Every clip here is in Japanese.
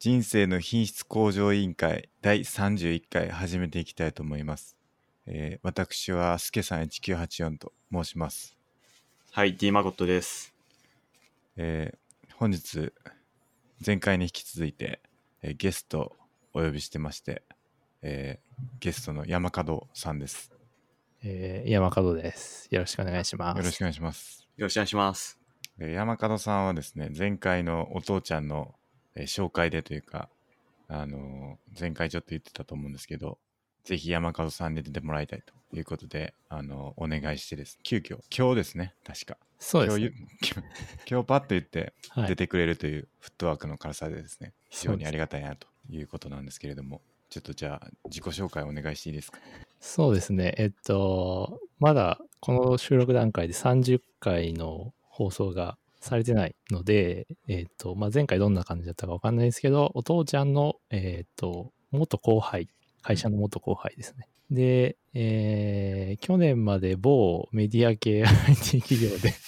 人生の品質向上委員会第31回始めていきたいと思います。私はすけさん1984と申します。 はい、D マゴットです。 本日前回に引き続いて、ゲストをお呼びしてまして、ゲストの山門さんです。 山門です。よろしくお願いします。 よろしくお願いします。 よろしくお願いします。 山門さんはですね、前回のお父ちゃんの、紹介でというか、前回ちょっと言ってたと思うんですけど、ぜひ山門さんに出てもらいたいということで、お願いしてです。急遽、今日ですね、確か。 そうですね。 今日パッと言ってはい出てくれるというフットワークの軽さでですね、非常にありがたいなということなんですけれども、ちょっとじゃあ自己紹介お願いしていいですか。 そうですね。まだこの収録段階で30回の放送がされてないので、前回どんな感じだったかわかんないですけど、お父ちゃんの、元後輩、会社の元後輩ですね。で、去年まで某メディア系 IT 企業で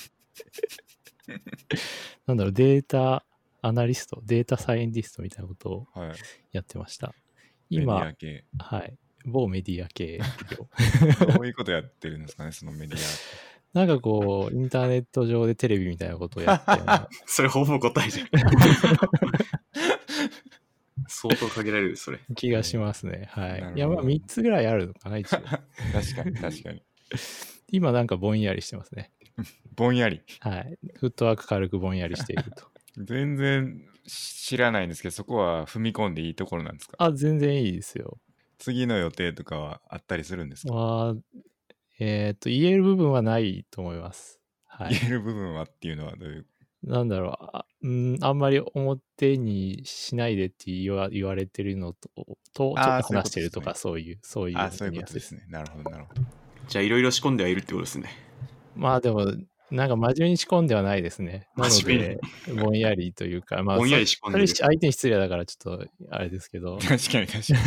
データアナリスト、データサイエンティストみたいなことをやってました。今、 メディア系。 はい。某メディア系企業。どういうことやってるんですかね、そのメディア。なんかこう、インターネット上でテレビみたいなことをやってそれほぼ答えじゃん。相当限られる、それ。 気がしますね。はい。いや、まあ3つぐらいあるのかな、一応。 確かに、確かに。 今なんかぼんやりしてますね。 ぼんやり。 はい。フットワーク軽くぼんやりしていると。 全然知らないんですけど、そこは踏み込んでいいところなんですか？ 全然いいですよ。 次の予定とかはあったりするんですか？ 言える部分はないと思います。はい。 言える部分はっていうのはどういう？ あんまり表にしないでって言われてるのとちょっと話してるとか、そういう。 そういうことですね。なるほど、なるほど。 じゃあ、いろいろ仕込んではいるってことですね。 まあでも、なんか真面目に仕込んではないですね。なので、ぼんやりというか、まあ、 ぼんやり仕込んでる。 それ相手に失礼だからちょっとあれですけど。 確かに、確かに。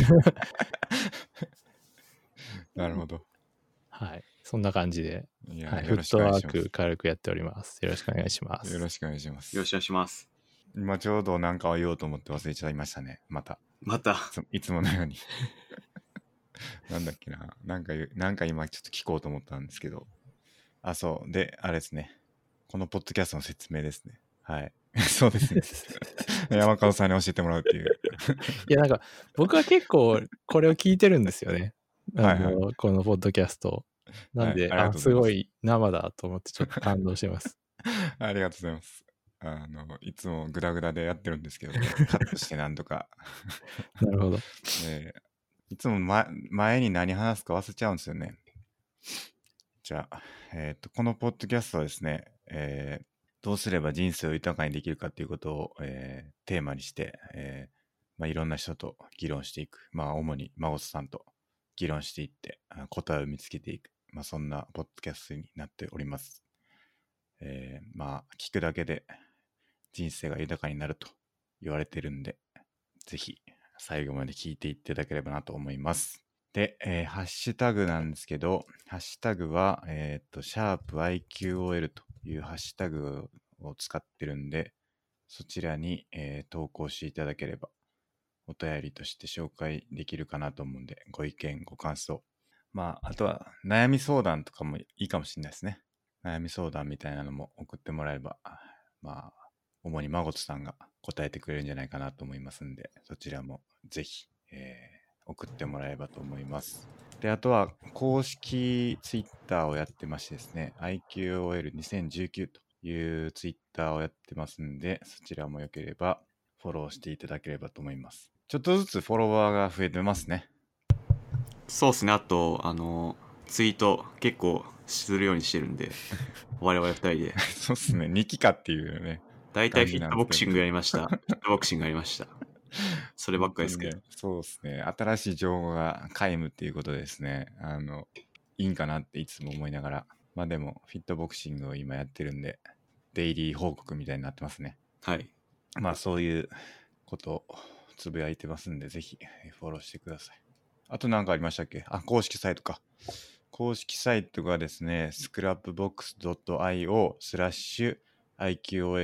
なるほど。 はい。そんな感じで、 はい、 フットワーク軽くやっております。よろしくお願いします。 よろしくお願いします。 よろしくお願いします。 今ちょうど何かを言おうと思って忘れちゃいましたね。また。いつものように。なんだっけな。なんか今ちょっと聞こうと思ったんですけど。そう。で、あれですね。このポッドキャストの説明ですね。はい。そうですね。山門さんに教えてもらうっていう。 いや、なんか、僕は結構これを聞いてるんですよね。このポッドキャスト。なんで、すごい生だと思ってちょっと感動してます。 ありがとうございます。いつもグダグダでやってるんですけど、カットしてなんとか。 なるほど。 いつも、前に何話すか忘れちゃうんですよね。じゃあ、このポッドキャストはですね、どうすれば人生を豊かにできるかということを、テーマにして、いろんな人と議論していく。主に孫さんと議論していって、答えを見つけていく。そんなポッドキャストになっております。聞くだけで人生が豊かになると言われてるんで、ぜひ最後まで聞いていただければなと思います。で、ハッシュタグなんですけど、ハッシュタグは、#IQOL というハッシュタグを使ってるんで、そちらに、投稿していただければ、お便りとして紹介できるかなと思うんで、ご意見、ご感想。あとは悩み相談とかもいいかもしれないですね。悩み相談みたいなのも送ってもらえれば、主に孫さんが答えてくれるんじゃないかなと思いますんで、そちらもぜひ、送ってもらえればと思います。で、あとは公式ツイッターをやってましてですね、IQOL2019 というツイッターをやってますんで、そちらもよければフォローしていただければと思います。ちょっとずつフォロワーが増えてますね。 そうですね。あと、ツイート結構するようにしてるんで、我々2人で。 そうっすね。2期かっていうね。 大体フィットボクシングやりました。フィットボクシングやりました。そればっかりですけど。 そうですね。新しい情報が皆無っていうことですね。いいんかなっていつも思いながら。でも、フィットボクシングを今やってるんで、デイリー報告みたいになってますね。 はい。 そういうことをつぶやいてますんで、ぜひフォローしてください。あと何かありましたっけ？公式サイトか。公式サイトがですね、scrapbox.io/IQOL と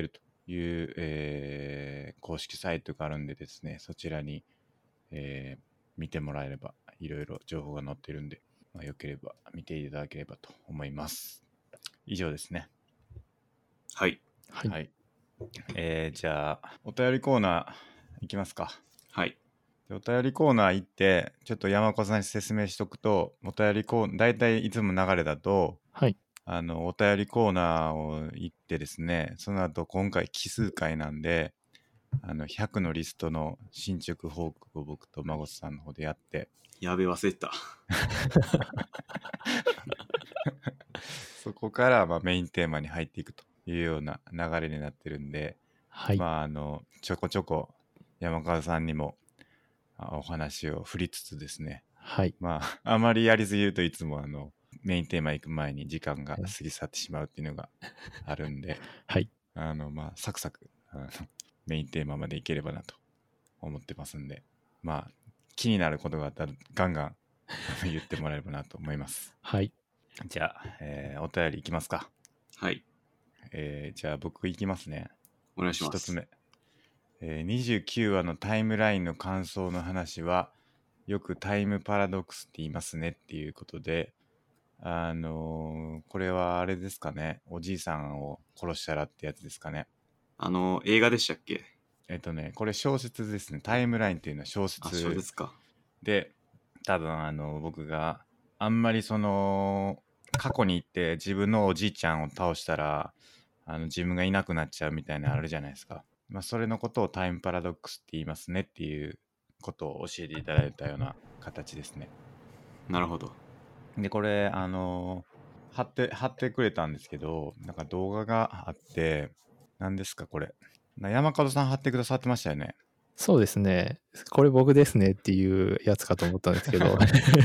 いう、公式サイトがあるんでですね、そちらに、見てもらえればいろいろ情報が載ってるんで、よければ見ていただければと思います。以上ですね。 はい。 はい。 はい。じゃあお便りコーナーいきますか。 はい。 でお便りコーナー行ってちょっと山子さんに説明しとくと、お便りコーナー大体いつも流れだとはい。 お便りコーナーを行ってですね、その後今回奇数回なんで100のリストの進捗報告を僕と孫さんの方でやって、 やべ、忘れてた。 そこからメインテーマに入っていくというような流れになってるんで、 はい。 ちょこちょこ山川さんにもお話を振りつつですね、 はい。 あまりやりすぎるといつもメインテーマ行く前に時間が過ぎ去ってしまうっていうのがあるんで、 はい。 サクサクメインテーマまでいければなと思ってますんで、気になることがあったらガンガン言ってもらえればなと思います。 はい。 じゃあ、お便りいきますか。 はい。 じゃあ僕いきますね。 お願いします。 一つ目、29話のタイムラインの感想の話はよくタイムパラドックスって言いますねっていうことで、これはあれですかね、おじいさんを殺したらってやつですかね。 映画でしたっけ？ これ小説ですね。タイムラインっていうのは小あ、 説そうですか。 で、多分僕があんまりその過去に行って自分のおじいちゃんを倒したら自分がいなくなっちゃうみたいなのあるじゃないですか。それのことをタイムパラドックスって言いますねっていうことを教えていただいたような形ですね。 なるほど。 でこれ貼ってくれたんですけど、なんか動画があって、何ですかこれ、山門さん貼ってくださってましたよね。 そうですね。これ僕ですねっていうやつかと思ったんですけど。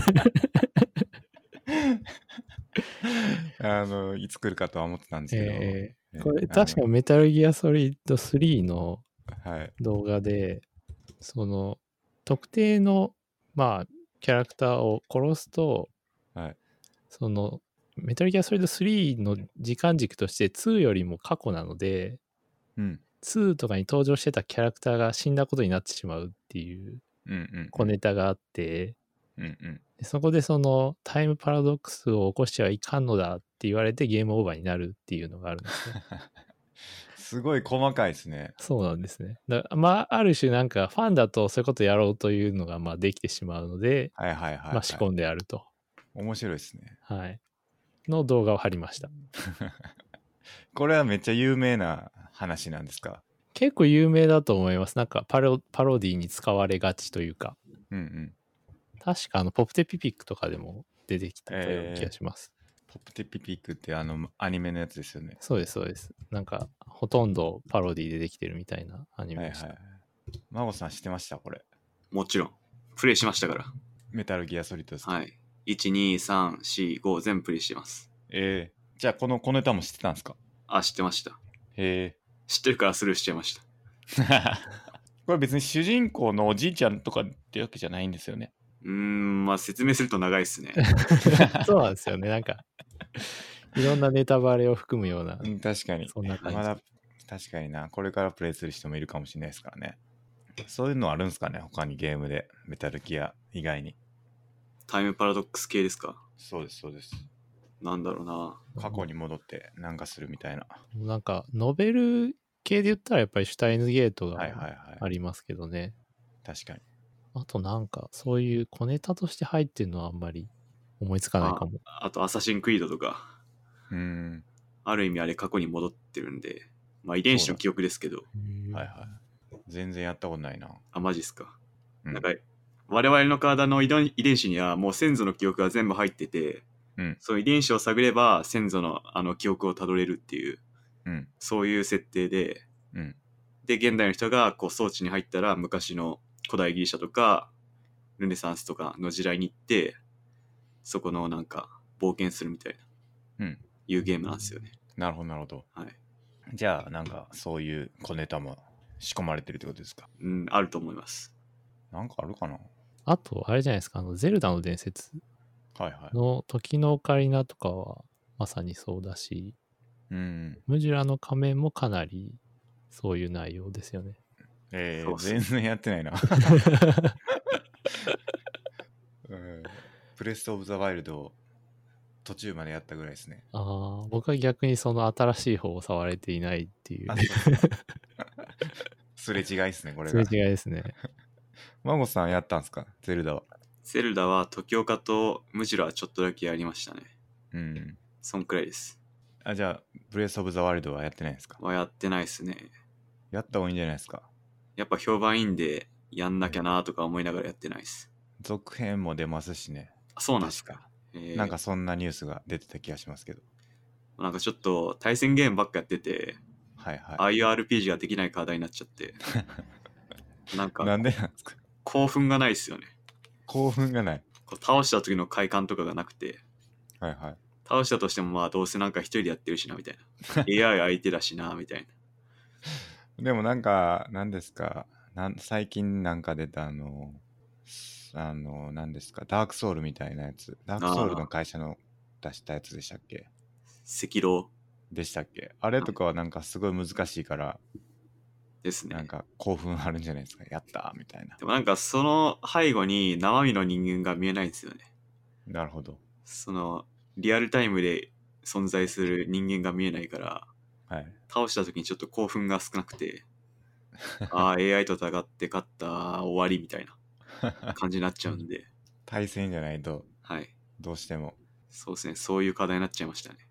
いつ来るかとは思ってたんですけど、 これ確かメタルギアソリッド3のはい動画で、その特定のキャラクターを殺すと、 はい、 そのメタルギアソリッド3の時間軸として2よりも過去なので、2とかに登場してたキャラクターが死んだことになってしまうっていう小ネタがあって、そこでそのタイムパラドックスを起こしてはいかんのだって言われてゲームオーバーになるっていうのがあるんですね。 すごい細かいですね。 そうなんですね。ある種なんかファンだとそういうことやろうというのができてしまうので、仕込んであると。 面白いですね。 はい。の動画を貼りました。 これはめっちゃ有名な話なんですか？ 結構有名だと思います。なんかパロディに使われがちというか。確かポプテピピックとかでも出てきたような気がします。 ポプテピピックってアニメのやつですよね。 そうです、そうです。なんかほとんどパロディでできてるみたいなアニメでした。 孫さん知ってましたこれ？ もちろん。プレイしましたから。 メタルギアソリッドですか？ はい。1、2、3、4、5全部プレイしてます。 じゃあこの小ネタも知ってたんですか？ あ、知ってました。 へえ。 知ってるからスルーしちゃいました。 これ別に主人公のおじいちゃんとかってわけじゃないんですよね。 説明すると長いですね。 そうなんですよね。なんかいろんなネタバレを含むような。 確かに。 そんな感じ。 まだ確かにな。これからプレイする人もいるかもしれないですからね。そういうのあるんですかね、他にゲームで。メタルギア以外に。 タイムパラドックス系ですか？ そうです、そうです。 なんだろうな。 過去に戻ってなんかするみたいな。 なんかノベル系で言ったらやっぱりシュタインズゲートがありますけどね。 確かに。 あとなんかそういう小ネタとして入ってるのはあんまり思いつかないかも。 あとアサシンクリードとか。ある意味あれ過去に戻ってるんで、遺伝子の記憶ですけど。 全然やったことないな。 あ、マジっすか。なんか我々の体の遺伝子にはもう先祖の記憶が全部入ってて、その遺伝子を探れば先祖の記憶をたどれるっていう、そういう設定で、で現代の人がこう装置に入ったら昔の古代ギリシャとかルネサンスとかの時代に行ってそこのなんか冒険するみたいな、いうゲームなんですよね。 なるほどなるほど。 はい。 じゃあなんかそういう小ネタも仕込まれてるってことですか？ あると思います。 なんかあるかな。 あとあれじゃないですか、ゼルダの伝説の時のオカリナとかはまさにそうだし、ムジュラの仮面もかなりそういう内容ですよね。 全然やってないな。プレスオブザワイルドを途中までやったぐらいですね。 僕は逆にその新しい方を触れていないっていう。 すれ違いですね、これが。すれ違いですね。 マゴさんやったんですか、ゼルダは。 ゼルダは時岡とムジュラはちょっとだけやりましたね。 うん。 そんくらいです。 じゃあ、ブレスオブザワイルドはやってないですか？ やってないですね。 やった方がいいんじゃないですか。 やっぱ評判いいんで、やんなきゃなとか思いながらやってないです。 続編も出ますしね。 そうなんですか。 なんかそんなニュースが出てた気がしますけど。 なんかちょっと対戦ゲームばっかやってて、 はいはい。 ああいう RPG ができない課題になっちゃって。なんか、 なんでなんですか？ 興奮がないですよね。 興奮がない。 倒した時の快感とかがなくて。 はいはい。 倒したとしてもまあどうせなんか一人でやってるしなみたいな。AI 相手だしなみたいな。でもなんか、何ですか、最近なんか出た何ですか、ダークソウルみたいなやつ。ダークソウルの会社の出したやつでしたっけ？ 赤狼でしたっけ？あれとかはなんかすごい難しいから、 ですね。 なんか興奮あるんじゃないですか。やったみたいな。 でもなんかその背後に生身の人間が見えないんですよね。 なるほど。 そのリアルタイムで存在する人間が見えないから、 はい、 倒した時にちょっと興奮が少なくてああ AI と戦って勝った終わりみたいな感じになっちゃうんで対戦じゃないと、 はい、 どうしてもそうですね、そういう課題になっちゃいましたね。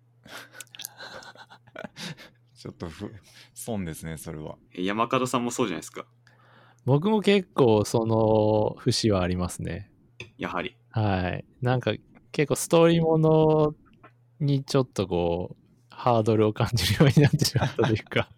ちょっと損ですね、それは。 山門さんもそうじゃないですか。 僕も結構その節はありますね。 やはり。 はい。なんか結構ストーリーものにちょっとこうハードルを感じるようになってしまったというか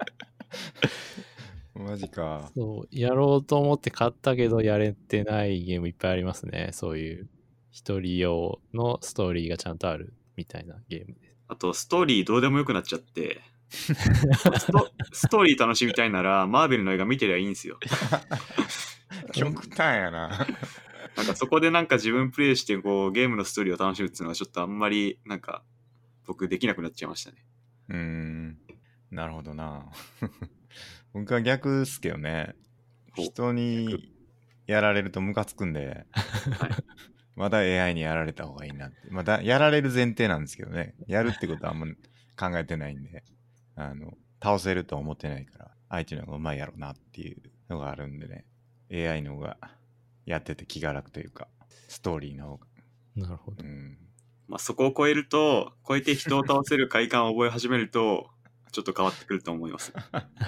マジか。 そう、やろうと思って買ったけどやれてないゲームいっぱいありますね。そういう一人用のストーリーがちゃんとあるみたいなゲームです。 あとストーリーどうでもよくなっちゃってストーリー楽しみたいならマーベルの映画見てりゃいいんですよ。 極端やな。 なんかそこでなんか自分プレイしてこうゲームのストーリーを楽しむっていうのはちょっとあんまりなんか僕できなくなっちゃいましたね。 なるほどな。僕は逆っすけどね。人にやられるとムカつくんで、はい、まだ AI にやられた方がいいなって。まだやられる前提なんですけどね。やるってことはあんま考えてないんで、倒せるとは思ってないから、相手の方がうまいやろうなっていうのがあるんでね。AI の方がやってて気が楽というか、ストーリーの方が。 なるほど。 まあそこを超えて人を倒せる快感を覚え始めると、ちょっと変わってくると思います。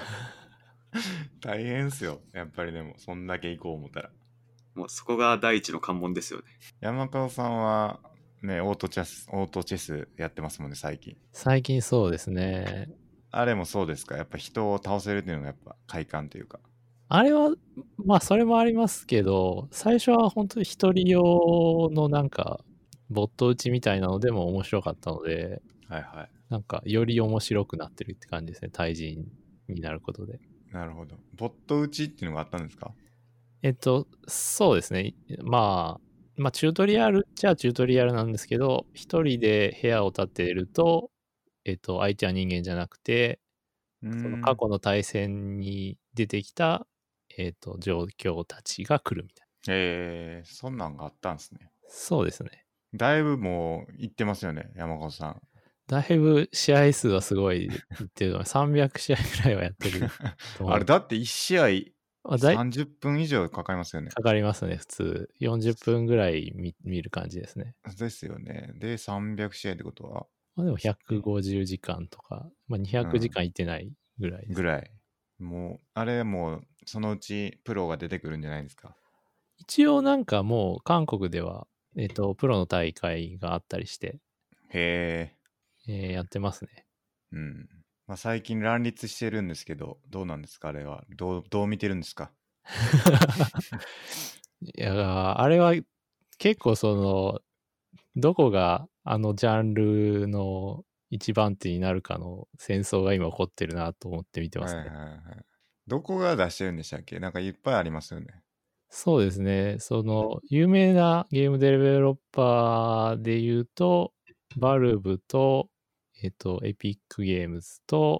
大変っすよ。やっぱりでも、そんだけ行こう思ったら。 もうそこが第一の関門ですよね。 山川さんは、ね、オートチェスやってますもんね、最近。 最近そうですね。 あれもそうですか？やっぱ人を倒せるっていうのがやっぱ快感というか。 あれは、まあそれもありますけど、最初は本当に一人用のなんか、ボット打ちみたいなのでも面白かったので、 はいはい。 なんかより面白くなってるって感じですね。対人になることで。 なるほど。ボット打ちっていうのがあったんですか？ そうですね。まあチュートリアルっちゃチュートリアルなんですけど、一人で部屋を建てると、相手は人間じゃなくて、その過去の対戦に出てきた、状況たちが来るみたいな。そんなんがあったんですね。 そうですね。 だいぶもう行ってますよね、山川さん。 だいぶ試合数はすごいいってるの300試合ぐらいはやってるあれだって1試合30分以上かかりますよね。 かかりますね、普通。40分ぐらい見る感じですね。 ですよね。で、300試合ってことはまあでも150時間とか、まあ200時間いってないぐらいです、 ぐらい。もう、あれもう、そのうちプロが出てくるんじゃないですか。 一応なんかもう韓国では、プロの大会があったりして、やってますね。 まあ、最近乱立してるんですけど、どうなんですかあれは。どう見てるんですか？ いや、あれは結構どこがあのジャンルの一番手になるかの戦争が今起こってるなと思って見てますね。 どこが出してるんでしたっけ？なんかいっぱいありますよね。 そうですね。有名なゲームデベロッパーで言うと、バルブと、エピックゲームズと、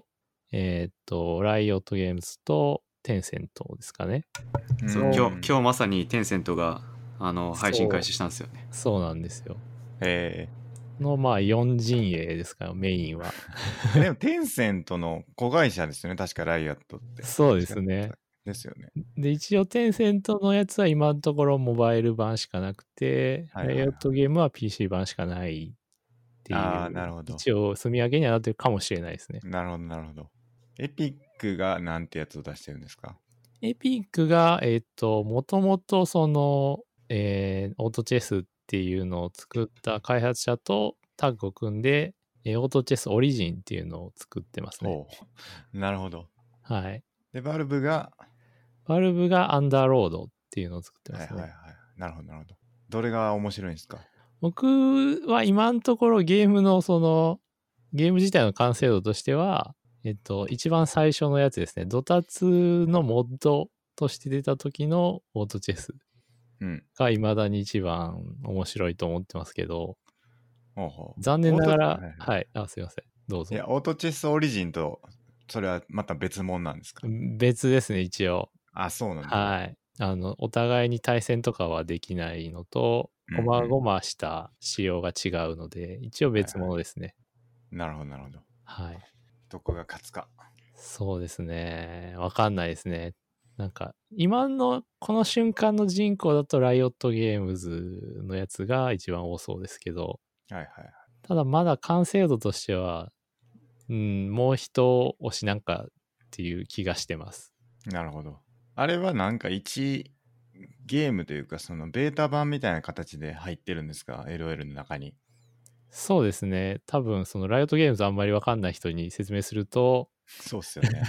ライオットゲームズとテンセントですかね。 そう今日まさにテンセントが配信開始したんですよね。 そうなんですよ。のまあ4陣営ですからメインは。 でもテンセントの子会社ですよね、確かライオットって。 そうですね。 ですよね。 で一応テンセントのやつは今のところモバイル版しかなくて、ライオットゲームは PC 版しかないっていう。 なるほど。 一応積み上げにはなってるかもしれないですね。 なるほどなるほど。エピックがなんてやつを出してるんですか？ エピックがもともとその、オートチェスっていうのを作った開発者とタッグを組んで、オートチェスオリジンっていうのを作ってますね。 なるほど。 はい。 で、バルブがアンダーロードっていうのを作ってますね。 はいはいはい。なるほどなるほど。どれが面白いんですか？ 僕は今のところゲームのゲーム自体の完成度としては、一番最初のやつですね。ドタツのモッドとして出た時のオートチェスが未だに一番面白いと思ってますけど、残念ながら、はい、すいません。どうぞ。 いや、オートチェスオリジンと、それはまた別物なんですか？ 別ですね、一応。 そうなんだ。 はい。お互いに対戦とかはできないのと、こまごました仕様が違うので、一応別物ですね。 なるほど、なるほど。 はい。 どこが勝つか。 そうですね。わかんないですね。なんか、今のこの瞬間の人口だとライオットゲームズのやつが一番多そうですけど、ただまだ完成度としては、もう一押しなんかっていう気がしてます。 なるほど。あれはなんか1ゲームというか、そのベータ版みたいな形で入ってるんですか？ LOL の中に。 そうですね。多分、そのライオットゲームズあんまりわかんない人に説明すると、 そうっすよね。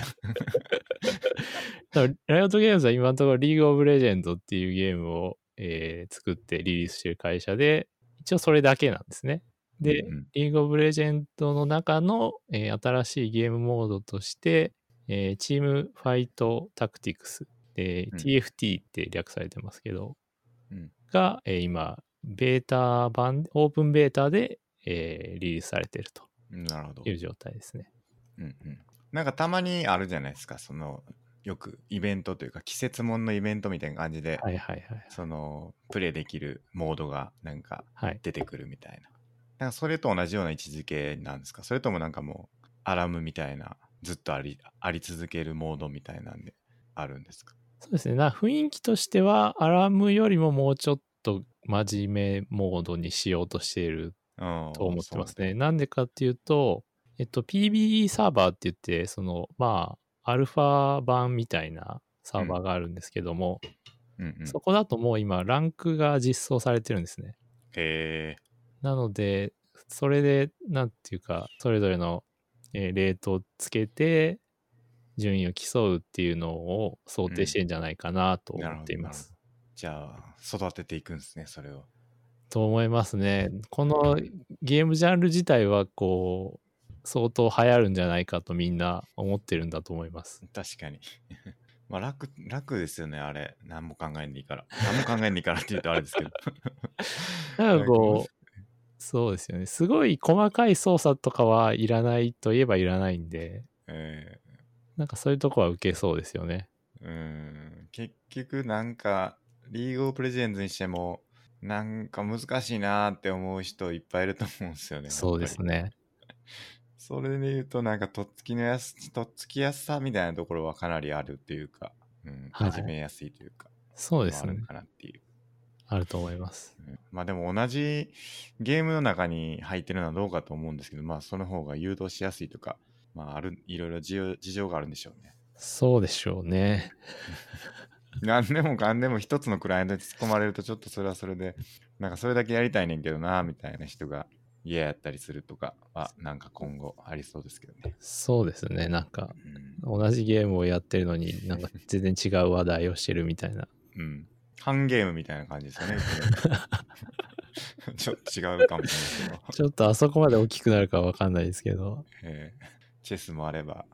ライオットゲームズは今のところリーグオブレジェンドっていうゲームを、作ってリリースしてる会社で、一応それだけなんですね。で、リーグオブレジェンドの中の、新しいゲームモードとして、チームファイトタクティクス、TFT って略されてますけど、が、今、ベータ版、オープンベータで、リリースされているという状態ですね。 なんかたまにあるじゃないですか、よくイベントというか季節もんのイベントみたいな感じで、プレイできるモードがなんか出てくるみたいな。なんかそれと同じような位置づけなんですか？それともなんかもうアラムみたいなずっとあり続けるモードみたいなんであるんですか？ そうですね。雰囲気としてはアラムよりももうちょっと真面目モードにしようとしていると思ってますね。なんでかっていうと、PBE サーバーって言って、アルファ版みたいなサーバーがあるんですけども、そこだともう今、ランクが実装されてるんですね。なので、それで、なんていうか、それぞれの、レートをつけて、順位を競うっていうのを想定してんじゃないかなと思っています。 じゃあ、育てていくんですね、それを。 と思いますね。このゲームジャンル自体は相当流行るんじゃないかとみんな思ってるんだと思います。 確かに。まあ楽ですよね、あれ。何も考えんでいいから。何も考えんでいいからって言うとあれですけど。 なんかそうですよね。すごい細かい操作とかはいらないといえばいらないんで、なんかそういうとこは受けそうですよね。 結局なんか、リーグオブプレジェンズにしても、なんか難しいなーって思う人いっぱいいると思うんですよね。 そうですね。 それで言うとなんかとっつきやすさみたいなところはかなりあるっていうか、始めやすいというか、 そうですね。 あるかなっていう。 あると思います。 まあでも同じゲームの中に入ってるのはどうかと思うんですけど、まあその方が誘導しやすいとか、まあいろいろ事情があるんでしょうね。 そうでしょうね。 何でもかんでも一つのクライアントに突っ込まれるとちょっとそれはそれでなんかそれだけやりたいねんけどなみたいな人が嫌やったりするとかはなんか今後ありそうですけどね。 そうですね。なんか、同じゲームをやってるのになんか全然違う話題をしてるみたいな。 半ゲームみたいな感じですよね。ちょっと違うかもしれないけど。 ちょっとあそこまで大きくなるかわかんないですけど。 チェスもあれば、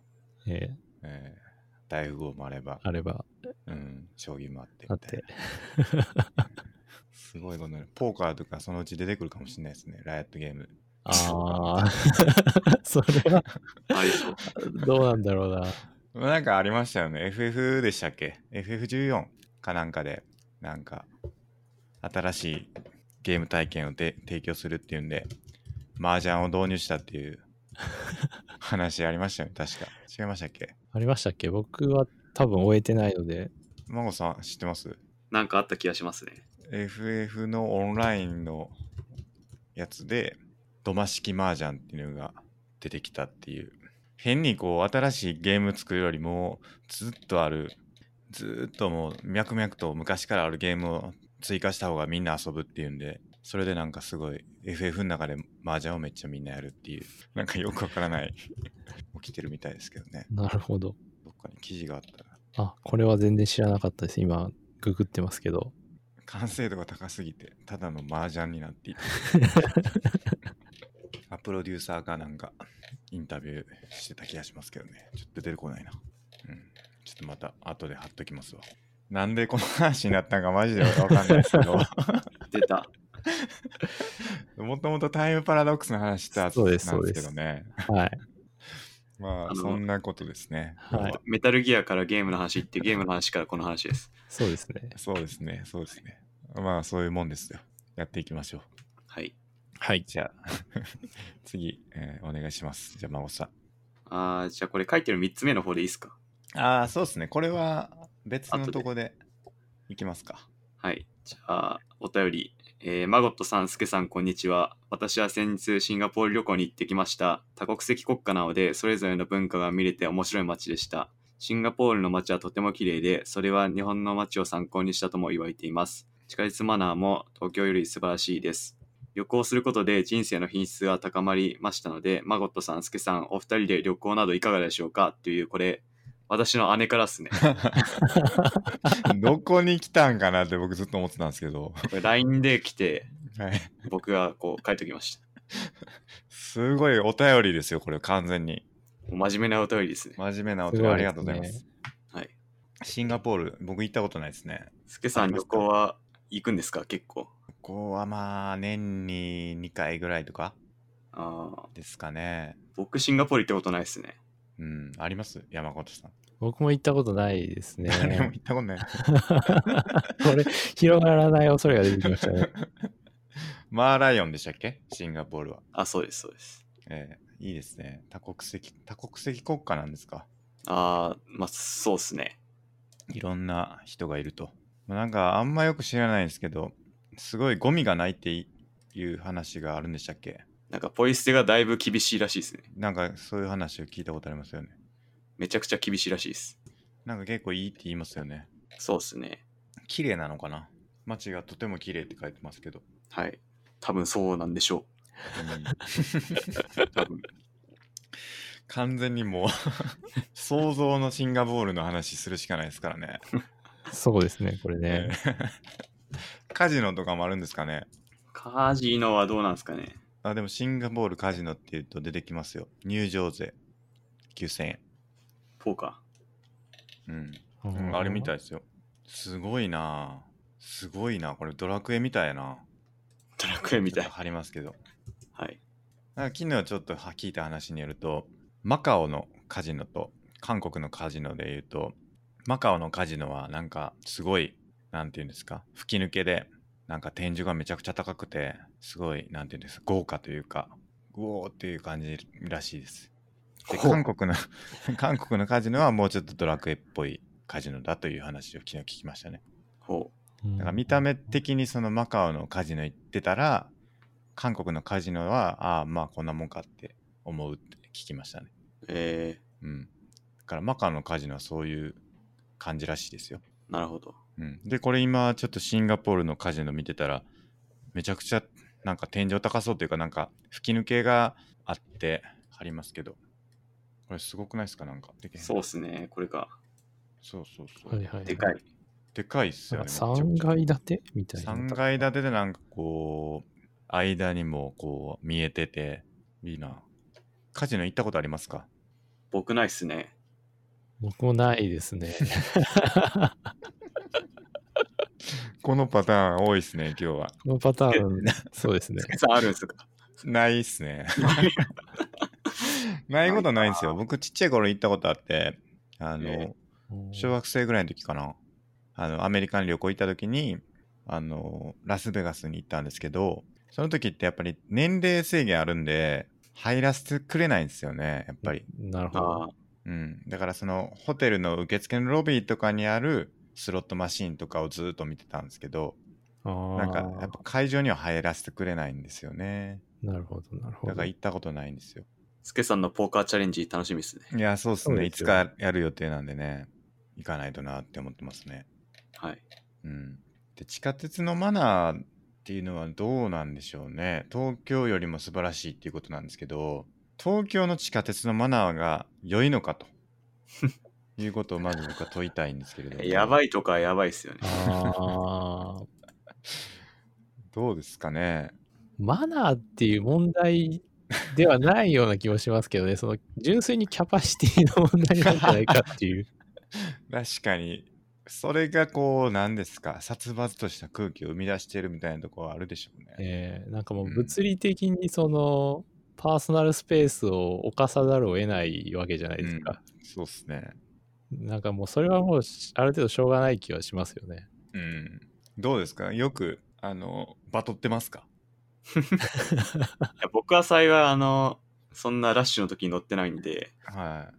大富豪もあれば、将棋もあってみたいな。すごいことね。ポーカーとかそのうち出てくるかもしれないですね。ライアットゲーム。 ああ、それはありそう。 どうなんだろうな。 なんかありましたよね。FF でしたっけ？ FF14 かなんかで、なんか、新しいゲーム体験を提供するっていうんで、麻雀を導入したっていう話ありましたよね、確か。違いましたっけ？ ありましたっけ？僕は多分終えてないので。 マゴさん知ってます？ なんかあった気がしますね。 FF のオンラインのやつで、土間式麻雀っていうのが出てきたっていう。変にこう、新しいゲーム作るよりも、ずっともう、脈々と昔からあるゲームを追加した方がみんな遊ぶっていうんで、それでなんかすごい FF の中で麻雀をめっちゃみんなやるっていう、なんかよくわからない起きてるみたいですけどね。 なるほど。 どっかに記事があったら。 あ、これは全然知らなかったです。今、ググってますけど。 完成度が高すぎて、ただの麻雀になっていて。プロデューサーがなんかインタビューしてた気がしますけどね。ちょっと出てこないな。ちょっとまた後で貼っときますわ。なんでこの話になったんかマジでわかんないですけど。 出た。 もともとタイムパラドックスの話したなんですけどね。 はい。 まあそんなことですね。 はい。 メタルギアからゲームの話ってゲームの話からこの話です。 そうですね。 そうですね。まあそういうもんですよ。やっていきましょう。 はい。 はい。 じゃあ次、お願いします。じゃあ孫さん。 じゃあこれ書いてる3つ目の方でいいですか？ そうですね。これは別のとこでいきますか。 はい。じゃあお便り。マゴットさん、スケさん、こんにちは。私は先日シンガポール旅行に行ってきました。多国籍国家なので、それぞれの文化が見れて面白い街でした。シンガポールの街はとても綺麗で、それは日本の街を参考にしたとも言われています。地下鉄マナーも東京より素晴らしいです。旅行することで人生の品質が高まりましたので、マゴットさん、スケさん、お二人で旅行などいかがでしょうかという、これ、私の姉からっすね。 どこに来たんかなって僕ずっと思ってたんですけど。 これ LINE で来て、 はい、 僕がこう書いておきました。 すごいお便りですよ、これ完全に。 真面目なお便りですね。 真面目なお便り、ありがとうございます。 はい。 シンガポール、僕行ったことないですね。 スケさん、旅行は行くんですか？結構。 旅行はまあ、年に2回ぐらいとかですかね。 僕、シンガポール行ったことないですね。 あります山本さん。 僕も行ったことないですね。 誰も行ったことない。 これ、広がらない恐れが出てきましたね。 マーライオンでしたっけ？シンガポールは。 そうです、そうです。 いいですね。多国籍国家なんですか？ まあ、そうですね。 いろんな人がいると。なんか、あんまよく知らないんですけど、すごいゴミがないっていう話があるんでしたっけ？ なんか、ポイ捨てがだいぶ厳しいらしいですね。 なんか、そういう話を聞いたことありますよね。 めちゃくちゃ厳しいらしいです。 なんか結構いいって言いますよね。 そうですね。 綺麗なのかな？街がとても綺麗って書いてますけど。 はい。多分そうなんでしょう。多分。 完全にもう想像のシンガポールの話するしかないですからね。 そうですね、これね。 カジノとかもあるんですかね？ カジノはどうなんですかね？ でもシンガポールカジノって言うと出てきますよ。入場税9000円。 ポーカー。あれみたいですよ。すごいな。これドラクエみたいな。 ドラクエみたい。 貼りますけど。 はい。 なんか昨日ちょっと聞いた話によると、マカオのカジノと韓国のカジノで言うと、マカオのカジノはなんかすごい、なんていうんですか、吹き抜けで、なんか天井がめちゃくちゃ高くて、すごい、なんていうんですか、豪華というか、うおーっていう感じらしいです。で、韓国のカジノはもうちょっとドラクエっぽいカジノだという話を昨日聞きましたね。だから見た目的にそのマカオのカジノ行ってたら、韓国のカジノはまあこんなもんかって思うって聞きましたね。だからマカオのカジノはそういう感じらしいですよ。 なるほど。 でこれ今ちょっとシンガポールのカジノ見てたらめちゃくちゃなんか天井高そうというかなんか吹き抜けがあってありますけど、これすごくないですか？なんかそうっすね、これか。 そう、 はいはいはい、 でかいっすよね。 3階建てみたいな。 3階建てでなんかこう間にもこう見えてていいな。カジノ行ったことありますか？ 僕ないっすね。 僕もないですね。 このパターン多いですね、今日は。 このパターン、そうですね。 あるんですか？ ないっすね。ないことないんですよ。僕ちっちゃい頃行ったことあって、小学生ぐらいの時かな。アメリカに旅行行った時に、ラスベガスに行ったんですけど、その時ってやっぱり年齢制限あるんで、入らせてくれないんですよね、やっぱり。 なるほど。 うん。だからそのホテルの受付のロビーとかにあるスロットマシーンとかをずっと見てたんですけど、なんかやっぱ会場には入らせてくれないんですよね。 なるほど、なるほど。 だから行ったことないんですよ。 スケさんのポーカーチャレンジ楽しみですね。 いや、そうですね。いつかやる予定なんでね、行かないとなって思ってますね。 はい。 うん。で、地下鉄のマナーっていうのはどうなんでしょうね。東京よりも素晴らしいっていうことなんですけど、東京の地下鉄のマナーが良いのかということをまず僕は問いたいんですけれども。 やばいとかやばいっすよね。 どうですかね。 マナーっていう問題ではないような気もしますけどね、その純粋にキャパシティの問題なんじゃないかっていう。 確かに、それがこう、何ですか、殺伐とした空気を生み出してるみたいなところはあるでしょうね。 なんかもう物理的にその、パーソナルスペースを侵さざるを得ないわけじゃないですか。 そうっすね。 なんかもうそれはもうある程度しょうがない気はしますよね。 どうですか？よくバトってますか？ いや僕は幸いそんなラッシュの時に乗ってないんで、 はい。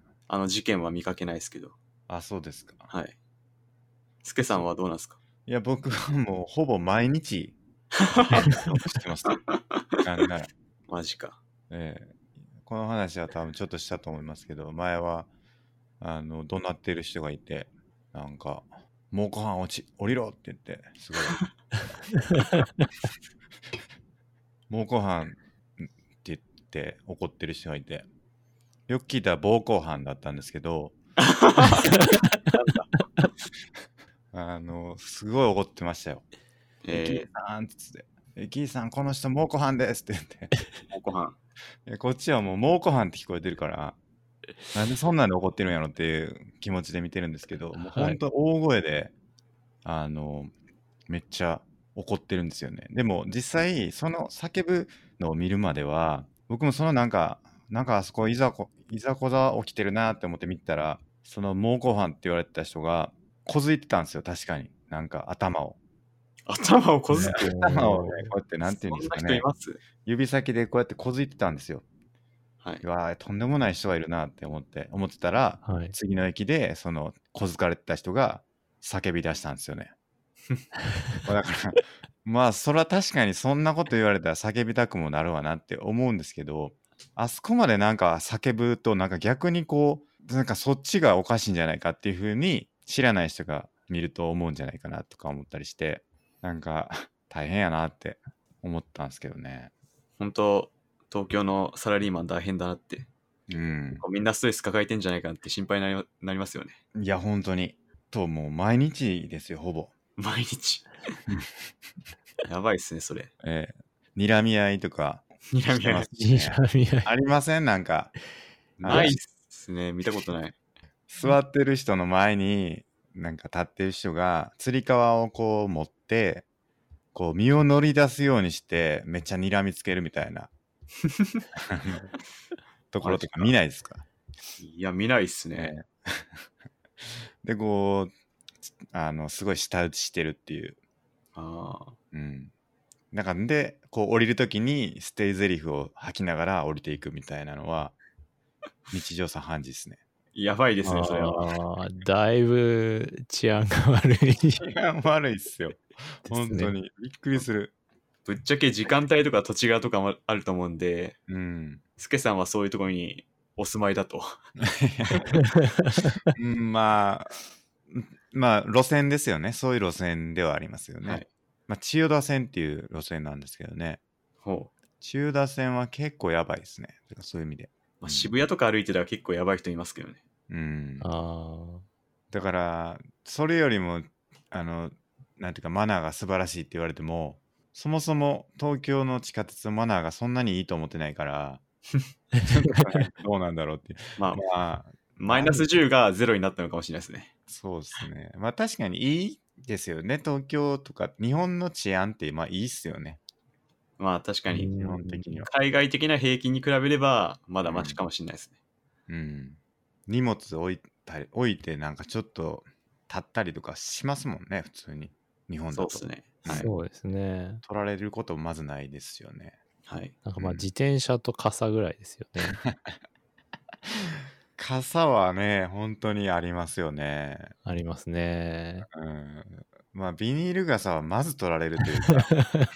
事件は見かけないですけど。 あ、そうですか。 はい。スケさんはどうなんですか？ いや、僕はもうほぼ毎日してます。なんなら。 マジか。 この話は多分ちょっとしたと思いますけど、前は怒鳴ってる人がいて、なんかもうご飯降りろって言って、すごいもうご飯って言って怒ってる人がいて、よく聞いたら暴行犯だったんですけどすごい怒ってましたよ。エキーさんっつって、エキーさんこの人猛虎犯ですって言って猛虎犯。 こっちはもう猛虎犯って聞こえてるから、なんでそんなんで怒ってるんやろっていう気持ちで見てるんですけど、もうほんと大声でめっちゃ怒ってるんですよね。でも実際その叫ぶのを見るまでは、僕もそのなんかあそこいざこざ起きてるなって思って見てたら、その猛虎犯って言われてた人がこづいてたんですよ。確かになんか頭をこづく、 頭をね、こうやってなんていうんですかね、 そんな人います？ 指先でこうやってこづいてたんですよ。 はい。 うわとんでもない人がいるなって思ってたら、 はい、 次の駅でそのこづかれてた人が叫び出したんですよね。だからまあそれは確かにそんなこと言われたら叫びたくもなるわなって思うんですけど、あそこまでなんか叫ぶとなんか逆にこうなんかそっちがおかしいんじゃないかっていう風に知らない人が見ると思うんじゃないかなとか思ったりして、なんか大変やなって思ったんですけどね。 本当東京のサラリーマン大変だなって、みんなストレス抱えてんじゃないかなって心配になりますよね。 いや本当にと、もう毎日ですよ、ほぼ毎日やばいっすねそれ。 睨み合いとか睨み合いありません？なんかないっすね、見たことない。 座ってる人の前になんか立ってる人がつり革をこう持ってこう身を乗り出すようにしてめっちゃ睨みつけるみたいなところとか見ないですか？ いや見ないっすね。 でこうすごい舌打ちしてるっていう。なんかでこう降りるときに捨て台詞を吐きながら降りていくみたいなのは日常茶飯事ですね。 やばいですねそれは。 だいぶ治安が悪い。 治安悪いっすよ。本当にびっくりする。 ぶっちゃけ時間帯とか土地柄とかもあると思うんで、スケさんはそういうところにお住まいだと。 まあ路線ですよね。そういう路線ではありますよね。はい、千代田線っていう路線なんですけどね。千代田線は結構やばいですね。そういう意味で。 渋谷とか歩いてたら結構やばい人いますけどね。 だからそれよりもなんていうかマナーが素晴らしいって言われても、そもそも東京の地下鉄のマナーがそんなにいいと思ってないからどうなんだろうっていう。 まあマイナス10が0になったのかもしれないですね。 そうですね。まあ確かにいいですよね。東京とか日本の治安ってまあいいっすよね。 まあ確かに、 基本的には。 海外的な平均に比べれば、まだマシかもしれないですね。 荷物置いてなんかちょっと立ったりとかしますもんね、普通に。日本だと。 そうですね。 はい、そうですね。 取られることまずないですよね。 はい。 なんかまあ自転車と傘ぐらいですよね。 傘はね、本当にありますよね。 ありますね。 まあビニール傘はまず取られるというか。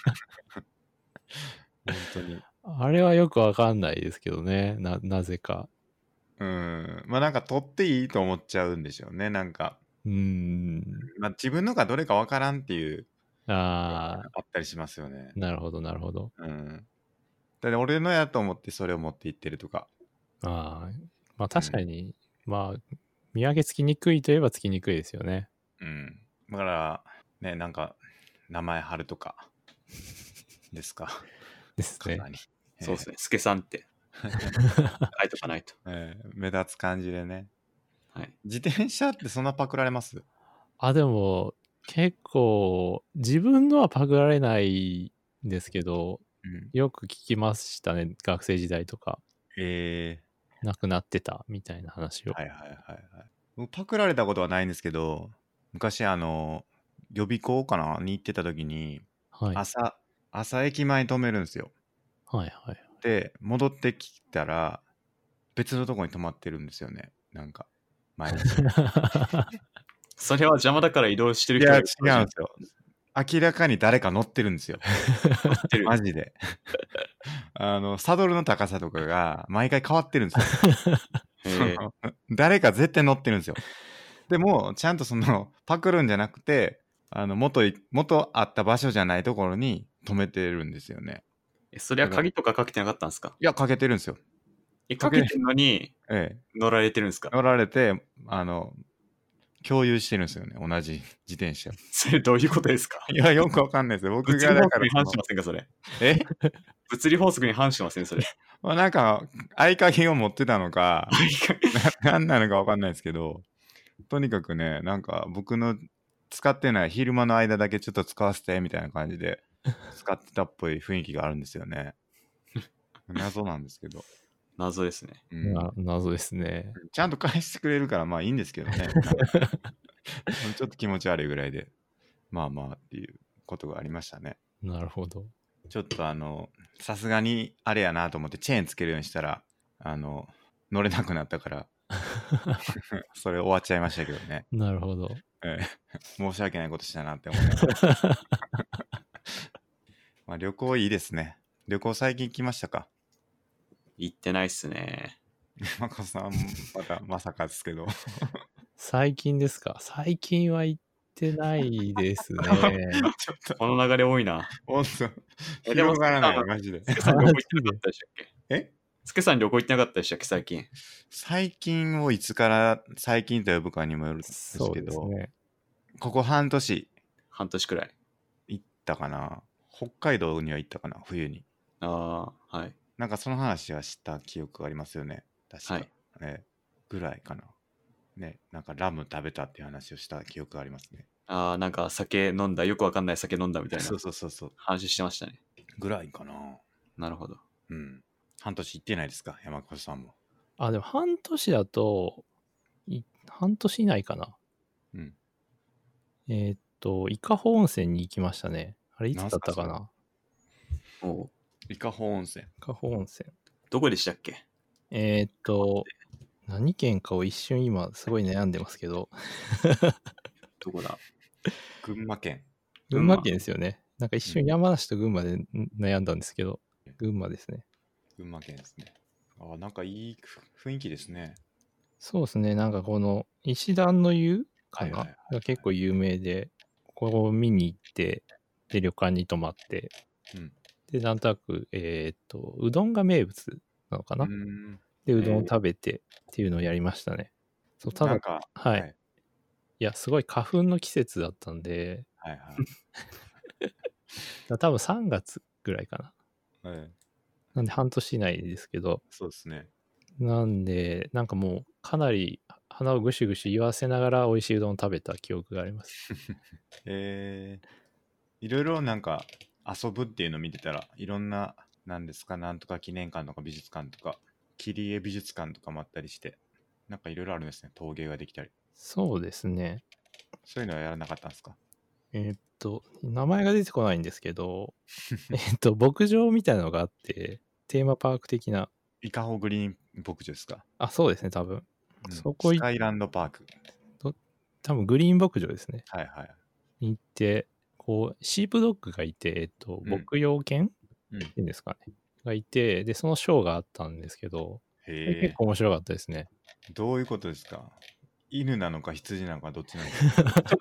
本当に。 あれはよくわかんないですけどね。なぜか。 まあなんか取っていいと思っちゃうんでしょうね。なんか。まあ自分のがどれかわからんっていうあったりしますよね。 なるほどなるほど。 だ俺のやと思ってそれを持っていってるとか。 まあ確かに、まあ見分けつきにくいといえばつきにくいですよね。 だからね、なんか名前貼るとかですか。 ですね。 そうですね。スケさんって書いとかないと。 目立つ感じでね。 はい。 自転車ってそんなパクられます？ でも結構自分のはパクられないんですけど、よく聞きましたね、学生時代とか。なくなってたみたいな話を。 パクられたことはないんですけど、昔予備校かなに行ってた時に、朝駅前に止めるんですよ。で戻ってきたら別のとこに止まってるんですよね。なんか毎日。 それは邪魔だから移動してる人がいる。いや違うんですよ。明らかに誰か乗ってるんですよ。 乗ってる。 マジで。サドルの高さとかが毎回変わってるんですよ。誰か絶対乗ってるんですよ。でもちゃんとパクるんじゃなくて元あった場所じゃないところに止めてるんですよね。 それは鍵とかかけてなかったんですか？ いや、かけてるんですよ。 かけてるのに乗られてるんですか？ 乗られて共有してるんですよね、同じ自転車。 それどういうことですか？ いや、よくわかんないですよ。僕がだから。物理法則に反してませんか、それ。物理法則に反してません、それ。 まあなんか、合鍵を持ってたのか、何なのかわかんないですけど、とにかくね、なんか僕の使ってない昼間の間だけちょっと使わせてみたいな感じで使ってたっぽい雰囲気があるんですよね。謎なんですけど。 謎ですね。 謎ですね。 ちゃんと返してくれるからまあいいんですけどね。ちょっと気持ち悪いぐらいで、まあまあっていうことがありましたね。 なるほど。 ちょっとさすがにあれやなと思ってチェーンつけるようにしたら、乗れなくなったから、それ終わっちゃいましたけどね。 なるほど。 申し訳ないことしたなって思いながら。まあ旅行いいですね。旅行最近行きましたか？ 行ってないっすね。 山子さんまたまさかですけど。 最近ですか？最近は行ってないですね。 ちょっとこの流れ多いな。 本当。広がらないマジで。 スケさん旅行行ってなかったでしたっけ？スケさん旅行行ってなかったでしたっけ最近？ 最近をいつから最近と呼ぶかにもよるんですけど、ここ半年くらい行ったかな。北海道には行ったかな、冬に。 はい。 なんかその話はした記憶がありますよね。確か。ぐらいかな。ね、なんかラム食べたっていう話をした記憶がありますね。 なんか酒飲んだ、よくわかんない酒飲んだみたいな。 そう話してましたね。 ぐらいかな。 なるほど。 半年行ってないですか、山子さんも。 でも半年だと、半年以内かな。伊香保温泉に行きましたね。あれいつだったかな。 伊香保温泉。 伊香保温泉。 どこでしたっけ？ 何県かを一瞬今すごい悩んでますけど。 どこだ？ 群馬県。 群馬県ですよね。なんか一瞬山梨と群馬で悩んだんですけど、群馬ですね。 群馬県ですね。なんかいい雰囲気ですね。 そうですね。なんかこの石段の湯かなが結構有名で、ここを見に行って、で、旅館に泊まって、で、なんとなく、うどんが名物なのかな。で、うどんを食べてっていうのをやりましたね。そう、ただ、はい。いや、すごい花粉の季節だったんで、多分3月ぐらいかな。なんで半年以内ですけど、 そうですね。 なんで、なんかもうかなり鼻をぐしぐし言わせながら美味しいうどんを食べた記憶があります。 いろいろなんか遊ぶっていうのを見てたら、いろんな、なんですか、なんとか記念館とか美術館とか、切り絵美術館とかもあったりして、なんかいろいろあるんですね。陶芸ができたり。 そうですね。 そういうのはやらなかったんですか？ 名前が出てこないんですけど、牧場みたいなのがあって、テーマパーク的な。 伊香保グリーン牧場ですか？ あ、そうですね、多分。 そこスカイランドパーク。 多分グリーン牧場ですね。 はいはい。 行って、こう、シープドッグがいて、牧羊犬、いいんですかね。がいて、で、そのショーがあったんですけど、結構面白かったですね。 どういうことですか？犬なのか羊なのかどっちなのか。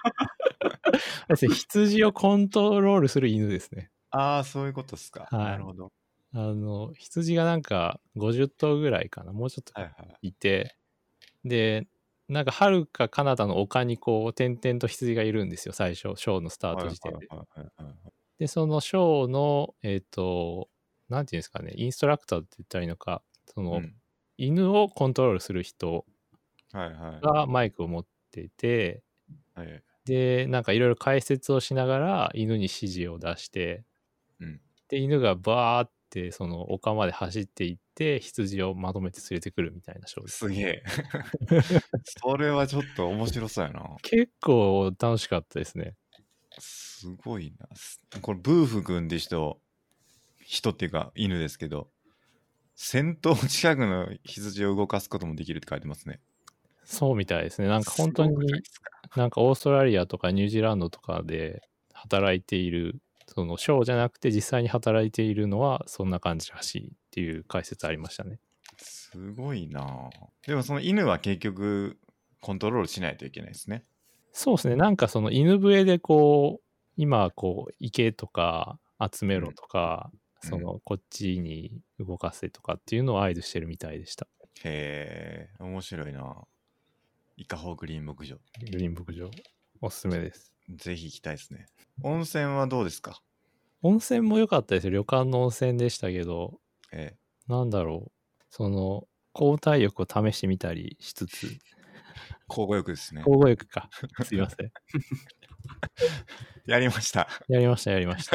羊をコントロールする犬ですね。 ああ、そういうことですか。 はい。 なるほど。 羊がなんか50頭ぐらいかな、もうちょっといて、で、なんか遥か彼方の丘にこう、点々と羊がいるんですよ、最初、ショーのスタート時点で。で、そのショーの、なんていうんですかね、インストラクターって言ったらいいのか、犬をコントロールする人がマイクを持っていて、で、なんかいろいろ解説をしながら犬に指示を出して、で、犬がバーってその丘まで走っていって、羊をまとめて連れてくるみたいなショーです。 すげえ。それはちょっと面白そうやな。 結構楽しかったですね。 すごいな。これブーフ君って人っていうか犬ですけど、先頭近くの羊を動かすこともできるって書いてますね。 そうみたいですね。なんか本当に、なんかオーストラリアとかニュージーランドとかで働いている、そのショーじゃなくて実際に働いているのはそんな感じらしいっていう解説ありましたね。 すごいな。でもその犬は結局コントロールしないといけないですね。 そうですね。なんかその犬笛でこう、今こう池とか集めろとか、そのこっちに動かせとかっていうのを合図してるみたいでした。 へえ、面白いな。伊香保グリーン牧場。 グリーン牧場、おすすめです。 ぜひ行きたいですね。温泉はどうですか？ 温泉も良かったですよ。旅館の温泉でしたけど、なんだろう。その、交代浴を試してみたりしつつ。 交互浴ですね。 交互浴か。すいません。 やりました。 やりました。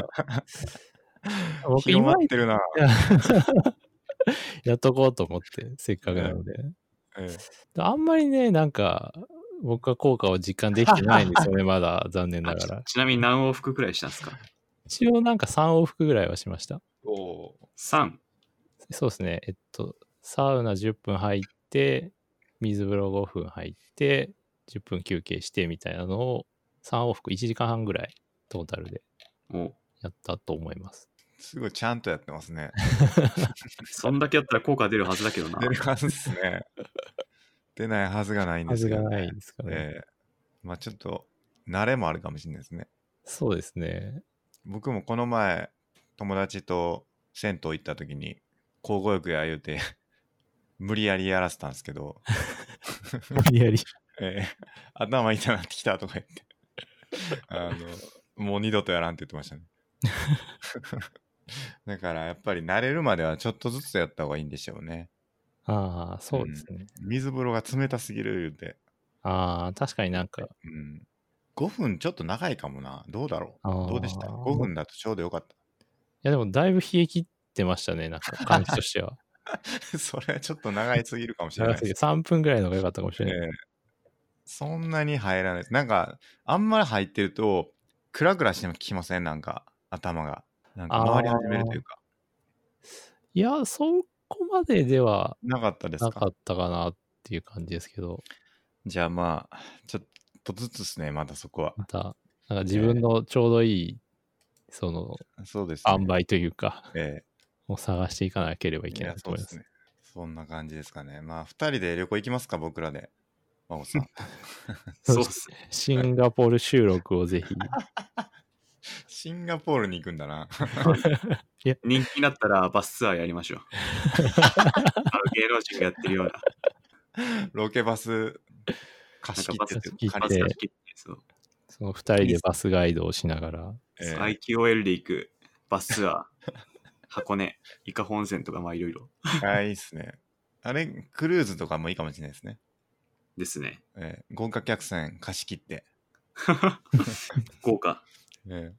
僕広まってるな。 やっとこうと思って、せっかくなので。あんまりね、なんか、僕は効果を実感できてないんですよね、まだ、残念ながら。 ちなみに何往復くらいしたんですか？ 一応なんか3往復ぐらいはしました。 3？ そうですね。サウナ10分入って、水風呂5分入って、10分休憩してみたいなのを3往復1時間半ぐらいトータルでやったと思います。 すごいちゃんとやってますね。 そんだけやったら効果出るはずだけどな。 出るはずですね。出ないはずがないんですよね。 はずがないですかね。 まあちょっと慣れもあるかもしれないですね。 そうですね。 僕もこの前友達と銭湯行った時に交互浴や言うて無理やりやらせたんですけど無理やり頭痛なってきたとか言ってもう二度とやらんって言ってましたね。だからやっぱり慣れるまではちょっとずつやった方がいいんでしょうね。 ああ、そうですね、 水風呂が冷たすぎる言うて。 ああ、確かになんか。 5分ちょっと長いかもな。どうだろう。どうでした？ 5 分だとちょうどよかった。 いやでもだいぶ冷え切ってましたね、なんか感じとしては。 それはちょっと長いすぎるかもしれないです。 3分ぐらいの方が良かったかもしれない。 そんなに入らないです。なんか、あんまり入ってると、クラクラしてきません？なんか、頭が。なんか回り始めるというか。 いや、そこまでではなかったですか？ なかったかなっていう感じですけど。 じゃあまあ、ちょっとずつですね、またそこは。 また、なんか自分のちょうどいい、 そうですね、塩梅というか、を探していかなければいけないと思います。 そうですね。そんな感じですかね。まあ、2人で旅行行きますか、僕らで。真帆さん。 そうっす。 シンガポール収録をぜひ。 シンガポールに行くんだな。 人気になったらバスツアーやりましょう。芸能人がやってるような。 ロケバス貸し切ってその2人でバスガイドをしながら。 IQOL で行くバスツアー。箱根、伊香保温泉とかまあいろいろ。 いいっすね。あれ、クルーズとかもいいかもしれないですね。 ですね。 豪華客船貸し切って。 豪華。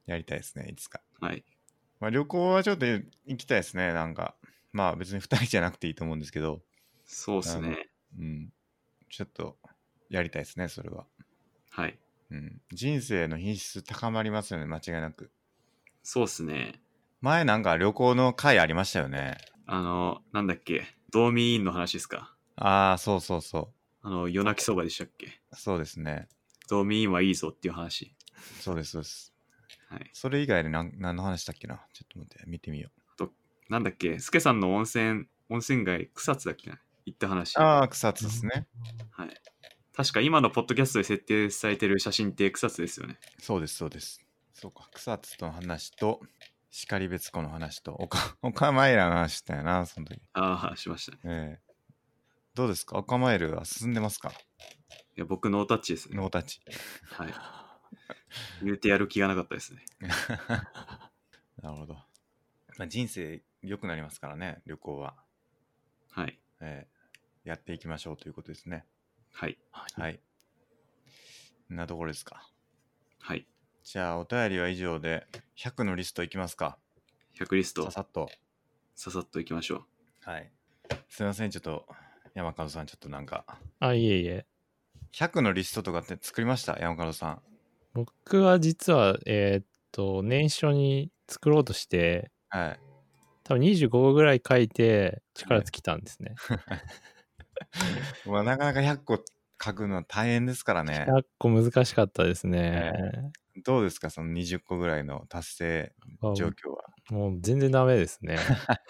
やりたいですね、いつか。 はい。 まあ、旅行はちょっと行きたいですね、なんか。まあ別に2人じゃなくていいと思うんですけど。 そうですね。 うん。ちょっとやりたいですね、それは。 はい。 うん。人生の品質高まりますよね、間違いなく。 そうですね。 前なんか旅行の会ありましたよね。 なんだっけ、道民委員の話ですか。 ああ、そうそうそう。 夜泣きそばでしたっけ。 そうですね。 道民委員はいいぞっていう話。 そうです、そうです。 はい。 それ以外で何の話だっけな。ちょっと待って、見てみよう。 なんだっけ、スケさんの温泉街、草津だっけな、行った話。 ああ、草津ですね。 はい。確か今のポッドキャストで設定されてる写真って草津ですよね。 そうです、そうです。そうか、草津との話と、然別湖の話と、岡マイラの話したよな、その時。 ああ、しましたね。 どうですか、岡マイルは進んでますか？ いや、僕ノータッチですね。 ノータッチ。 はい。言うてやる気がなかったですね。 なるほど。まあ、人生良くなりますからね、旅行は。 はい。 やっていきましょうということですね。 はい。 はい。こんなところですか。 はい。 じゃあ、お便りは以上で、100のリストいきますか。 100リスト。 ささっと。 ささっといきましょう。はい。すいません、ちょっと、山門さん、ちょっとなんか。 いえいえ。 100のリストとかって作りました、山門さん。 僕は実は、年初に作ろうとして、 はい。 多分25個ぐらい書いて力尽きたんですね。 まあ、なかなか100個書くのは大変ですからね。 100個難しかったですね。 どうですか、その20個ぐらいの達成状況は。 もう全然ダメですね。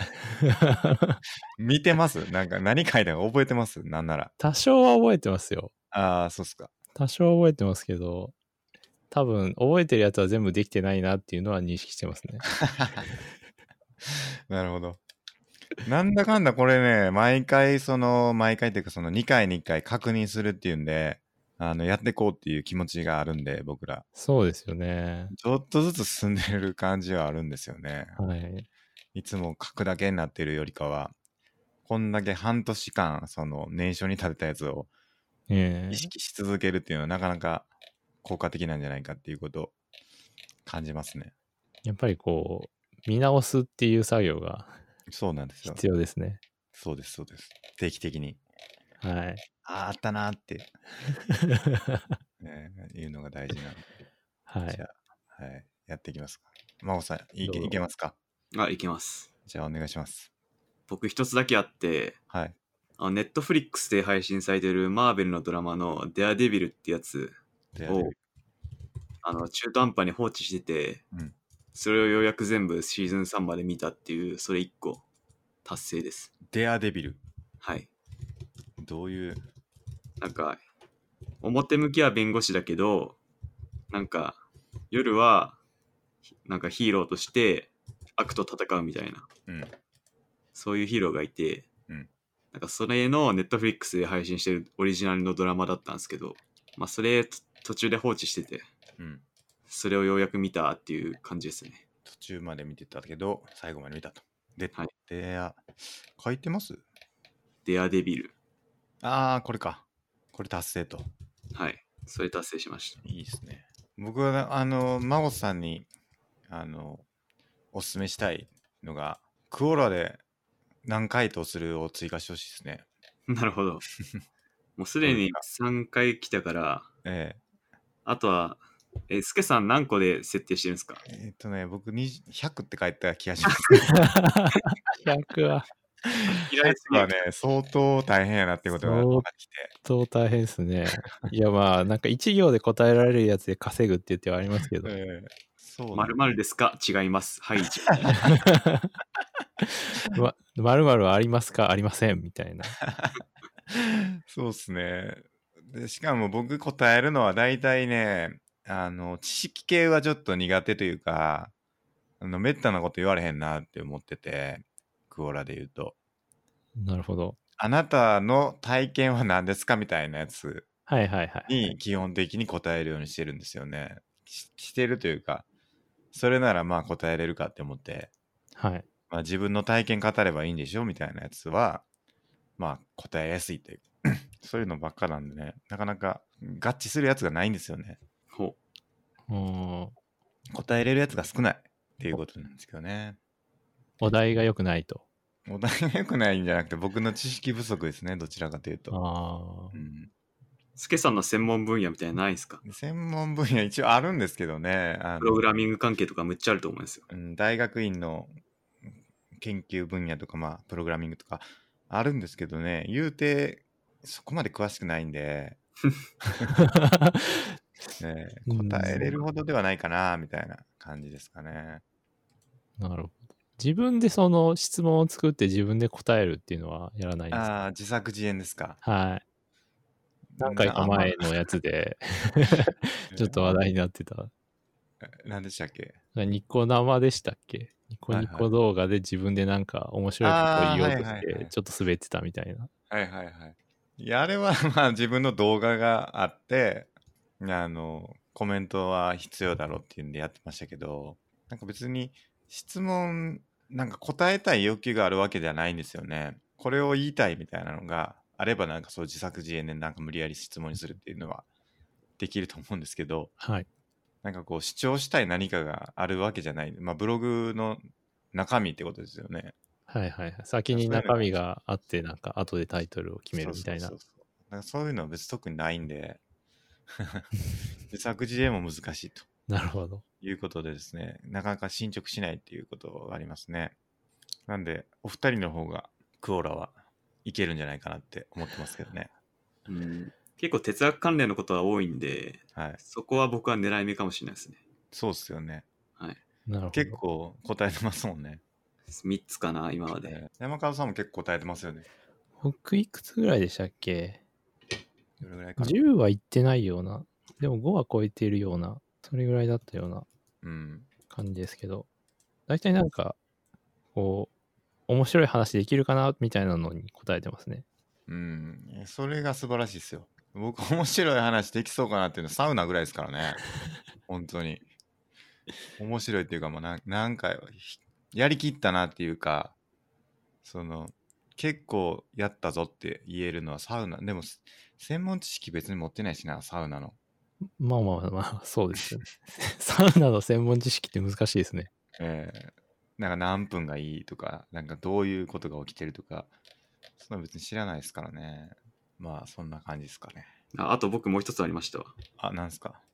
見てます？なんか何書いたか覚えてます？なんなら。 多少は覚えてますよ。 ああ、そうっすか。 多少は覚えてますけど、多分覚えてるやつは全部できてないなっていうのは認識してますね。 なるほど。なんだかんだこれね、毎回っていうか2回に1回確認するっていうんで、やっていこうっていう気持ちがあるんで、僕ら。 そうですよね。 ちょっとずつ進んでる感じはあるんですよね。 はい。 いつも書くだけになってるよりかは、こんだけ半年間、年初に立てたやつを意識し続けるっていうのはなかなか効果的なんじゃないかっていうことを感じますね。 やっぱり見直すっていう作業がそうなんですよ。 必要ですね。 そうです、そうです。定期的に。 はい。 あったなーっていうのが大事なので。 はい。 じゃあ、はい。やっていきますか。真帆さん、いけますか？ いけます。 じゃあ、お願いします。 僕一つだけあって、 はい。 ネットフリックスで配信されてるマーベルのドラマのデアデビルってやつを、中途半端に放置してて、それをようやく全部シーズン3まで見たっていう、それ1個達成です。 デアデビル。 はい。 どういう？ なんか、表向きは弁護士だけど、なんか、夜は、なんかヒーローとして悪と戦うみたいな、そういうヒーローがいて、なんかそれのネットフリックスで配信してるオリジナルのドラマだったんですけど、まあそれ途中で放置してて、それをようやく見たっていう感じですね。 途中まで見てたけど、最後まで見たと。で、 はい、 書いてます？ デアデビル。 ああ、これか。これ達成と。 はい。それ達成しました。 いいですね。僕は、真帆さんに、おすすめしたいのが、クオラで何回答するを追加してほしいですね。 なるほど。もうすでに3回来たから、あとは、スケさん何個で設定してるんですか？ 僕100って書いた気がします。 100は。 100はね、相当大変やなってことが分かってきて。 相当大変ですね。いやまあ、なんか1行で答えられるやつで稼ぐって言ってはありますけど。 〇〇ですか？違います。はい、 〇 〇はありますか？ありませんみたいな。 そうっすね。で、しかも僕答えるのは大体ね、知識系はちょっと苦手というか、めったなこと言われへんなって思ってて、クオラで言うと。 なるほど。 あなたの体験は何ですかみたいなやつに基本的に答えるようにしてるんですよね。してるというか、それならまあ答えれるかって思って、 はい。 まあ自分の体験語ればいいんでしょみたいなやつは、まあ答えやすいというそういうのばっかなんでね、なかなか合致するやつがないんですよね。 ほう。 答えれるやつが少ないっていうことなんですけどね。 お題が良くないと。 お題が良くないんじゃなくて、僕の知識不足ですね、どちらかというと。 ああ。 スケさんの専門分野みたいなのないですか？ 専門分野一応あるんですけどね。 プログラミング関係とかむっちゃあると思うんですよ。 大学院の研究分野とか、まあ、プログラミングとかあるんですけどね、言うて、そこまで詳しくないんで、ね、答えれるほどではないかな、みたいな感じですかね。 なるほど。自分でその質問を作って自分で答えるっていうのはやらないんですか？ ああ、自作自演ですか。 はい。何回か前のやつでちょっと話題になってた。 何でしたっけ？ ニコ生でしたっけ？ニコニコ動画で自分でなんか面白いことを言おうとしてちょっと滑ってたみたいな。 はいはいはい。いや、あれはまあ自分の動画があって、コメントは必要だろうっていうんでやってましたけど、なんか別に質問、なんか答えたい欲求があるわけではないんですよね。これを言いたいみたいなのがあれば、なんかそう自作自演でなんか無理やり質問にするっていうのはできると思うんですけど、 はい。 なんかこう主張したい何かがあるわけじゃない。まあブログの中身ってことですよね。 はいはいはい。先に中身があって、なんか後でタイトルを決めるみたいな。 なんかそういうのは別に特にないんで、自作自演も難しいと。 なるほど。 いうことでですね、なかなか進捗しないっていうことがありますね。なんで、お二人の方がクオラはいけるんじゃないかなって思ってますけどね。 結構哲学関連のことは多いんで、 はい、 そこは僕は狙い目かもしれないですね。 そうっすよね。 はい。 なるほど。 結構答えてますもんね。 3つかな、今まで。 山川さんも結構答えてますよね。 僕いくつぐらいでしたっけ？ どれぐらいかな。 10は言ってないような。でも5は超えているような。それぐらいだったような感じですけど。大体なんか、こう、面白い話できるかなみたいなのに答えてますね。 それが素晴らしいですよ。僕面白い話できそうかなっていうのはサウナぐらいですからね。本当に。面白いっていうかもうなんかやりきったなっていうか、結構やったぞって言えるのはサウナ。でも専門知識別に持ってないしな、サウナの。 まあまあまあ、そうですよね。サウナの専門知識って難しいですね。 なんか何分がいいとか、なんかどういうことが起きてるとか、そんな別に知らないですからね。まあそんな感じですかね。 あと僕もう一つありましたわ。 なんすか。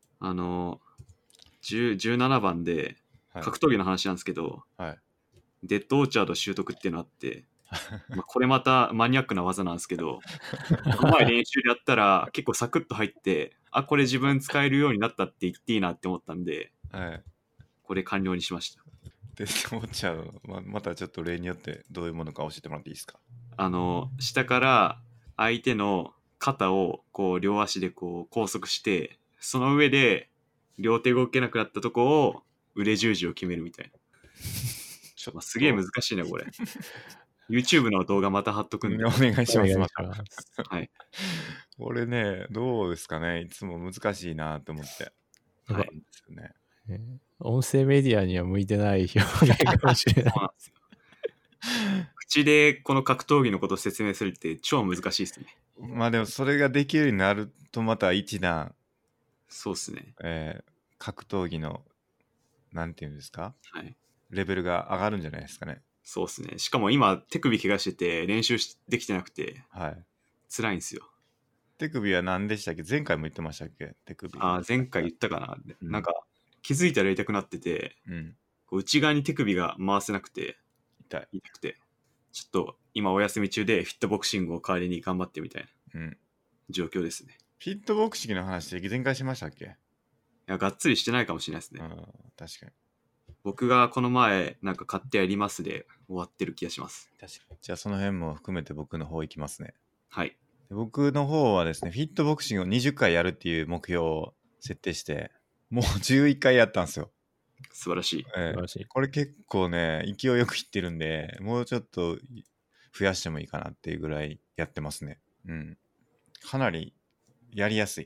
17番で格闘技の話なんですけど、 はい、 デッドオーチャード習得っていうのあってまあこれまたマニアックな技なんですけどこの前練習でやったら結構サクッと入ってこれ自分使えるようになったって言っていいなって思ったんで、これ完了にしました。 デッドオーチャード、またちょっと例によってどういうものか教えてもらっていいですか。 下から相手の肩をこう両足でこう拘束してその上で両手動けなくなったとこを腕十字を決めるみたいな。すげえ難しいねこれ。YouTube の動画また貼っとくんで。 お願いします。 はい。 これね、どうですかね。いつも難しいなと思って。 はい。 ですよね。 音声メディアには向いてない表現かもしれない。 そうなんですよ。口でこの格闘技のことを説明するって超難しいですね。 まあでもそれができるようになるとまた一段、 そうですね。 格闘技のなんていうんですか、 はい、 レベルが上がるんじゃないですかね。 そうですね。しかも今手首怪我してて練習できてなくて、辛いんですよ。 手首は何でしたっけ？前回も言ってましたっけ？手首。 前回言ったかな。なんか気づいたら痛くなってて、こう内側に手首が回せなくて痛くて、ちょっと今お休み中でフィットボクシングを代わりに頑張ってみたいな状況ですね。 フィットボクシングの話で前回しましたっけ？ いや、がっつりしてないかもしれないですね。 確かに。 僕がこの前なんか買ってやりますで終わってる気がします。 確かに。じゃあその辺も含めて僕の方行きますね。 はい。 僕の方はですね、フィットボクシングを20回やるっていう目標を設定して、もう11回やったんですよ。 素晴らしい。 素晴らしい。 これ結構ね、勢いよくいってるんで、もうちょっと増やしてもいいかなっていうぐらいやってますね。かなりやりやすい。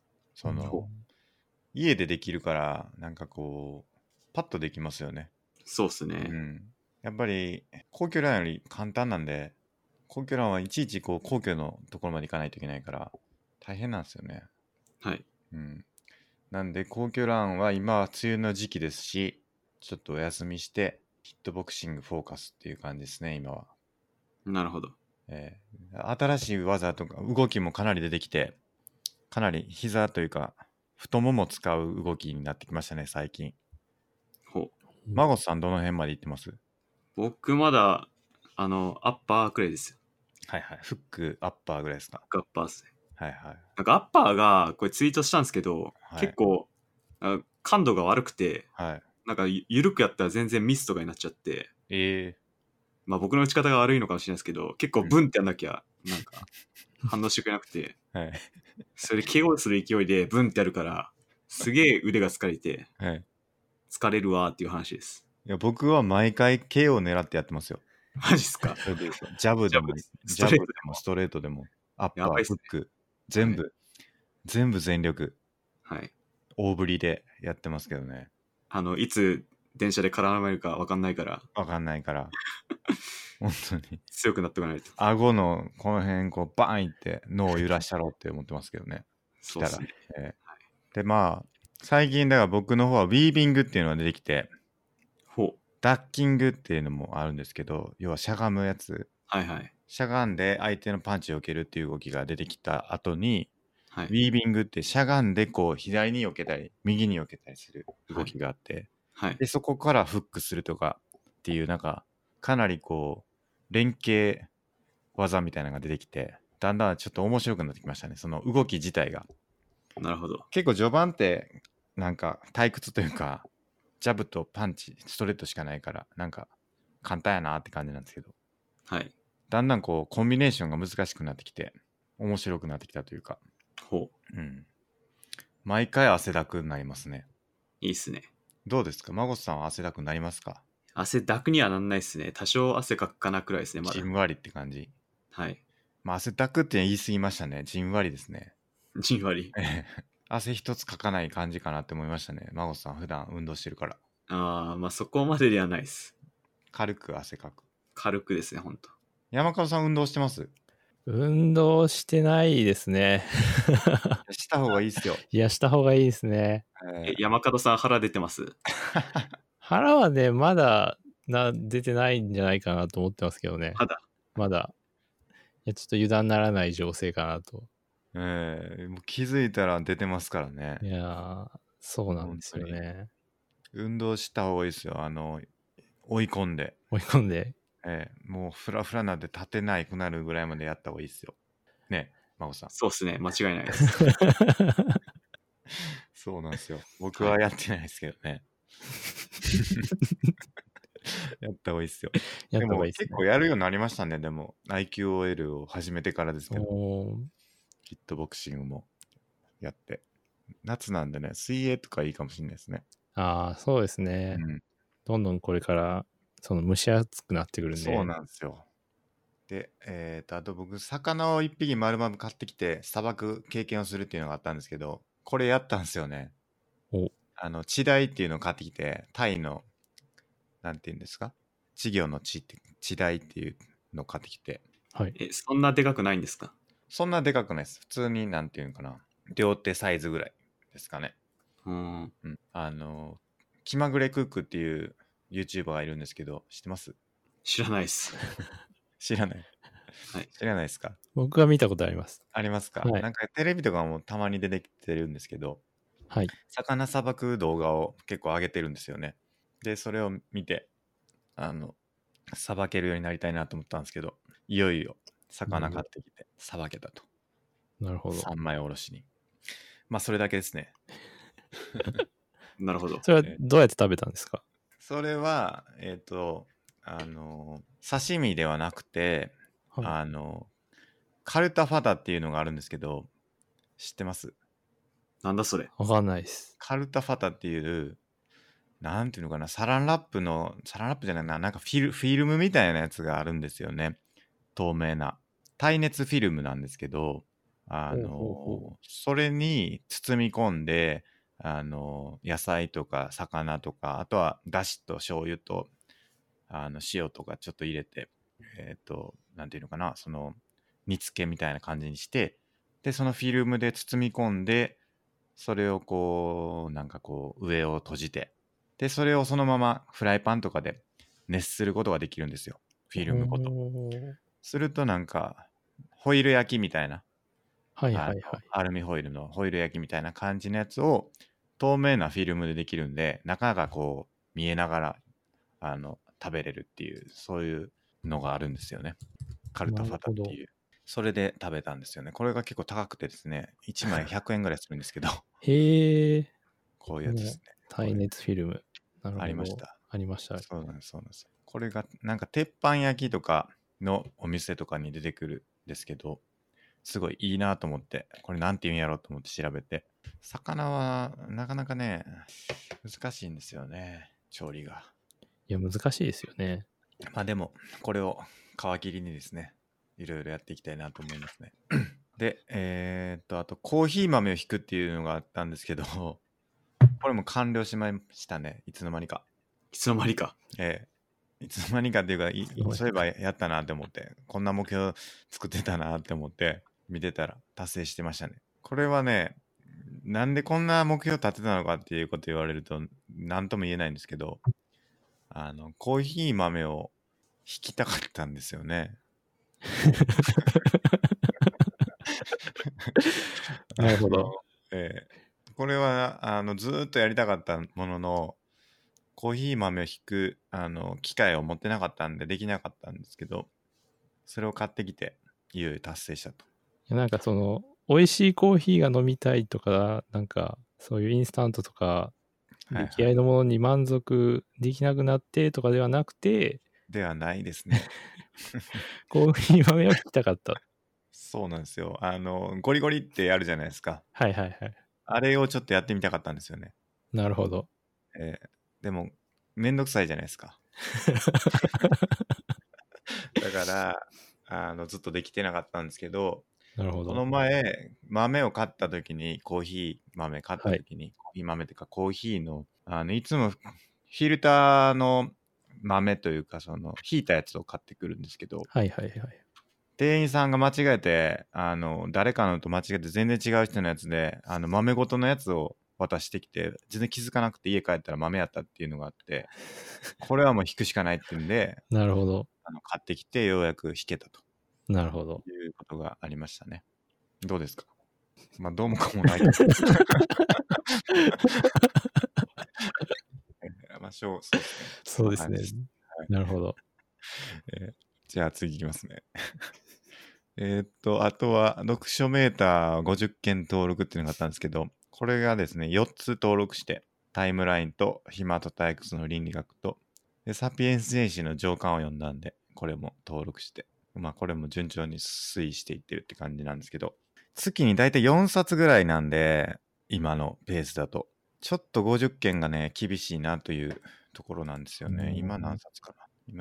家でできるから、なんかこう、パッとできますよね。 そうっすね。 やっぱり、皇居ランより簡単なんで、皇居ランはいちいちこう皇居のところまで行かないといけないから、大変なんですよね。 はい。 なんで皇居ランは今は梅雨の時期ですし、ちょっとお休みしてヒットボクシングフォーカスっていう感じですね今は。 なるほど。 新しい技とか動きもかなり出てきて、かなり膝というか太もも使う動きになってきましたね最近。 ほう。 マゴスさんどの辺まで行ってます？ 僕まだアッパーくらいですよ。 はいはい。フックアッパーぐらいですか？ アッパーですね。 はいはい。 なんかアッパーがこれツイートしたんですけど、 はい、 結構感度が悪くて、 はい、 なんか緩くやったら全然ミスとかになっちゃって、まあ僕の打ち方が悪いのかもしれないですけど、結構ブンってやんなきゃなんか反応してくれなくて、 はい、 それで KO する勢いでブンってやるからすげえ腕が疲れて、 はい、 疲れるわーっていう話です。 いや僕は毎回 KO を狙ってやってますよ。 マジっすか？ ジャブでもストレートでもストレートでもアッパー、 やばいっすね、 フック全部、 はい、 全部全力、 はい、 大振りでやってますけどね。 いつ電車で絡めるか分かんないから分かんないから本当に強くなっておかないと。 顎のこの辺こうバーンいって脳を揺らしたろうって思ってますけどね。 そうですね。 でまあ最近だから僕の方はウィービングっていうのが出てきて、ダッキングっていうのもあるんですけど、要はしゃがむやつ、 はいはい、 しゃがんで相手のパンチを受けるっていう動きが出てきた後に、 はい、 ウィービングってしゃがんでこう左に避けたり右に避けたりする動きがあって、 はい、 でそこからフックするとかっていうなんかかなりこう連携技みたいなのが出てきて、だんだんちょっと面白くなってきましたね、その動き自体が。 なるほど。 結構序盤ってなんか退屈というか、ジャブとパンチストレートしかないからなんか簡単やなって感じなんですけど、 はい、 だんだんこうコンビネーションが難しくなってきて面白くなってきたというか、毎回汗だくになりますね。 いいっすね。 どうですか、孫さんは汗だくになりますか？ 汗だくにはなんないっすね。多少汗かくかなくらいですね、まだ。 じんわりって感じ。 はい。 まあ汗だくって言い過ぎましたね。じんわりですね。 じんわり。 汗一つかかない感じかなって思いましたね。孫さん普段運動してるから。 ああ、まあそこまでではないです。 軽く汗かく。 軽くですね、ほんと。 山川さん運動してます？ 運動してないですね。 した方がいいっすよ。 いや、した方がいいですね。 山門さん腹出てます？ 腹はね、まだ出てないんじゃないかなと思ってますけどね。まだ。いや、ちょっと油断ならない情勢かなと。 もう気づいたら出てますからね。 いや、そうなんですよね。 運動した方がいいですよ。追い込んで。もうフラフラなんて立てないくなるぐらいまでやった方がいいですよ。ね、孫さん。 そうっすね、間違いないです。 そうなんですよ。僕はやってないですけどね。やった方がいいですよ。でも結構やるようになりましたね。でも IQOL を始めてからですけど、ヒットボクシングもやって、夏なんでね、水泳とかいいかもしれないですね。 ああ、そうですね。どんどんこれから蒸し暑くなってくるんで。 そうなんですよ。で、あと僕魚を一匹丸々買ってきてさばく経験をするっていうのがあったんですけど、これやったんですよね。稚鯛っていうのを買ってきて、タイのなんていうんですか、稚魚の稚鯛っていうのを買ってきて、 そんなでかくないんですか？ そんなでかくないです。普通になんていうのかな、両手サイズぐらいですかね。気まぐれクックっていう YouTuber がいるんですけど、知ってます？ 知らないです。 知らない。 はい、 知らないですか？ 僕は見たことあります。 ありますか？なんかテレビとかもたまに出てきてるんですけど、魚さばく動画を結構上げてるんですよね。で、それを見て、さばけるようになりたいなと思ったんですけど、いよいよ魚買ってきてさばけたと。 なるほど。 三枚おろしに。まあそれだけですね。 なるほど。 それはどうやって食べたんですか？ それは刺身ではなくて、カルタファタっていうのがあるんですけど、知ってます？ なんだそれ？ わかんないです。 カルタファタっていうなんていうのかな、サランラップじゃないな、なんかフィルムみたいなやつがあるんですよね。透明な耐熱フィルムなんですけど、それに包み込んで、野菜とか魚とか、あとはだしと醤油と塩とかちょっと入れて、なんていうのかな、その煮付けみたいな感じにして、でそのフィルムで包み込んで、 それをこうなんかこう上を閉じて、でそれをそのままフライパンとかで熱することができるんですよ、フィルムごと。するとなんかホイル焼きみたいな、 はいはいはい、 アルミホイルのホイル焼きみたいな感じのやつを透明なフィルムでできるんで、なかなかこう見えながら食べれるっていう、そういうのがあるんですよね、カルタファタっていう。それで食べたんですよね。これが結構高くてですね、1枚100円ぐらいするんですけどへえ。 こういうやつですね。 耐熱フィルム。なるほど。 ありました。 ありました。 そうなんです、そうなんです。これがなんか鉄板焼きとかのお店とかに出てくるんですけど、すごいいいなと思って、これなんて言うんやろうと思って調べて、魚はなかなかね、難しいんですよね、調理が。 いや、難しいですよね。 まあでも、これを皮切りにですね、いろいろやっていきたいなと思いますね。で、あとコーヒー豆をひくっていうのがあったんですけど、これも完了しましたね、いつの間にか。 いつの間にか。 いつの間にかっていうか、そういえばやったなって思って、こんな目標作ってたなって思って見てたら達成してましたね。これはね、なんでこんな目標立てたのかっていうこと言われると何とも言えないんですけど、コーヒー豆をひきたかったんですよね。 なるほど。 これはずーっとやりたかったものの、コーヒー豆をひく機械を持ってなかったんでできなかったんですけど、それを買ってきていよいよ達成したと。 なんかその美味しいコーヒーが飲みたいとか、なんかそういうインスタントとか出来合いのものに満足できなくなってとかではなくて、 ではないですね。 コーヒー豆をひきたかった。 そうなんですよ。ゴリゴリってやるじゃないですか。 はいはいはい。あれをちょっとやってみたかったんですよね。 なるほど。 でもめんどくさいじゃないですか。だからずっとできてなかったんですけど、 なるほど。 この前豆を買った時に、コーヒー豆買った時に、はい、コーヒー豆というかコーヒーのいつもフィルターの豆というか、そのひいたやつを買ってくるんですけど、 はいはいはい。 店員さんが間違えて誰かのと間違えて全然違う人のやつで豆ごとのやつを渡してきて、全然気づかなくて家帰ったら豆やったっていうのがあって、これはもう引くしかないっていうんでなるほど。 買ってきてようやく引けたと。 なるほど。 いうことがありましたね。どうですか？まあどうもかもないけど。まあそうですね。はい、なるほど。 じゃあ次いきますね。あとは読書メーター50件登録っていうのがあったんですけど、これがですね、4つ登録して、タイムラインと暇と退屈の倫理学と、でサピエンス全史の上巻を読んだんで、これも登録して、まあこれも順調に推移していってるって感じなんですけど、月にだいたい4冊ぐらいなんで、今のペースだと。ちょっと50件がね、厳しいなというところなんですよね。今何冊かな？今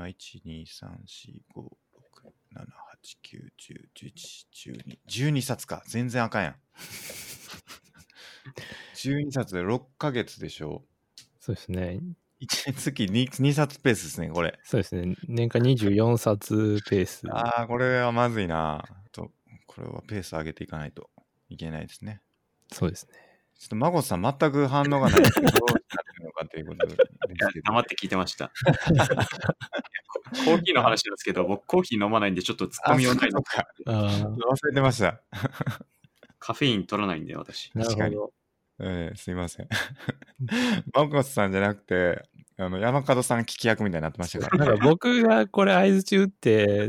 1、2、3、4、5、6、7、8、9、10、11、12。12冊か。全然あかんやん。12冊で6ヶ月でしょ。 そうですね。 1月 2冊ペースですね、これ。 そうですね。年間24冊ペース。 ああ、これはまずいな。これはペース上げていかないといけないですね。 そうですね。 ちょっと孫さん全く反応がないので、どうなってるのかということですけど。 黙って聞いてました。コーヒーの話なんですけど、僕コーヒー飲まないんでちょっとツッコミをないのか。 忘れてました。 カフェイン取らないんで私。 確かに。すいません。孫さんじゃなくて、山門さん聞き役みたいになってましたから、 ね。なんか僕がこれ相づち打って、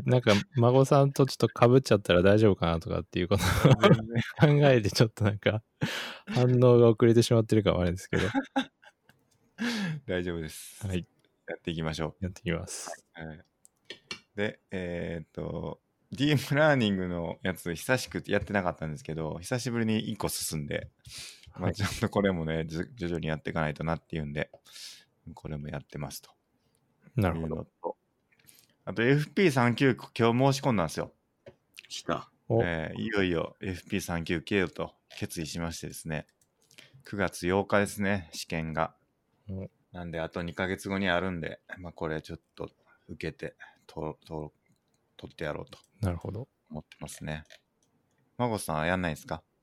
なんか孫さんとちょっと被っちゃったら大丈夫かなとかっていうことを考えて、ちょっとなんか反応が遅れてしまってるかもあるんですけど。 大丈夫です。 はい。 やっていきましょう。 やっていきます。 で、ディープラーニングのやつ久しくやってなかったんですけど、久しぶりに1個進んで、まあ、ちょっとこれもね、徐々にやっていかないとなっていうんで、これもやってますと。 なるほど。 あと FP39 今日申し込んだんですよ。 来た。 いよいよ FP39 受けようと決意しましてですね、9月8日ですね、試験が。なんであと2ヶ月後にあるんで、まあ、これちょっと受けて取ってやろうと。 なるほど。 思ってますね。孫さんはやんないですか？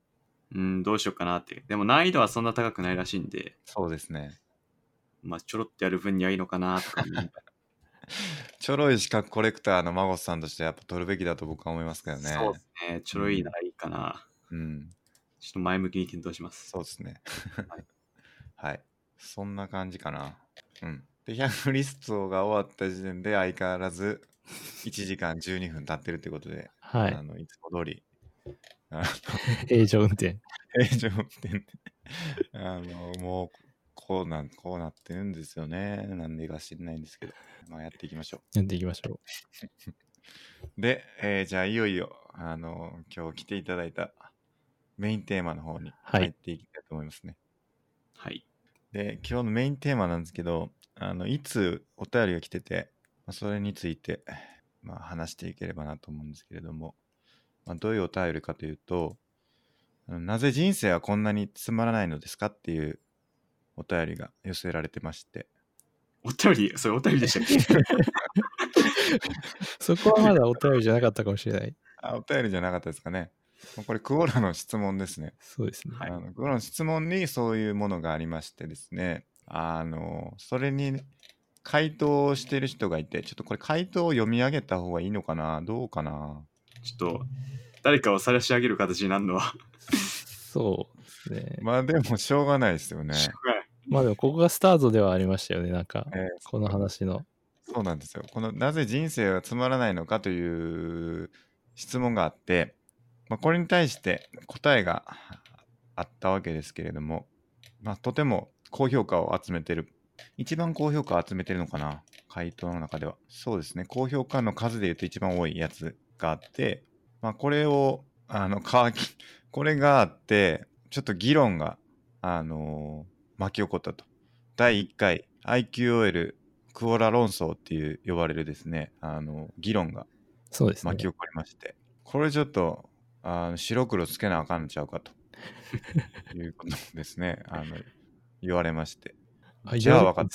どうしようかなって。でも難易度はそんな高くないらしいんで。 そうですね。 まあ、ちょろっとやる分にはいいのかなとか。 ちょろい資格コレクターのマゴスさんとしてやっぱ取るべきだと僕は思いますけどね。 そうですね。ちょろいならいいかな。 うん。 ちょっと前向きに検討します。 そうですね。はい。はい。そんな感じかな。うん。で、100リストが終わった時点で相変わらず1時間12分経ってるってことで、 はい。 いつも通り、 平常運転。 平常運転で、もう、こうなってるんですよね。なんでか知らないんですけど、まあやっていきましょう。やっていきましょう。で、じゃあいよいよ、今日来ていただいたメインテーマの方に入っていきたいと思いますね。 はい。 で、今日のメインテーマなんですけど、いつお便りが来てて、それについて、話していければなと思うんですけれども、どういうお便りかというと、なぜ人生はこんなにつまらないのですかっていうお便りが寄せられてまして。 お便り、それお便りでしたっけそこはまだお便りじゃなかったかもしれない。 お便りじゃなかったですかね。これ、クオラの質問ですね。 そうですね。 クオラの質問にそういうものがありましてですね、それに回答してる人がいて、ちょっとこれ回答を読み上げた方がいいのかな、どうかな。 ちょっと、誰かを晒し上げる形になるのはそうですね。 まあでもしょうがないですよね。 まあでもここがスタートではありましたよね、なんか、この話の。 そうなんですよ。このなぜ人生はつまらないのかという質問があって、これに対して答えがあったわけですけれども、とても高評価を集めてる。一番高評価を集めてるのかな、回答の中では。そうですね。高評価の数で言うと一番多いやつがあって、これを、これがあって、ちょっと議論が、巻き起こったと。第1回 IQOL クオラ論争っていう呼ばれるですね、議論が巻き起こりまして、これちょっと白黒つけなあかんのちゃうかということですね、言われまして、じゃあ分かった。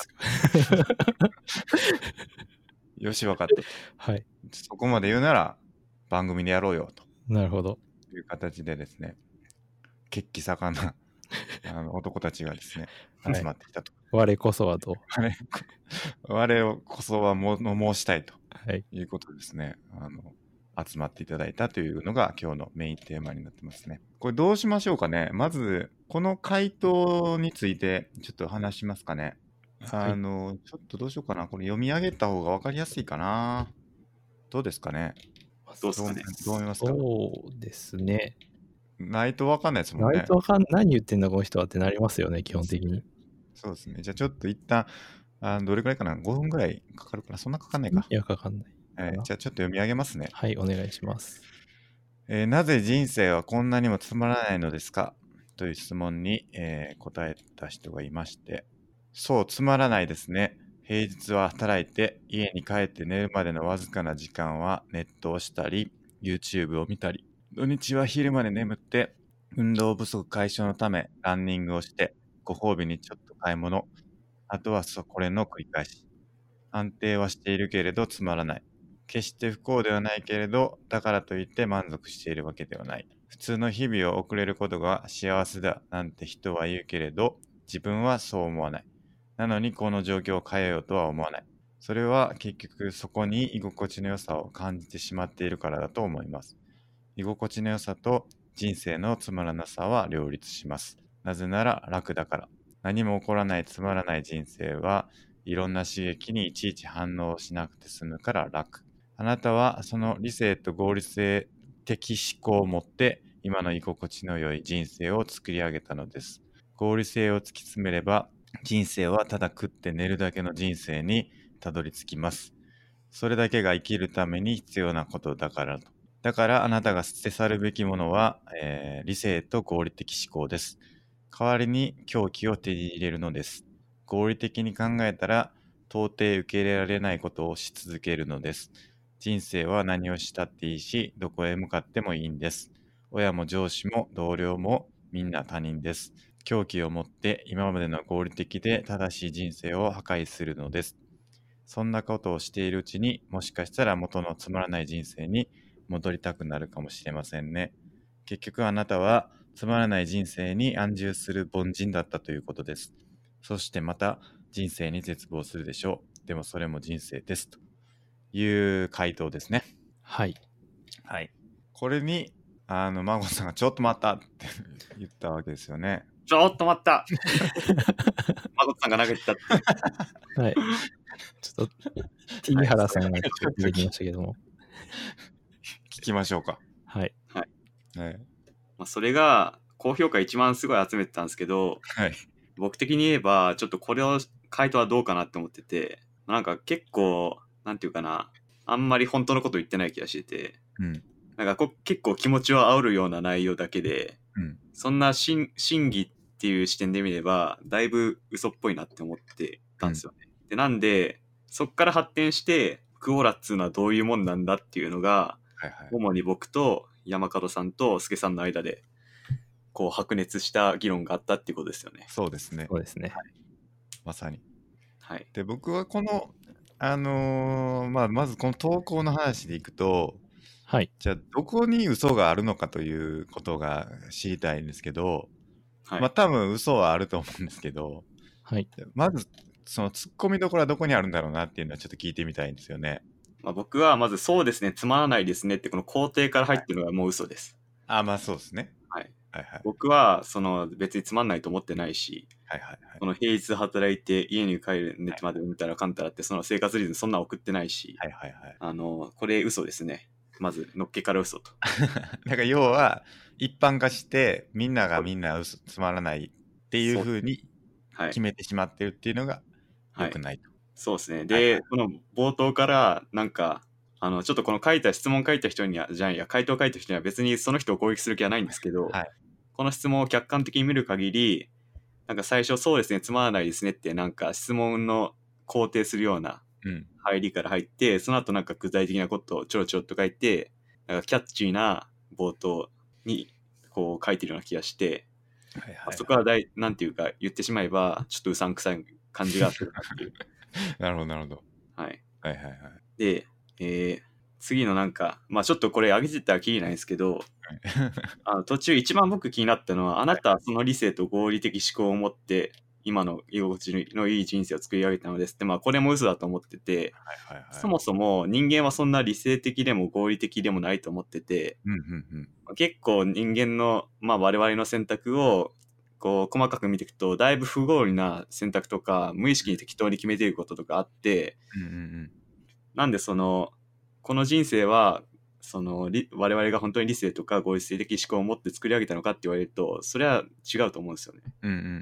よし分かったと。 はい。 そこまで言うなら番組でやろうよと。 なるほど。 いう形でですね、血気盛んな男たちがですね、集まってきたと。 我こそはと。 我こそは申したいとはいいうことですね。集まっていただいたというのが今日のメインテーマになってますね。これどうしましょうかね。まず、この回答についてちょっと話しますかね。ちょっとどうしようかな。これ読み上げた方が分かりやすいかな。どうですかね。 どうですかね。 どう思いますか。 そうですね。 ないと分かんないですもんね。 ないと分かんない。何言ってんだこの人はってなりますよね、基本的に。 そうですね。じゃあちょっと一旦、どれくらいかな ?5 分くらいかかるかな。そんなかかんないか。 いや、かかんない。 じゃあちょっと読み上げますね。 はい、お願いします。 なぜ人生はこんなにもつまらないのですかという質問に、答えた人がいまして、そう、つまらないですね。平日は働いて、家に帰って寝るまでのわずかな時間はネットをしたり、YouTube を見たり、土日は昼まで眠って、運動不足解消のためランニングをして、ご褒美にちょっと買い物、あとはこれの繰り返し。安定はしているけれどつまらない。決して不幸ではないけれど、だからといって満足しているわけではない。普通の日々を送れることが幸せだなんて人は言うけれど、自分はそう思わない。なのにこの状況を変えようとは思わない。それは結局そこに居心地の良さを感じてしまっているからだと思います。居心地の良さと人生のつまらなさは両立します。なぜなら楽だから。何も起こらないつまらない人生はいろんな刺激にいちいち反応しなくて済むから楽。あなたはその理性と合理性的思考を持って今の居心地の良い人生を作り上げたのです。合理性を突き詰めれば人生はただ食って寝るだけの人生にたどり着きます。それだけが生きるために必要なことだからと。だからあなたが捨て去るべきものは、理性と合理的思考です。代わりに狂気を手に入れるのです。合理的に考えたら到底受け入れられないことをし続けるのです。人生は何をしたっていいし、どこへ向かってもいいんです。親も上司も同僚もみんな他人です。狂気を持って今までの合理的で正しい人生を破壊するのです。そんなことをしているうちにもしかしたら元のつまらない人生に戻りたくなるかもしれませんね。結局あなたはつまらない人生に安住する凡人だったということです。そしてまた人生に絶望するでしょう。でもそれも人生ですという回答ですね。 はい。 はい。これに孫さんがちょっと待ったって言ったわけですよね。 ちょっと待った孫さんが投げてたって。 はい。ちょっと T 原さんがちょっと出てきましたけども。 聞きましょうか。 はい。 はい。 はい。 まあ、それが高評価一番すごい集めてたんですけど、 はい。 僕的に言えばちょっとこれを回答はどうかなって思ってて、なんか結構なんていうかな、あんまり本当のこと言ってない気がしてて、 うん、 なんか結構気持ちを煽るような内容だけで、 うん、 そんな真偽っていう視点で見ればだいぶ嘘っぽいなって思ってたんですよね。でなんでそっから発展してクオラっつうのはどういうもんなんだっていうのが、 はいはい、 主に僕と山門さんと助さんの間でこう白熱した議論があったっていうことですよね。 そうですね。 そうですね。 はい、まさに。 はい。 で、僕はこの、まずこの投稿の話でいくと、 はい。 じゃあどこに嘘があるのかということが知りたいんですけど、 はい、 まあ多分嘘はあると思うんですけど、 はい。 まずそのツッコミどころはどこにあるんだろうなっていうのはちょっと聞いてみたいんですよね。 まあ、僕はまずそうですね、つまらないですねってこの肯定から入ってるのがもう嘘です。 あ、まあそうですね。 はい。 はいはい。 僕はその別につまんないと思ってないし、 はいはいはい。 この平日働いて家に帰るネットまで見たらかんたらってその生活リズムそんな送ってないし、 はいはいはい。 これ嘘ですね。まずのっけから嘘と。 だから要は一般化してみんながみんな嘘つまらないっていう風に決めてしまってるっていうのが良くないと。はい、 そうですね。で、この冒頭からなんかちょっとこの質問書いた人には回答書いた人には別にその人を攻撃する気はないんですけど、はい、この質問を客観的に見る限りなんか最初そうですねつまらないですねってなんか質問の肯定するような入りから入って、その後なんか具体的なことをちょろちょろっと書いてなんかキャッチーな冒頭にこう書いてるような気がして、はいはいはい、そこはなんていうか言ってしまえばちょっとうさんくさい感じがするなっていうなるほどなるほど、 はい、 はいはいはい。 で、次のなんかまあちょっとこれ上げてたらきりないんですけど途中一番僕気になったのは、あなたはその理性と合理的思考を持って今の居心地のいい人生を作り上げたのですって、まあこれも嘘だと思ってて、はいはいはい、そもそも人間はそんな理性的でも合理的でもないと思ってて、うんうんうん、結構人間の、まあ、我々の選択をこう細かく見ていくとだいぶ不合理な選択とか無意識に適当に決めていることとかあって、うんうんうん、なんでこの人生は我々が本当に理性とか合理性的思考を持って作り上げたのかって言われるとそれは違うと思うんですよね。うんうんうんうん、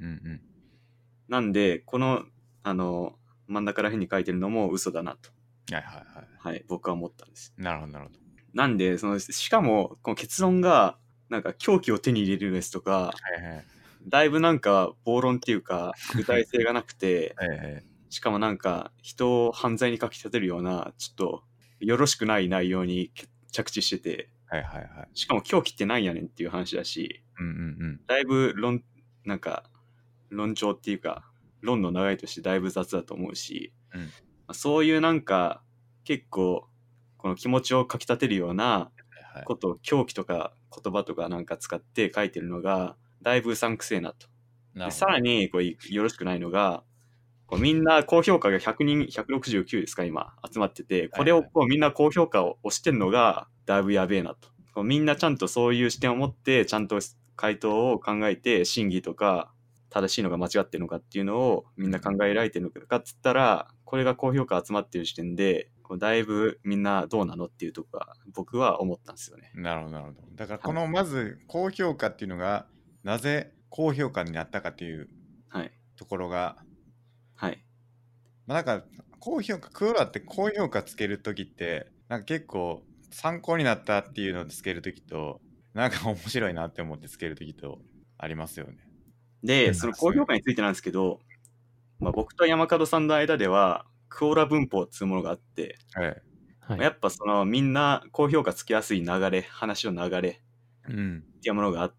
なんでこの真ん中ら辺に書いてるのも嘘だなと、はいはいはいはい、僕は思ったんです。 なるほどなるほど。 なんでしかもこの結論がなんか狂気を手に入れるですとか、はいはい、だいぶなんか暴論っていうか具体性がなくてはい、はい、しかもなんか人を犯罪にかき立てるようなちょっとよろしくない内容に着地してて、はいはいはい、しかも狂気ってなんやねんっていう話だし、うんうんうん、だいぶなんか論調っていうか論の流れとしてだいぶ雑だと思うし、うん、そういうなんか結構この気持ちをかき立てるようなことを狂気とか言葉とかなんか使って書いてるのがだいぶうさんくせえなと。でさらにこれよろしくないのがみんな高評価が100人169ですか今集まってて、これをこうみんな高評価を押してんのがだいぶやべえなと。みんなちゃんとそういう視点を持ってちゃんと回答を考えて真偽とか正しいのか間違ってるのかっていうのをみんな考えられてるのかっつったら、これが高評価集まってる時点でだいぶみんなどうなのっていうとこが僕は思ったんですよね。 なるほどなるほど。だからこのまず高評価っていうのがなぜ高評価になったかっていうところが、 はい。 まあ、なんか高評価、クオラって高評価つけるときってなんか結構参考になったっていうのでつけるときとなんか面白いなって思ってつけるときとありますよね。 で、その高評価についてなんですけど、まあ、僕と山門さんの間ではクオラ文法っていうものがあって、はいはい、やっぱみんな高評価つきやすい流れ、話の流れっていうものがあって、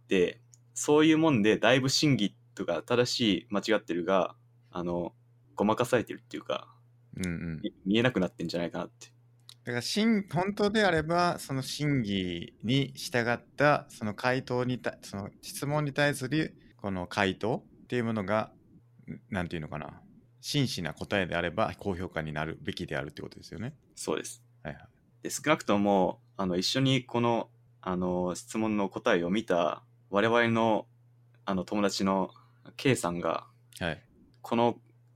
そういうもんでだいぶ真偽とか正しい間違ってるがごまかされてるっていうか、うんうん、見えなくなってんじゃないかなって。 から本当であれば、その真偽に従ったそのその質問に対するこの回答っていうものが、なんていうのかな、真摯な答えであれば高評価になるべきであるってことですよね。 そうです。 はいはい。 で、少なくとも一緒にこの質問の答えを見た我々の友達の K さんが、 はい、 この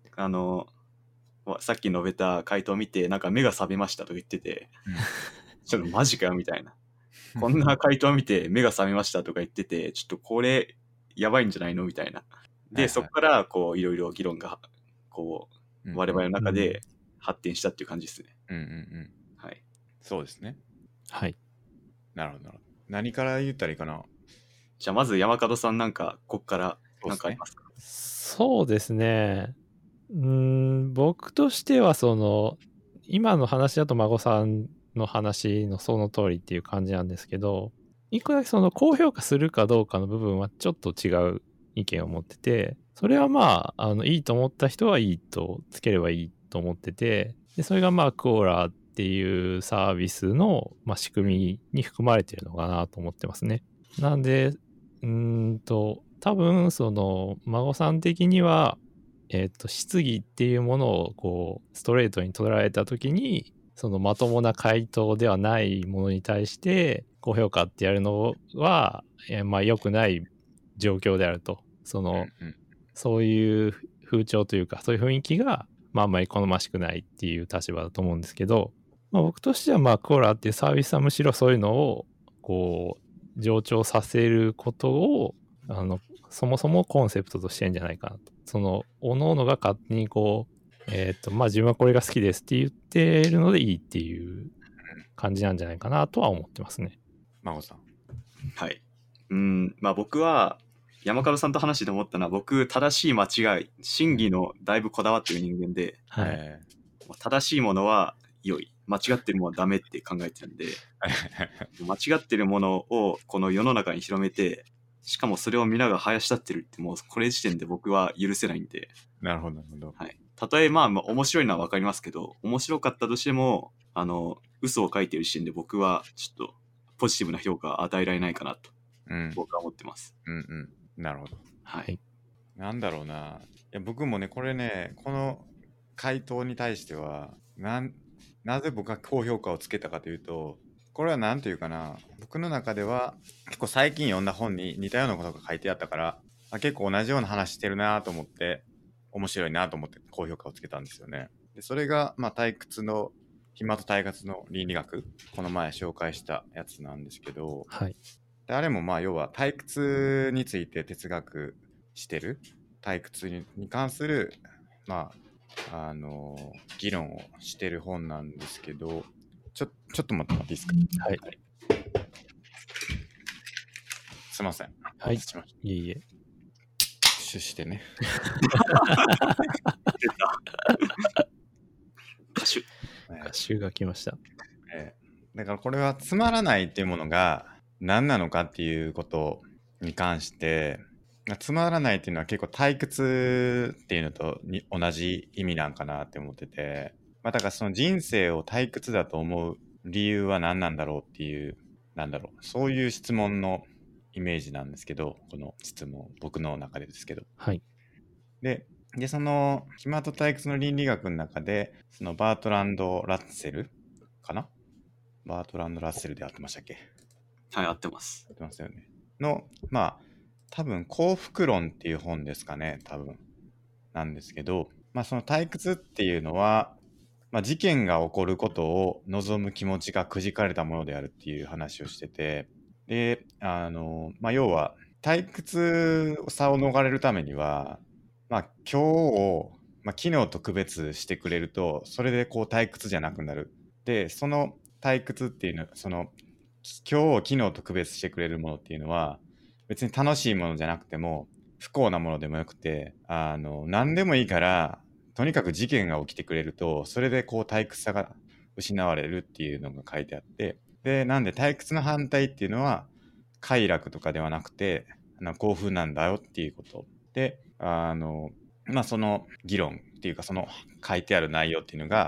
さっき述べた回答を見てなんか目が覚めましたと言ってて、ちょっとマジかよみたいなこんな回答を見て目が覚めましたとか言ってて、ちょっとこれやばいんじゃないのみたいな。で、はいはい、そこからこういろいろ議論がこう我々の中で発展したっていう感じですね。はい。 そうですね。 はい。 なるほど。何から言ったらいいかな。 じゃあまず山門さん、なんかこっから何かありますか？ そうですね。僕としては今の話だと孫さんの話のその通りっていう感じなんですけど、一個だけ高評価するかどうかの部分はちょっと違う意見を持ってて、それはまあ、いいと思った人はいいとつければいいと思ってて、でそれがまあ、クオラっていうサービスの、まあ、仕組みに含まれてるのかなと思ってますね。なんで、多分孫さん的には、質疑っていうものをこうストレートに捉えたときに、まともな回答ではないものに対して高評価ってやるのは、まあ良くない状況であると。そういう風潮というか、そういう雰囲気が、まああんまり好ましくないっていう立場だと思うんですけど、まあ僕としてはまあクオラっていうサービスはむしろそういうのをこう上長させることをそもそもコンセプトとしてんじゃないかなと。各々が勝手にこう、まあ自分はこれが好きですって言ってるのでいいっていう感じなんじゃないかなとは思ってますね。 孫さん。 はい。まあ僕は山門さんと話して思ったのは、僕正しい間違い、真偽のだいぶこだわってる人間で、 はい、 正しいものは良い、間違ってるものはダメって考えてるんで間違ってるものをこの世の中に広めて、しかもそれを皆が林立ってるって、もうこれ時点で僕は許せないんで。 なるほどなるほど。 はい。たとえまあ面白いのは分かりますけど、面白かったとしても嘘を書いてる時点で僕はちょっとポジティブな評価は与えられないかなと、僕は思ってます。 なるほど。 はい。 なんだろうな。いや僕もね、これね、この回答に対してはなぜ僕が高評価をつけたかというと、これは何というかな、僕の中では結構最近読んだ本に似たようなことが書いてあったから、結構同じような話してるなと思って、面白いなと思って高評価をつけたんですよね。でそれがまあ暇と退屈の倫理学、この前紹介したやつなんですけど、 はい、 であれもまあ要は退屈について哲学してる、退屈に関するまあ議論をしてる本なんですけど、ちょっと待ってもらっていいですか？ はい。 すいません。 はい。いえいえ。 シュしてね。 歌手が来ました。 だからこれはつまらないっていうものが何なのかっていうことに関して、つまらないっていうのは結構退屈っていうのと同じ意味なんかなって思ってて、だからその人生を退屈だと思う理由は何なんだろうっていう、そういう質問のイメージなんですけど、この質問、僕の中でですけど。 はい。 でその暇と退屈の倫理学の中で、そのバートランド・ラッセルかな？バートランド・ラッセルで合ってましたっけ？ はい、合ってます。 合ってますよね。の、まあ、多分幸福論っていう本ですかね、多分。なんですけど、その退屈っていうのは、事件が起こることを望む気持ちがくじかれたものであるっていう話をしてて、で、要は退屈さを逃れるためには、今日を、昨日と区別してくれると、それでこう退屈じゃなくなる。で、その退屈っていうのは、今日を昨日と区別してくれるものっていうのは、別に楽しいものじゃなくても、不幸なものでもよくて、何でもいいから、とにかく事件が起きてくれると、それでこう退屈さが失われるっていうのが書いてあって、で、なんで退屈の反対っていうのは、快楽とかではなくて、興奮なんだよっていうこと。で、その議論っていうか、その書いてある内容っていうのが、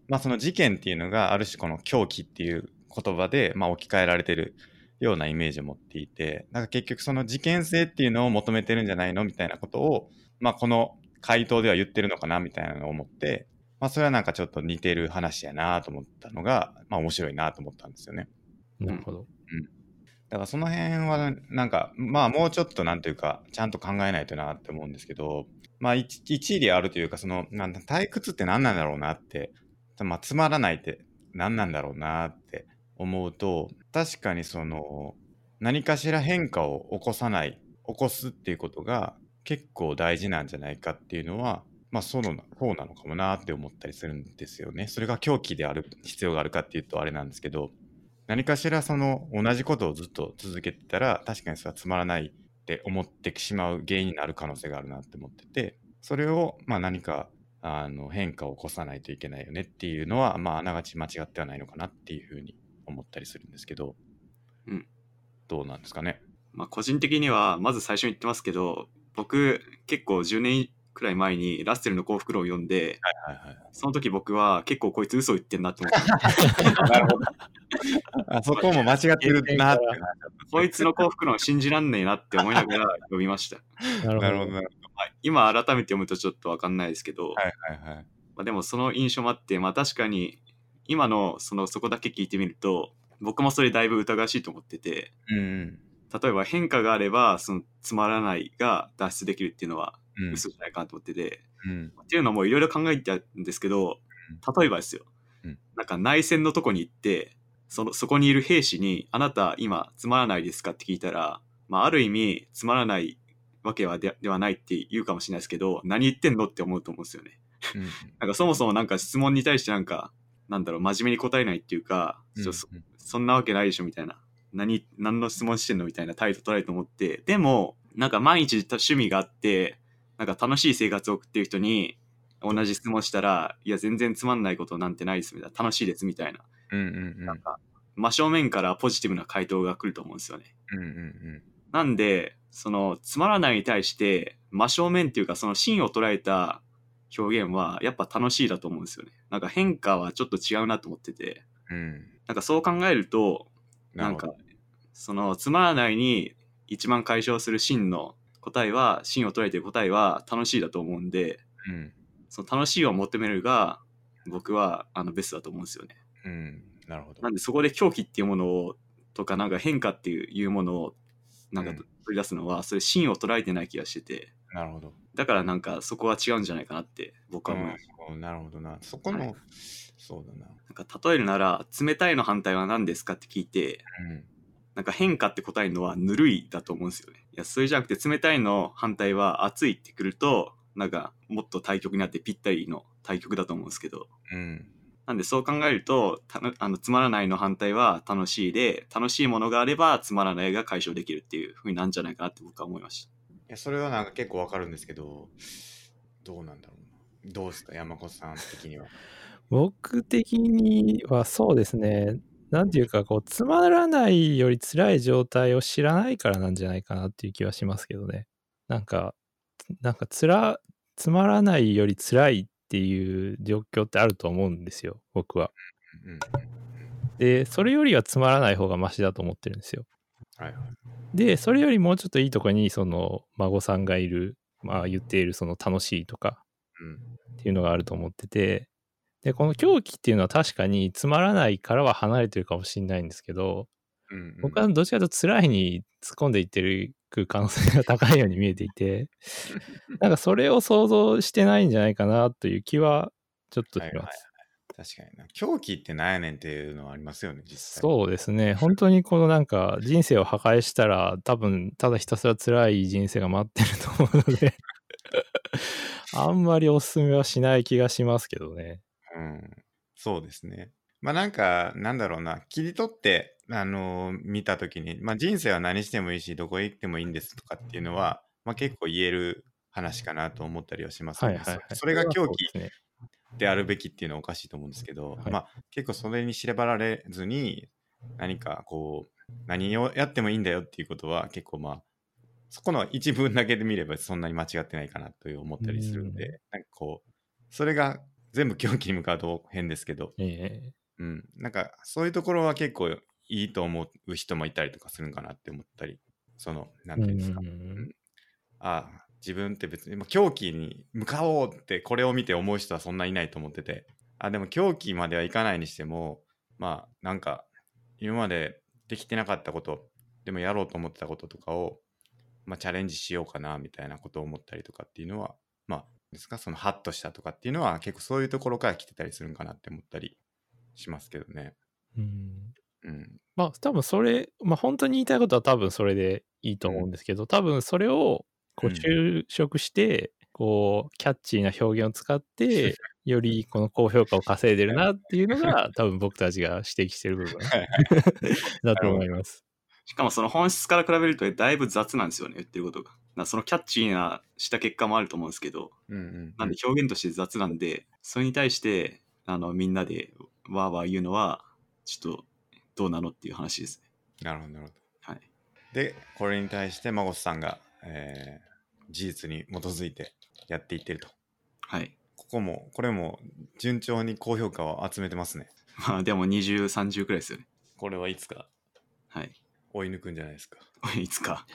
まあその事件っていうのがある種この狂気っていう言葉でまあ置き換えられてるようなイメージを持っていて、なんか結局その事件性っていうのを求めてるんじゃないのみたいなことを、まあこの回答では言ってるのかなみたいなのを思って、まあそれはなんかちょっと似てる話やなと思ったのが、まあ面白いなと思ったんですよね。 なるほど。 うん。だからその辺はなんかまあもうちょっとなんというかちゃんと考えないとなって思うんですけど、まあ一理あるというか、そのなんだ退屈って何なんだろうなって、まあつまらないって何なんだろうなって思うと、確かにその何かしら変化を起こすっていうことが結構大事なんじゃないかっていうのは、まあそうなのかもなって思ったりするんですよね。それが狂気である必要があるかっていうとあれなんですけど、何かしらその同じことをずっと続けてたら確かにそれはつまらないって思ってしまう原因になる可能性があるなって思ってて、それをまあ何か変化を起こさないといけないよねっていうのはまああながち間違ってはないのかなっていうふうに思ったりするんですけど、どうなんですかね。 まあ個人的にはまず最初に言ってますけど、僕結構10年くらい前にラッセルの幸福論を読んで、その時僕は結構こいつ嘘言ってんなって思ってなるほど。 そこも間違ってるなって。 こいつの幸福論信じらんねえなって思いながら読みました。 なるほど。 今改めて読むとちょっと分かんないですけど、まあ、でもその印象もあって、まあ確かに今のそこだけ聞いてみると、僕もそれだいぶ疑わしいと思ってて、例えば変化があればそのつまらないが脱出できるっていうのは嘘じゃないかなと思ってて、っていうのもいろいろ考えてたんですけど、例えばですよ、なんか内戦のとこに行ってそこにいる兵士にあなた今つまらないですかって聞いたら、まあ、ある意味つまらないわけではないって言うかもしれないですけど、何言ってんのって思うと思うんですよね。なんかそもそもなんか質問に対してなんだろう、真面目に答えないっていうか、そんなわけないでしょみたいな、何の質問してんのみたいな態度取られると思って、でもなんか毎日趣味があってなんか楽しい生活を送ってる人に同じ質問したら、いや全然つまんないことなんてないですみたいな、楽しいですみたいな、なんか真正面からポジティブな回答が来ると思うんですよね。なんでそのつまらないに対して真正面っていうかその真を捉えた表現はやっぱ楽しいだと思うんですよね。なんか変化はちょっと違うなと思ってて、なんかそう考えると、なんかそのつまらないに一番解消する真の答えは、真を捉えている答えは楽しいだと思うんで、その楽しいを求めるが僕はベストだと思うんですよね。 なるほど。 なんでそこで狂気っていうものをとかなんか変化っていうものをなんか取り出すのは、それ真を捉えてない気がしてて、 なるほど。 だからなんかそこは違うんじゃないかなって僕は思います。 なるほどな。そこの、そうだな。 なんか例えるなら冷たいの反対は何ですかって聞いて、なんか変化って答えるのはぬるいだと思うんですよね。いやそれじゃなくて、冷たいの反対は熱いってくるとなんかもっと対極になってぴったりの対極だと思うんですけど、なんでそう考えるとつまらないの反対は楽しいで、楽しいものがあればつまらないが解消できるっていう風になんじゃないかなって僕は思いました。 いやそれはなんか結構わかるんですけど、どうなんだろうな。どうですか山子さん的には。 僕的にはそうですね。なんていうかこうつまらないより辛い状態を知らないからなんじゃないかなっていう気はしますけどね。なんかつまらないより辛いっていう状況ってあると思うんですよ、僕は。で、それよりはつまらない方がマシだと思ってるんですよ。で、それよりもうちょっといいとこにその孫さんがいる、まあ言っているその楽しいとかっていうのがあると思ってて、で、この狂気っていうのは確かにつまらないからは離れてるかもしれないんですけど、僕はどっちかというと辛いに突っ込んでいってる可能性が高いように見えていて、なんかそれを想像してないんじゃないかなという気はちょっとします。 確かにな。狂気ってなんやねんっていうのはありますよね、実際。 そうですね。本当にこのなんか人生を破壊したら多分ただひたすら辛い人生が待ってると思うのであんまりおすすめはしない気がしますけどね。 そうですね。まあなんかなんだろうな、切り取って見たときに、まあ人生は何してもいいしどこへ行ってもいいんですとかっていうのは、まあ結構言える話かなと思ったりはしますね。それが狂気であるべきっていうのはおかしいと思うんですけど、まあ結構それに縛られずに何かこう何をやってもいいんだよっていうことは結構まあそこの一文だけで見ればそんなに間違ってないかなと思ったりするんで、なんかこうそれが全部狂気に向かうと変ですけど、なんかそういうところは結構いいと思う人もいたりとかするんかなって思ったり、なんていうんですか、自分って別に狂気に向かおうってこれを見て思う人はそんないないと思ってて、でも狂気まではいかないにしても、なんか今までできてなかったことでもやろうと思ってたこととかを、チャレンジしようかなみたいなことを思ったりとかっていうのは、ですか、ハッとしたとかっていうのは結構そういうところから来てたりするんかなって思ったりしますけどね。 多分それ、本当に言いたいことは多分それでいいと思うんですけど、多分それをこう就職して、こうキャッチーな表現を使ってよりこの高評価を稼いでるなっていうのが多分僕たちが指摘してる部分だと思います。 しかもその本質から比べるとだいぶ雑なんですよね、言ってることが。そのキャッチーなした結果もあると思うんですけど、なんで表現として雑なんで、それに対してみんなでわーわー言うのはちょっとどうなのっていう話ですね。 なるほどなるほど。 はい。 でこれに対してマゴスさんが、事実に基づいてやっていってると。 はい。 これも順調に高評価を集めてますね。 でも20、30くらいですよね。 これはいつか追い抜くんじゃないですか。 いつか。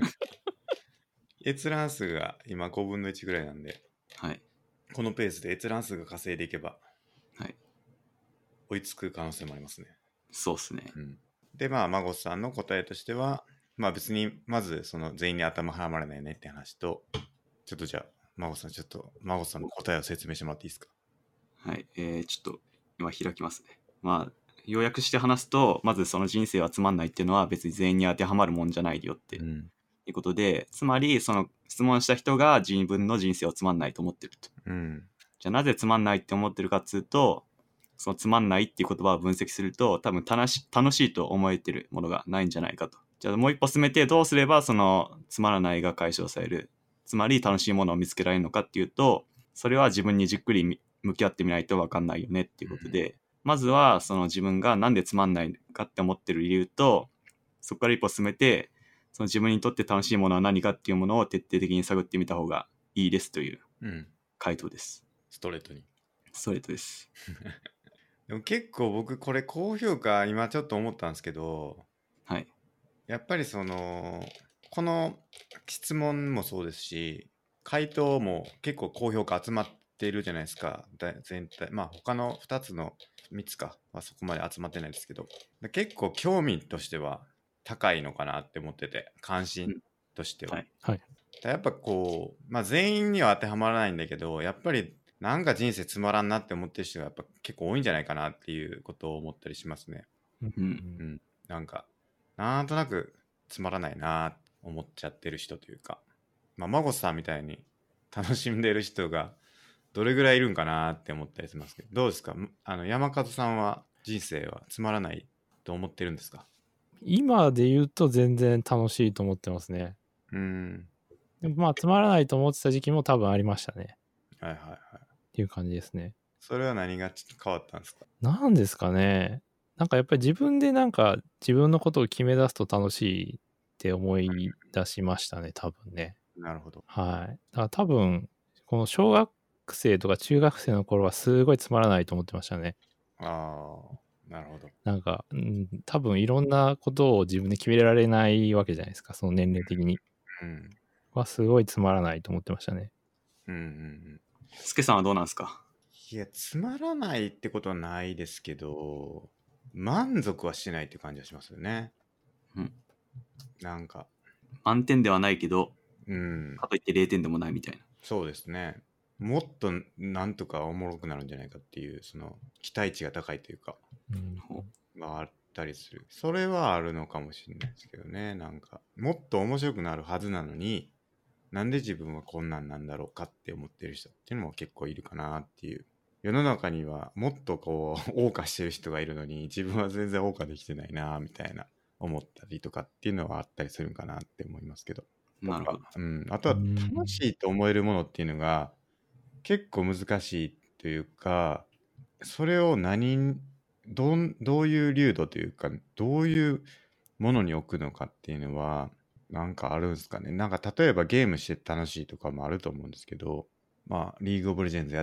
閲覧数が今5分の1ぐらいなんで、 はい、 このペースで閲覧数が稼いでいけば、 はい、 追いつく可能性もありますね。 そうっすね。 でマゴスさんの答えとしては、別にまず全員に頭はまらないねって話と、ちょっとじゃあマゴスさんマゴスさんの答えを説明してもらっていいですか。 はい、ちょっと今開きますね。要約して話すと、まずその人生はつまんないっていうのは別に全員に当てはまるもんじゃないよって、いうことで、つまりその質問した人が自分の人生をつまんないと思ってると。じゃあなぜつまんないって思ってるかっつうと、そのつまんないっていう言葉を分析すると、多分楽しいと思えてるものがないんじゃないかと。じゃあもう一歩進めてどうすればそのつまらないが解消される、つまり楽しいものを見つけられるのかっていうと、それは自分にじっくり向き合ってみないと分かんないよねっていうことで、まずはその自分がなんでつまんないかって思ってる理由と、そこから一歩進めて、その自分にとって楽しいものは何かっていうものを徹底的に探ってみた方がいいですという回答です。 ストレートに。 ストレートです。 でも結構僕これ高評価今ちょっと思ったんですけど、 はい。 やっぱりこの質問もそうですし、回答も結構高評価集まってるじゃないですか。全体他の2つの3つかはそこまで集まってないですけど、結構興味としては高いのかなって思ってて、関心としては。やっぱ全員には当てはまらないんだけど、やっぱりなんか人生つまらんなって思ってる人がやっぱ結構多いんじゃないかなっていうことを思ったりしますね。なんかなんとなくつまらないなって思っちゃってる人というか、マゴさんみたいに楽しんでる人がどれぐらいいるんかなって思ったりしますけど、どうですか？山門さんは人生はつまらないと思ってるんですか？ 今で言うと全然楽しいと思ってますね。でもつまらないと思ってた時期も多分ありましたね。っていう感じですね。 それは何が変わったんですか？ なんですかね。なんかやっぱり自分で自分のことを決め出すと楽しいって思い出しましたね、多分ね。 なるほど。 はい。だから多分、この小学生とか中学生の頃はすごいつまらないと思ってましたね。 なるほど。 多分いろんなことを自分で決められないわけじゃないですか、その年齢的に。はすごいつまらないと思ってましたね。 スケさんはどうなんですか？ いや、つまらないってことはないですけど、満足はしないって感じがしますよね。なんか満点ではないけど、かといって0点でもないみたいな。 そうですね。もっとなんとかおもろくなるんじゃないかっていう、その期待値が高いというか、あったりする。それはあるのかもしれないですけどね。なんかもっと面白くなるはずなのに、なんで自分はこんなんなんだろうかって思ってる人っていうのも結構いるかなっていう。世の中にはもっと謳歌してる人がいるのに、自分は全然謳歌できてないなみたいな思ったりとかっていうのはあったりするかなって思いますけど。 なるほど。 あとは楽しいと思えるものっていうのが結構難しいというか、それをどういう流度というか、どういうものに置くのかっていうのはなんかあるんですかね。なんか例えばゲームして楽しいとかもあると思うんですけど、リーグオブレジェンズやって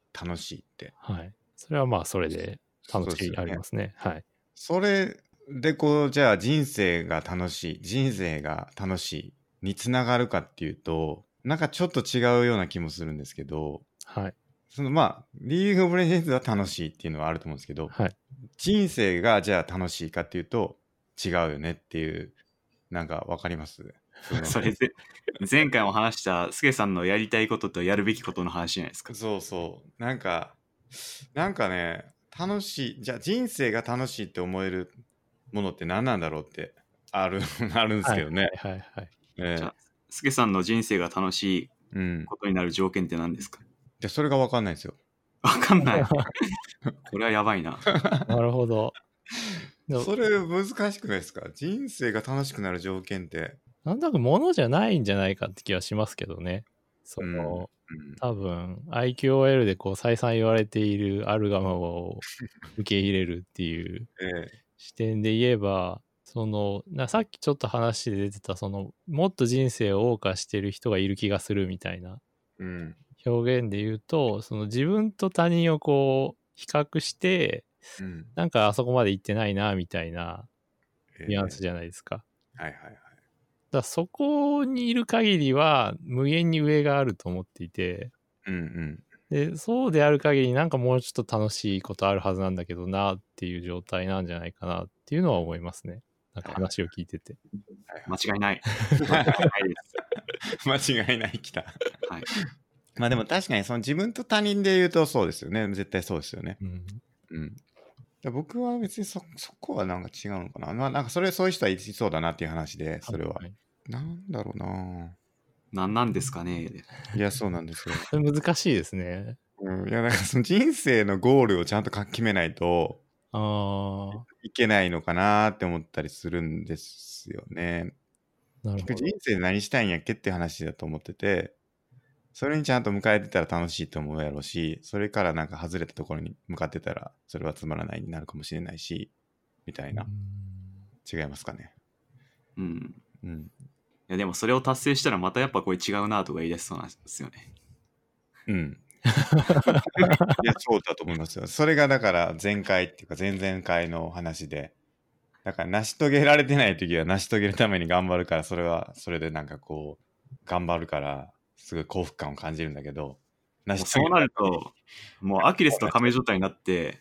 楽しいって。 はい。それはまあそれで楽しいありますね。はい。 それでこうじゃあ人生が楽しいにつながるかっていうとなんかちょっと違うような気もするんですけど、 はい。 そのまあリーグオブレジェンズは楽しいっていうのはあると思うんですけど、 はい。 人生がじゃあ楽しいかっていうと違うよねっていうなんかわかります？ それ前回も話したスケさんのやりたいこととやるべきことの話じゃないですか。 そうそうなんかね楽しいじゃあ人生が楽しいって思えるものって何なんだろうってあるんですけどね。 はいはいはい。 じゃあスケさんの人生が楽しいことになる条件って何ですか？ でそれが分かんないですよ。 分かんない。これはやばいな。 なるほど。 それ難しくないですか？人生が楽しくなる条件って。 なんとなくものじゃないんじゃないかって気はしますけどね。その、多分 IQOL でこう再三言われているアルガマを受け入れるっていう視点で言えば、そのさっきちょっと話で出てたそのもっと人生を謳歌してる人がいる気がするみたいな表現で言うと、その自分と他人をこう比較して、なんかあそこまで行ってないなみたいなニュアンスじゃないですか。 はいはいはい。 だそこにいる限りは無限に上があると思っていて、でそうである限りなんかもうちょっと楽しいことあるはずなんだけどなっていう状態なんじゃないかなっていうのは思いますね。なんか話を聞いてて。 間違いない。 間違いないきた。はい。まあでも確かにその自分と他人で言うとそうですよね。絶対そうですよね。僕は別にそこはなんか違うのかな。まあなんかそういう人はいそうだなっていう話で、それは。なんだろうな。 なんですかね。 いや、そうなんですよ。 難しいですね。 いや、なんかその人生のゴールをちゃんと決めないといけないのかなって思ったりするんですよね。 なるほど。 人生で何したいんやっけって話だと思ってて、それにちゃんと迎えてたら楽しいと思うやろうし、それからなんか外れたところに向かってたらそれはつまらないになるかもしれないし、みたいな。違いますかね。 いやでもそれを達成したらまたやっぱこれ違うなとか言い出しそうなんですよね。 いやそうだと思いますよ。それがだから前回っていうか前々回の話で、だから成し遂げられてない時は成し遂げるために頑張るから、それはそれでなんかこう頑張るからすごい幸福感を感じるんだけど、 そうなるともうアキレスと亀状態になって、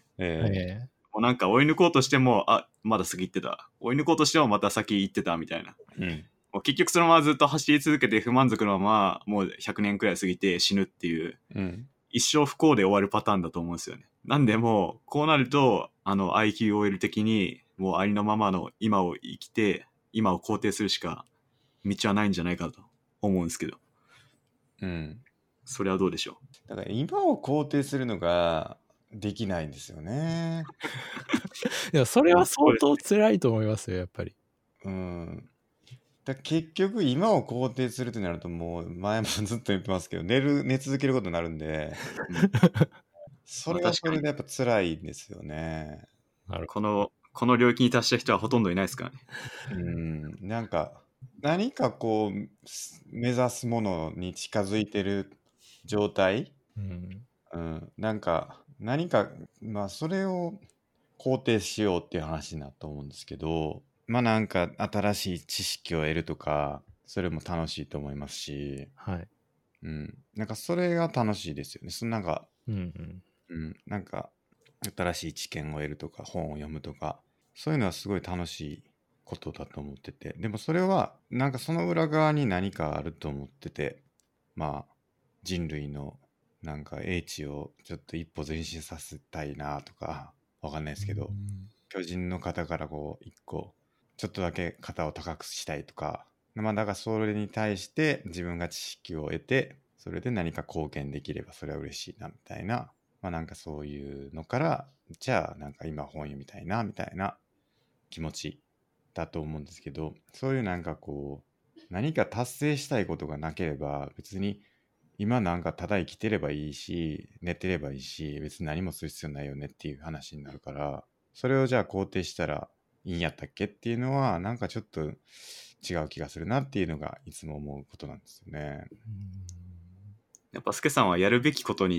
もうなんか追い抜こうとしてもまだ先行ってた、追い抜こうとしてもまた先行ってたみたいな、もう結局そのままずっと走り続けて不満足のままもう100年くらい過ぎて死ぬっていう、一生不幸で終わるパターンだと思うんですよね。なんでもうこうなるとIQOL 的にもうありのままの今を生きて今を肯定するしか道はないんじゃないかと思うんですけど、それはどうでしょう。だから今を肯定するのができないんですよね。 いやそれは相当辛いと思いますよやっぱり。 だ結局今を肯定するとなるともう前もずっと言ってますけど寝続けることになるんで、それはそれでやっぱ辛いんですよね。 この領域に達した人はほとんどいないですからね。なんか何かこう目指すものに近づいてる状態、なんか何かまあそれを肯定しようっていう話になると思うんですけど、まあなんか新しい知識を得るとかそれも楽しいと思いますし、なんかそれが楽しいですよね。なんか、なんか新しい知見を得るとか本を読むとかそういうのはすごい楽しいことだと思ってて、でもそれはなんかその裏側に何かあると思ってて、まあ人類のなんか英知をちょっと一歩前進させたいなとかわかんないですけど、巨人の肩からこう一個ちょっとだけ肩を高くしたいとか、まあだからそれに対して自分が知識を得てそれで何か貢献できればそれは嬉しいなみたいな、まあなんかそういうのからじゃあなんか今本読みたいなみたいな気持ちだと思うんですけど、そういうなんかこう何か達成したいことがなければ別に今なんかただ生きてればいいし寝てればいいし別に何もする必要ないよねっていう話になるから、それをじゃあ肯定したらいいんやったっけっていうのはなんかちょっと違う気がするなっていうのがいつも思うことなんですよね。 やっぱスケさんはやるべきことに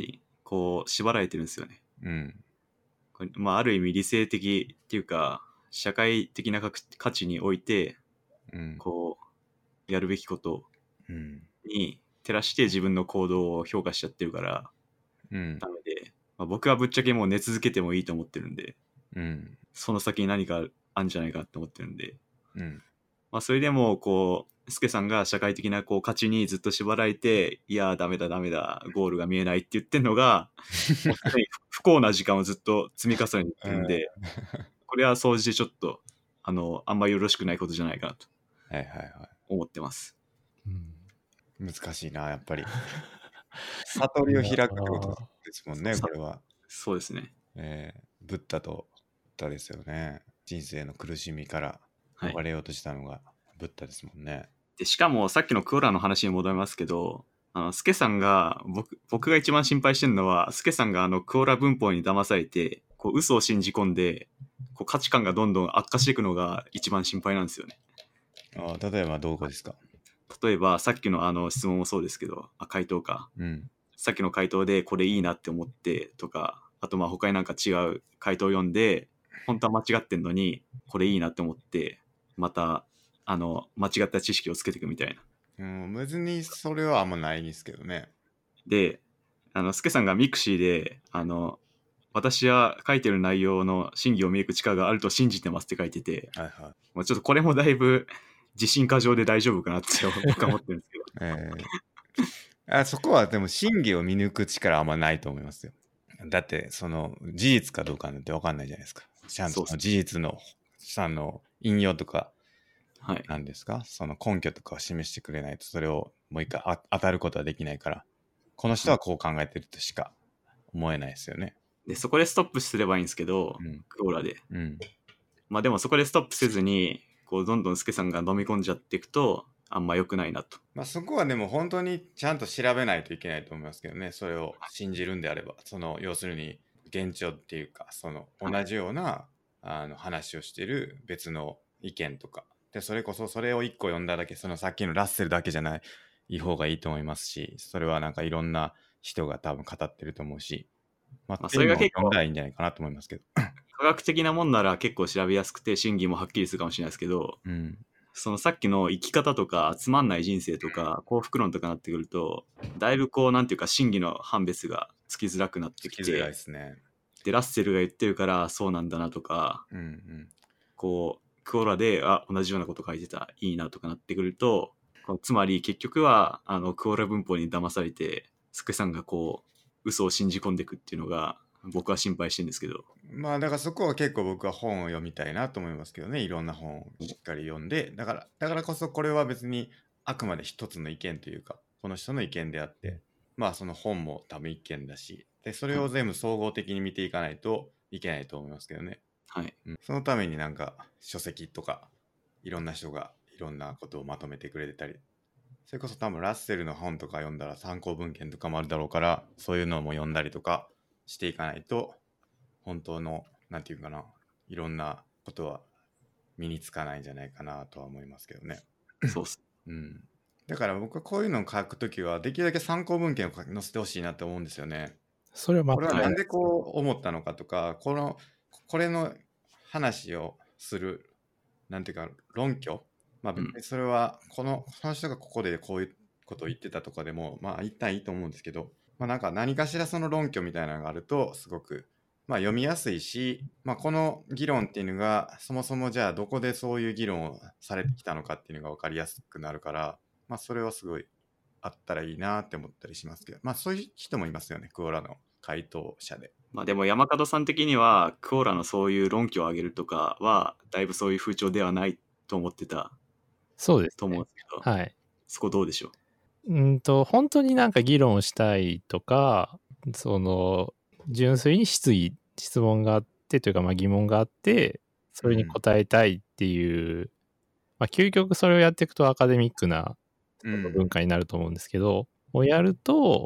こう縛られてるんですよね。まあある意味理性的っていうか社会的な価値において、こうやるべきことに照らして自分の行動を評価しちゃってるから、ダメで、まあ、僕はぶっちゃけもう寝続けてもいいと思ってるんで、その先に何かあるんじゃないかって思ってるんで、まあそれでもこうスケさんが社会的なこう価値にずっと縛られて、いやダメだゴールが見えないって言ってんのが不幸な時間をずっと積み重ねてるんでこれは総じてちょっとあんまよろしくないことじゃないかなと思ってます、 難しいなやっぱり悟りを開くってことですもんねこれは。 そうですね、 ブッダですよね。人生の苦しみから逃れようとしたのがブッダですもんね。 でしかもさっきのクオラの話に戻りますけど、スケさんが僕が一番心配してるのは、スケさんがクオラ文法に騙されてこう嘘を信じ込んでこう価値観がどんどん悪化していくのが一番心配なんですよね。 例えばどうですか？ 例えばさっきの質問もそうですけど、回答か、さっきの回答でこれいいなって思ってとか、あとまあ他になんか違う回答を読んで本当は間違ってんのにこれいいなって思ってまた間違った知識をつけていくみたいな。別にそれはあんまないですけどね。 で、スケさんがミクシーで私は書いてる内容の真偽を見抜く力があると信じてますって書いてて、もうちょっとこれもだいぶ自信過剰で大丈夫かなって僕は思ってるんですけど、 そこはでも真偽を見抜く力はあんまないと思いますよ。だってその事実かどうかなんて分かんないじゃないですか。ちゃんとその事実の引用とかなんですか、その根拠とかを示してくれないとそれをもう一回当たることはできないから、この人はこう考えてるとしか思えないですよね。 でそこでストップすればいいんですけど、クオラで、まあでもそこでストップせずにこうどんどんスケさんが飲み込んじゃっていくとあんま良くないなと。 まあそこはでも本当にちゃんと調べないといけないと思いますけどね。それを信じるんであれば、要するに現状っていうか同じような話をしている別の意見とかで、それこそそれを1個読んだだけ、さっきのラッセルだけじゃない方がいいと思いますし、それはなんかいろんな人が多分語ってると思うし、 それが結構読んだらいいんじゃないかなと思いますけど科学的なもんなら結構調べやすくて真偽もはっきりするかもしれないですけど、そのさっきの生き方とかつまんない人生とか幸福論とかなってくると、だいぶこうなんていうか真偽の判別がつきづらくなってきて、 でラッセルが言ってるからそうなんだなとか、こうクオラで同じようなこと書いてたいいなとかなってくると、つまり結局はクオラ文法に騙されてスケさんがこう嘘を信じ込んでいくっていうのが僕は心配してるんですけど、 まあだからそこは結構僕は本を読みたいなと思いますけどね。いろんな本をしっかり読んで、だからこそこれは別にあくまで一つの意見というかこの人の意見であって、まあその本も多分意見だし、でそれを全部総合的に見ていかないといけないと思いますけどね。そのためになんか書籍とかいろんな人がいろんなことをまとめてくれてたり、それこそ多分ラッセルの本とか読んだら参考文献とかもあるだろうから、そういうのも読んだりとかしていかないと本当のなんていうかな、いろんなことは身につかないんじゃないかなとは思いますけどね。 そうっす。 だから僕はこういうのを書くときはできるだけ参考文献を載せてほしいなって思うんですよね。 それはこれはなんでこう思ったのかとか、これの話をするなんていうか論拠、まあ別にそれはその人がここでこういうことを言ってたとかでもまあ一旦いいと思うんですけど、まあなんか何かしらその論拠みたいなのがあるとすごくまあ読みやすいし、まあこの議論っていうのがそもそもじゃあどこでそういう議論をされてきたのかっていうのが分かりやすくなるから、まあそれはすごいあったらいいなって思ったりしますけど、まあそういう人もいますよね、クオラの回答者で。 まあでも山門さん的にはクオラのそういう論拠を上げるとかはだいぶそういう風潮ではないと思ってたそうです、ね、 と思うんですけど、 はい、 そこどうでしょう？本当になんか議論したいとか、純粋に質問があってというか、まあ疑問があってそれに答えたいっていう、まあ究極それをやっていくとアカデミックな文化になると思うんですけど、をやる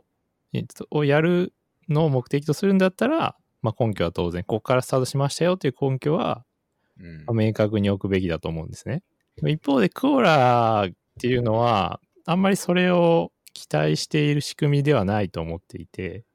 のを目的とするんだったら、まあ、根拠は当然ここからスタートしましたよという根拠は、明確に置くべきだと思うんですね。一方でクオラっていうのはあんまりそれを期待している仕組みではないと思っていて、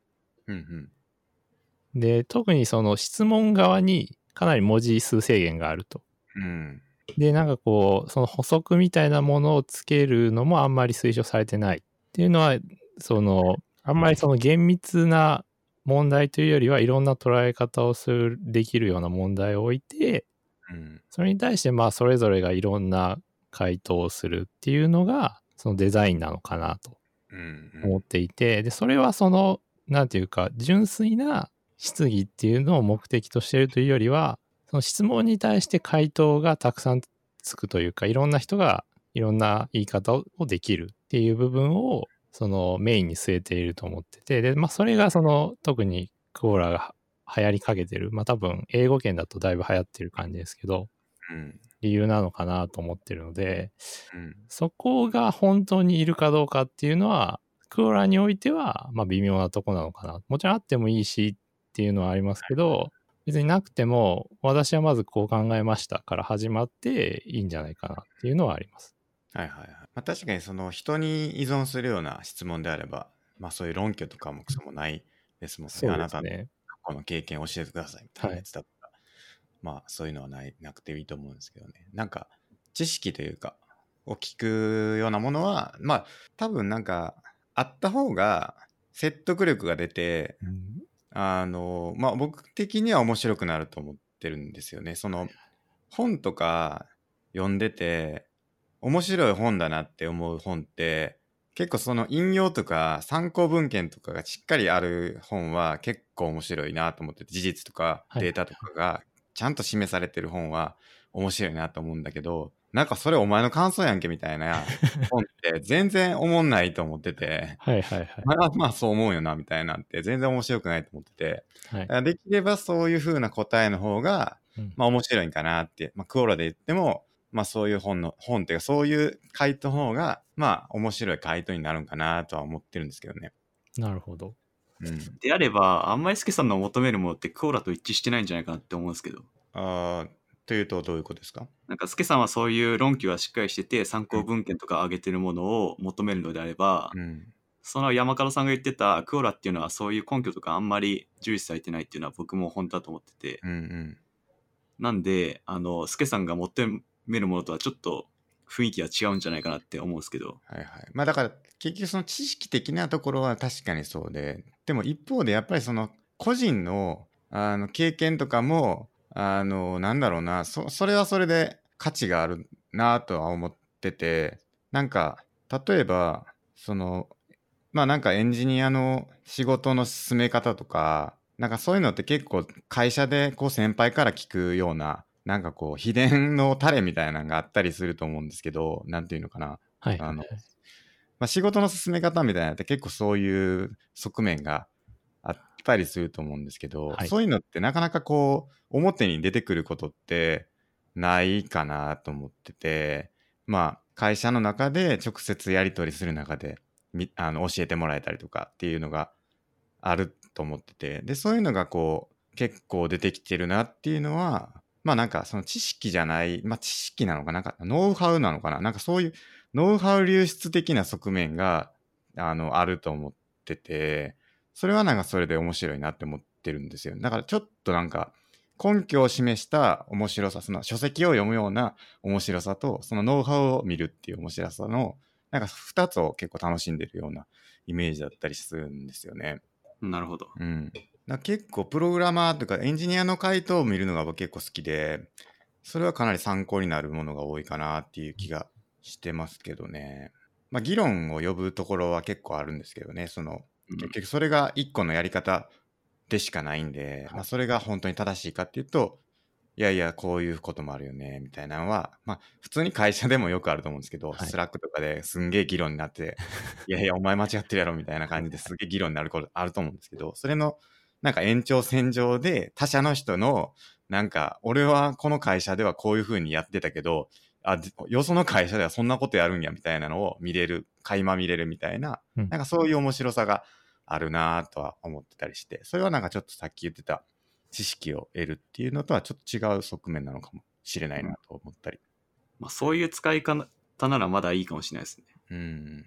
うんで、特にその質問側にかなり文字数制限があると。 うん。 で、なんかこう、その補足みたいなものをつけるのもあんまり推奨されてないっていうのは、あんまりその厳密な問題というよりはいろんな捉え方をできるような問題を置いて、それに対してまあそれぞれがいろんな回答をするっていうのが、そのデザインなのかなと思っていて、で、それはなんていうか、純粋な質疑っていうのを目的としているというよりは、その質問に対して回答がたくさんつくというか、いろんな人がいろんな言い方をできるっていう部分を、メインに据えていると思ってて、で、まあ、それが特にクオーラが流行りかけてる、まあ、多分、英語圏だとだいぶ流行ってる感じですけど、理由なのかなと思ってるので、そこが本当にいるかどうかっていうのは、クオーラにおいては、まあ、微妙なとこなのかな。もちろんあってもいいしっていうのはありますけど、別になくても、私はまずこう考えましたから始まっていいんじゃないかなっていうのはあります。 はいはいはい。まあ、確かにその人に依存するような質問であれば、まあそういう論拠とかもクソもないですもんね。 そうですね。 あなたの過去の経験を教えてくださいみたいなやつだったら、まあそういうのはなくていいと思うんですけどね。なんか知識というか、を聞くようなものは、まあ多分なんかあった方が説得力が出て、まあ僕的には面白くなると思ってるんですよね。その本とか読んでて、面白い本だなって思う本って結構その引用とか参考文献とかがしっかりある本は結構面白いなと思ってて、事実とかデータとかがちゃんと示されてる本は面白いなと思うんだけど、なんかそれお前の感想やんけみたいな本って全然思んないと思っててまあそう思うよなみたいなんて全然面白くないと思ってて、だからできればそういう風な答えの方がまあ面白いんかなって、まあクオラで言ってもまあそういう本っていうかそういう回答の方がまあ面白い回答になるんかなとは思ってるんですけどね。 なるほど。 であれば、あんまりスケさんの求めるものってクオラと一致してないんじゃないかなって思うんですけど。 というとどういうことですか？ なんかスケさんはそういう論拠がしっかりしてて参考文献とか上げてるものを求めるのであれば、その山門さんが言ってたクオラっていうのはそういう根拠とかあんまり重視されてないっていうのは僕も本当だと思ってて、なんでスケさんが求めるものとはちょっと雰囲気が違うんじゃないかなって思うんですけど。 はいはい。まあだから結局その知識的なところは確かにそうで、でも一方でやっぱりその個人の経験とかもなんだろうな、それはそれで価値があるなとは思ってて、なんか例えばまあなんかエンジニアの仕事の進め方とか、なんかそういうのって結構会社でこう先輩から聞くような、なんかこう秘伝のタレみたいなのがあったりすると思うんですけど、なんていうのかな。まあ、仕事の進め方みたいなのって結構そういう側面があったりすると思うんですけど、そういうのってなかなかこう表に出てくることってないかなと思ってて、まあ会社の中で直接やり取りする中で教えてもらえたりとかっていうのがあると思ってて、でそういうのがこう結構出てきてるなっていうのは、まあなんかその知識じゃない、まあ知識なのかなんかノウハウなのかな、なんかそういうノウハウ流出的な側面があると思ってて、それはなんかそれで面白いなって思ってるんですよ。だからちょっとなんか根拠を示した面白さ、その書籍を読むような面白さと、そのノウハウを見るっていう面白さのなんか2つを結構楽しんでるようなイメージだったりするんですよね。 なるほど。 結構プログラマーとかエンジニアの回答を見るのが僕結構好きで、それはかなり参考になるものが多いかなっていう気がしてますけどね。まあ議論を呼ぶところは結構あるんですけどね、結局それが一個のやり方でしかないんで、まあそれが本当に正しいかっていうと、いやいやこういうこともあるよねみたいなのは、まあ普通に会社でもよくあると思うんですけど、スラックとかですんげえ議論になっていやいやお前間違ってるやろみたいな感じですげえ議論になることあると思うんですけど、それのなんか延長線上で他社の人のなんか俺はこの会社ではこういう風にやってたけど、よその会社ではそんなことやるんやみたいなのを垣間見れるみたいな、なんかそういう面白さがあるなとは思ってたりして、それはなんかちょっとさっき言ってた知識を得るっていうのとはちょっと違う側面なのかもしれないなと思ったり。 まあそういう使い方ならまだいいかもしれないですね。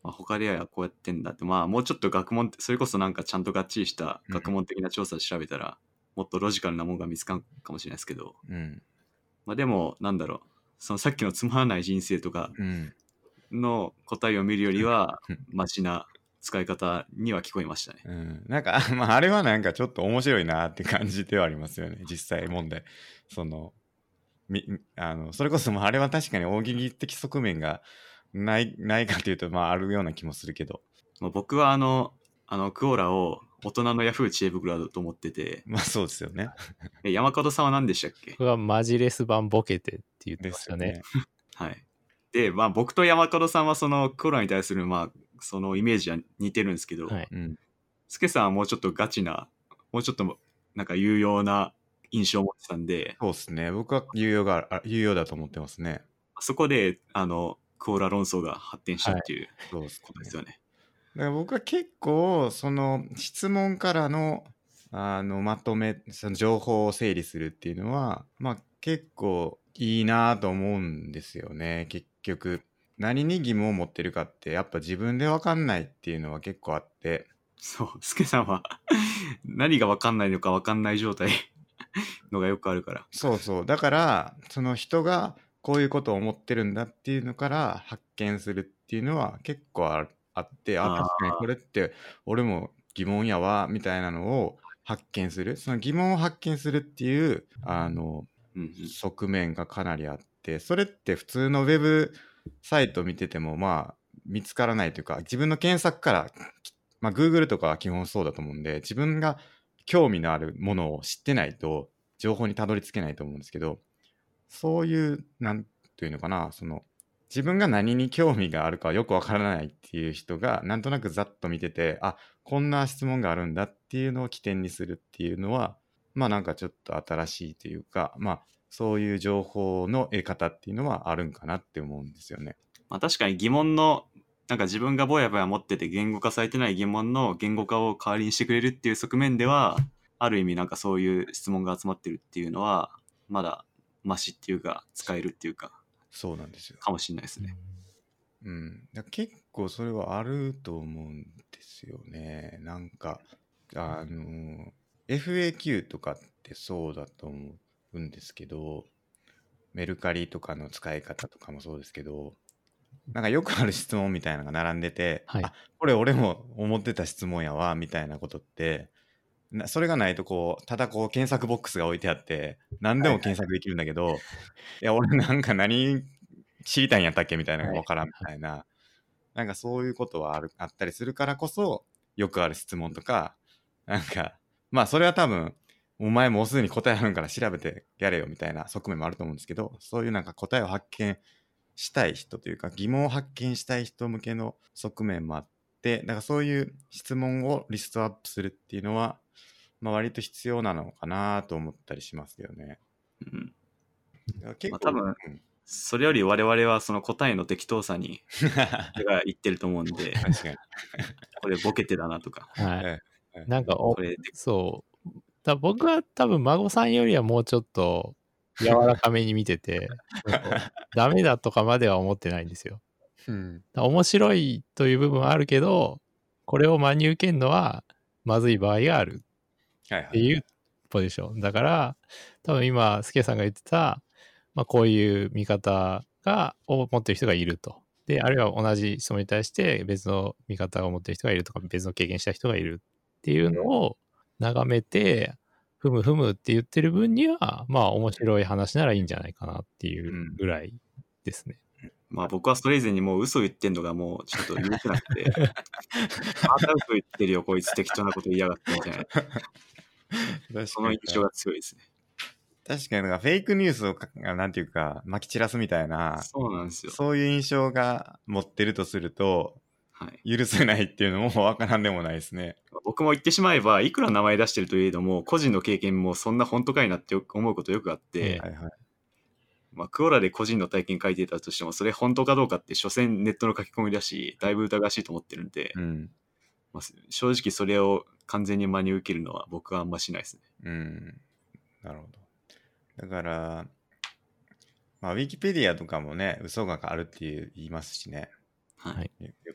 他ではこうやってんだって、もうちょっと学問、それこそなんかちゃんとがっちりした学問的な調査を調べたら、もっとロジカルなものが見つかるかもしれないですけど、でもなんだろう、そのさっきのつまらない人生とかの答えを見るよりはマシな使い方には聞こえましたね。 なんかあれはなんかちょっと面白いなって感じではありますよね、実際問題。それこそあれは確かに大喜利的側面がないかというとあるような気もするけど、 僕はクオラを大人のヤフー知恵袋だと思ってて、 そうですよね。 山門さんは何でしたっけ？ 僕はマジレス版ボケてって言ってましたね。 はい。で、僕と山門さんはそのクオラに対するそのイメージは似てるんですけど、スケさんはもうちょっとガチな、もうちょっとなんか有用な印象を持ってたんで、 そうですね。僕は有用だと思ってますね。 そこでクオラ論争が発展したっていうことですよね。 だから僕は結構その質問からのまとめ、その情報を整理するっていうのは結構いいなと思うんですよね。結局何に疑問を持ってるかってやっぱ自分で分かんないっていうのは結構あって、 そうスケさんは何が分かんないのか分かんない状態のがよくあるから。 そうだからその人がこういうことを思ってるんだっていうのから発見するっていうのは結構あって、確かにこれって俺も疑問やわみたいなのを発見する、その疑問を発見するっていう側面がかなりあって、それって普通のウェブサイト見てても見つからないというか、自分の検索からGoogle とかは基本そうだと思うんで、自分が興味のあるものを知ってないと情報にたどり着けないと思うんですけど、そういうなんていうのかな、その自分が何に興味があるかよくわからないっていう人がなんとなくざっと見てて、こんな質問があるんだっていうのを起点にするっていうのはなんかちょっと新しいというか、そういう情報の得方っていうのはあるんかなって思うんですよね。 確かに疑問のなんか自分がぼやぼや持ってて言語化されてない疑問の言語化を代わりにしてくれるっていう側面では、ある意味なんかそういう質問が集まってるっていうのはまだマシっていうか使えるっていうか、 そうなんですよ。 かもしれないですね。 結構それはあると思うんですよね。なんかFAQ とかってそうだと思うんですけど、メルカリとかの使い方とかもそうですけど、なんかよくある質問みたいなのが並んでて、これ俺も思ってた質問やわみたいなことって、それがないとただ検索ボックスが置いてあって何でも検索できるんだけど、いや俺なんか何知りたいんやったっけみたいなのが分からんみたいな、なんかそういうことはあったりするからこそ、よくある質問とか、なんかそれは多分お前もうすでに答えあるんから調べてやれよみたいな側面もあると思うんですけど、そういうなんか答えを発見したい人というか疑問を発見したい人向けの側面もあって、だからそういう質問をリストアップするっていうのは割と必要なのかなと思ったりしますよね。 結構多分、それより我々はその答えの適当さに手がいってると思うんで確かにこれボケてだなとか、 なんかそうだ、僕は多分孫さんよりはもうちょっと柔らかめに見ててダメだとかまでは思ってないんですよ。面白いという部分はあるけど、これを真に受けるのはまずい場合があるっていうポジションだから、多分今スケさんが言ってた、こういう見方を持ってる人がいると。で、あるいは同じ質問に対して別の見方を持ってる人がいるとか、別の経験した人がいるっていうのを眺めて、ふむふむって言ってる分には、面白い話ならいいんじゃないかなっていうぐらいですね。 僕はそれ以前にもう嘘言ってんのがもうちょっと許せなくてまた嘘言ってるよこいつ適当なこと言いやがってみたいなその印象が強いですね。 確かにフェイクニュースをなんていうか撒き散らすみたいな、 そうなんですよ。 そういう印象が持ってるとすると、許せないっていうのも分からんでもないですね。 僕も言ってしまえばいくら名前出してるといえども個人の経験もそんな本当かいなって思うことよくあって、クオラで個人の体験書いてたとしてもそれ本当かどうかって所詮ネットの書き込みだしだいぶ疑わしいと思ってるんで、正直それを完全に真に受けるのは僕はあんましないですね。 なるほど。だからウィキペディアとかもね嘘があるって言いますしね、よ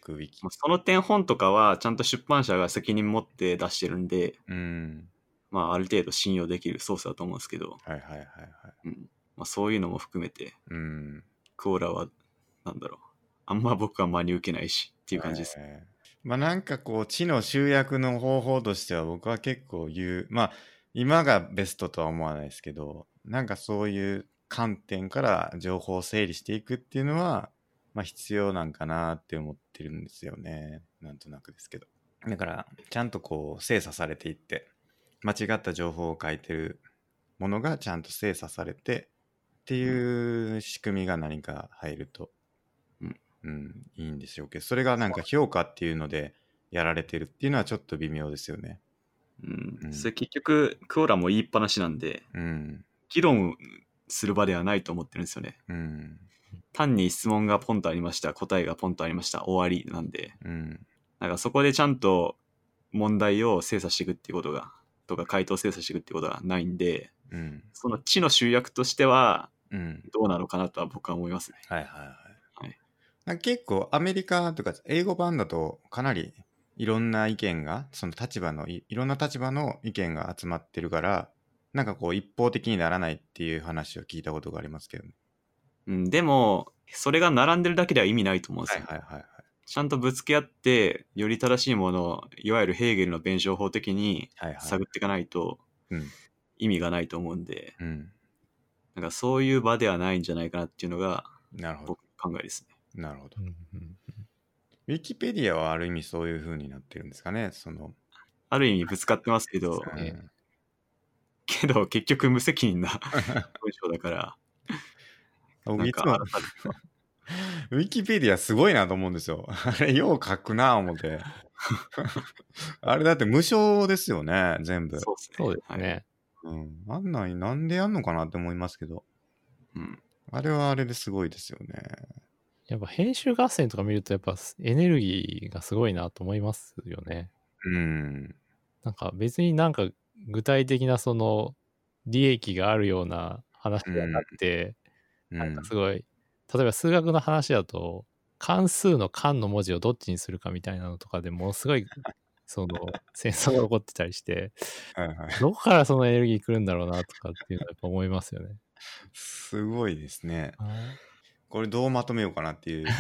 くウィキ。 その点本とかはちゃんと出版社が責任持って出してるんで、まあある程度信用できるソースだと思うんですけど、 はいはいはいはい。 まあ、そういうのも含めて、クオーラはなんだろう、あんま僕は真に受けないしっていう感じです。 まあなんかこう知の集約の方法としては僕は結構まあ今がベストとは思わないですけど、なんかそういう観点から情報を整理していくっていうのはまあ必要なんかなって思ってるんですよね。なんとなくですけど。だからちゃんとこう精査されていって、間違った情報を書いてるものがちゃんと精査されてっていう仕組みが何か入ると、いいんでしょうけど、それがなんか評価っていうのでやられてるっていうのはちょっと微妙ですよね。 それ結局クオーラも言いっぱなしなんで、議論する場ではないと思ってるんですよね。単に質問がポンとありました、答えがポンとありました、終わりなんで、なんかそこでちゃんと問題を精査していくっていうことがとか回答を精査していくっていうことがないんで、その知の集約としてはどうなのかなとは僕は思いますね。 なんか結構アメリカとか英語版だとかなりいろんな意見がその立場のいろんな立場の意見が集まってるから、なんかこう一方的にならないっていう話を聞いたことがありますけどね。 でもそれが並んでるだけでは意味ないと思うんですよ。ちゃんとぶつけ合ってより正しいものをいわゆるヘーゲルの弁証法的に探っていかないと意味がないと思うんで、なんかそういう場ではないんじゃないかなっていうのが僕の考えですね。 なるほど。ウィキペディアはある意味そういう風になってるんですかね。 ある意味ぶつかってますけど、けど結局無責任な文章だから僕いつもウィキペディアすごいなと思うんですよ。あれよう書くな思ってあれだって無償ですよね、全部。 そうですね。 あんなんなんでやんのかなって思いますけど、あれはあれですごいですよね。 やっぱ編集合戦とか見るとやっぱエネルギーがすごいなと思いますよね。なんか別になんか具体的なその利益があるような話ではなくて、なんかすごい、例えば数学の話だと関数の関の文字をどっちにするかみたいなのとかでものすごいその戦争が起こってたりしてどこからそのエネルギー来るんだろうなとかっていうのはやっぱ思いますよね。 すごいですね。これどうまとめようかなっていう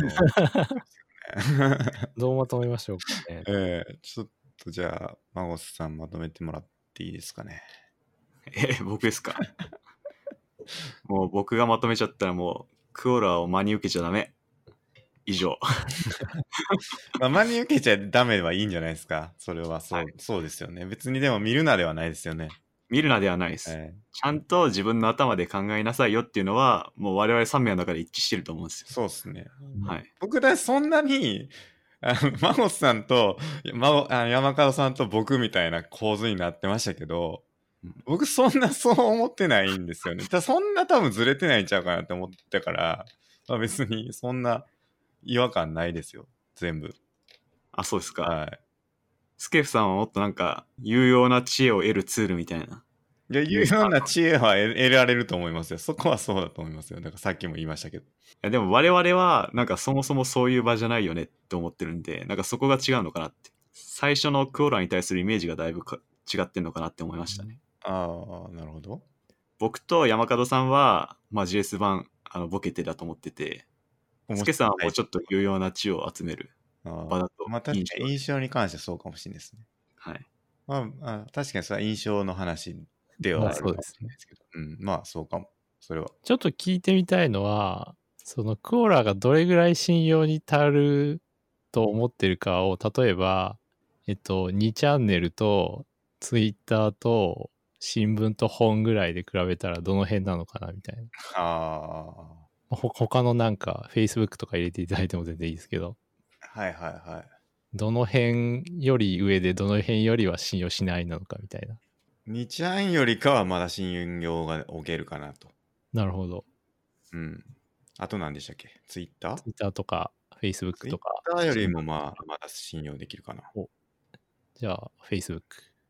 どうまとめましょうかね。 ちょっとじゃあマゴスさんまとめてもらっていいですかね。 僕ですか。もう僕がまとめちゃったらもうクオーラを真に受けちゃダメ。以上。 真に受けちゃダメはいいんじゃないですか。それはそうですよね。別にでも見るなではないですよね。 見るなではないです。ちゃんと自分の頭で考えなさいよっていうのはもう我々3名の中で一致してると思うんですよ。 そうですね。僕だそんなにマゴスさんと山川さんと僕みたいな構図になってましたけど、僕そう思ってないんですよね。そんな多分ずれてないんちゃうかなって思ったから、別にそんな違和感ないですよ、全部。 あ、そうですか。スケフさんはもっとなんか有用な知恵を得るツールみたいな。 いや、有用な知恵は得られると思いますよ。そこはそうだと思いますよ。だからさっきも言いましたけど。 いやでも我々はなんかそもそもそういう場じゃないよねって思ってるんで、なんかそこが違うのかなって。最初のクオーラに対するイメージがだいぶ違ってんのかなって思いましたね。 ああ、なるほど。 僕と山門さんは、JS 版ボケてだと思ってて、スケさんはもうちょっと有用な知を集める場だと。 確かに印象に関してはそうかもしれないですね。確かにそれは印象の話ではあるかもしれないですけど、そうかも。それは。 ちょっと聞いてみたいのは、そのクオーラがどれぐらい信用に足ると思ってるかを、例えば、2チャンネルとツイッターと新聞と本ぐらいで比べたらどの辺なのかなみたいな。他のなんか Facebook とか入れていただいても全然いいですけど。どの辺より上でどの辺よりは信用しないなのかみたいな。 2ちゃんよりかはまだ信用が置けるかなと。 なるほど。 あと何でしたっけ？ツイッターとか Facebook とか。 ツイッターよりもまだ信用できるかな。 じゃあ Facebook。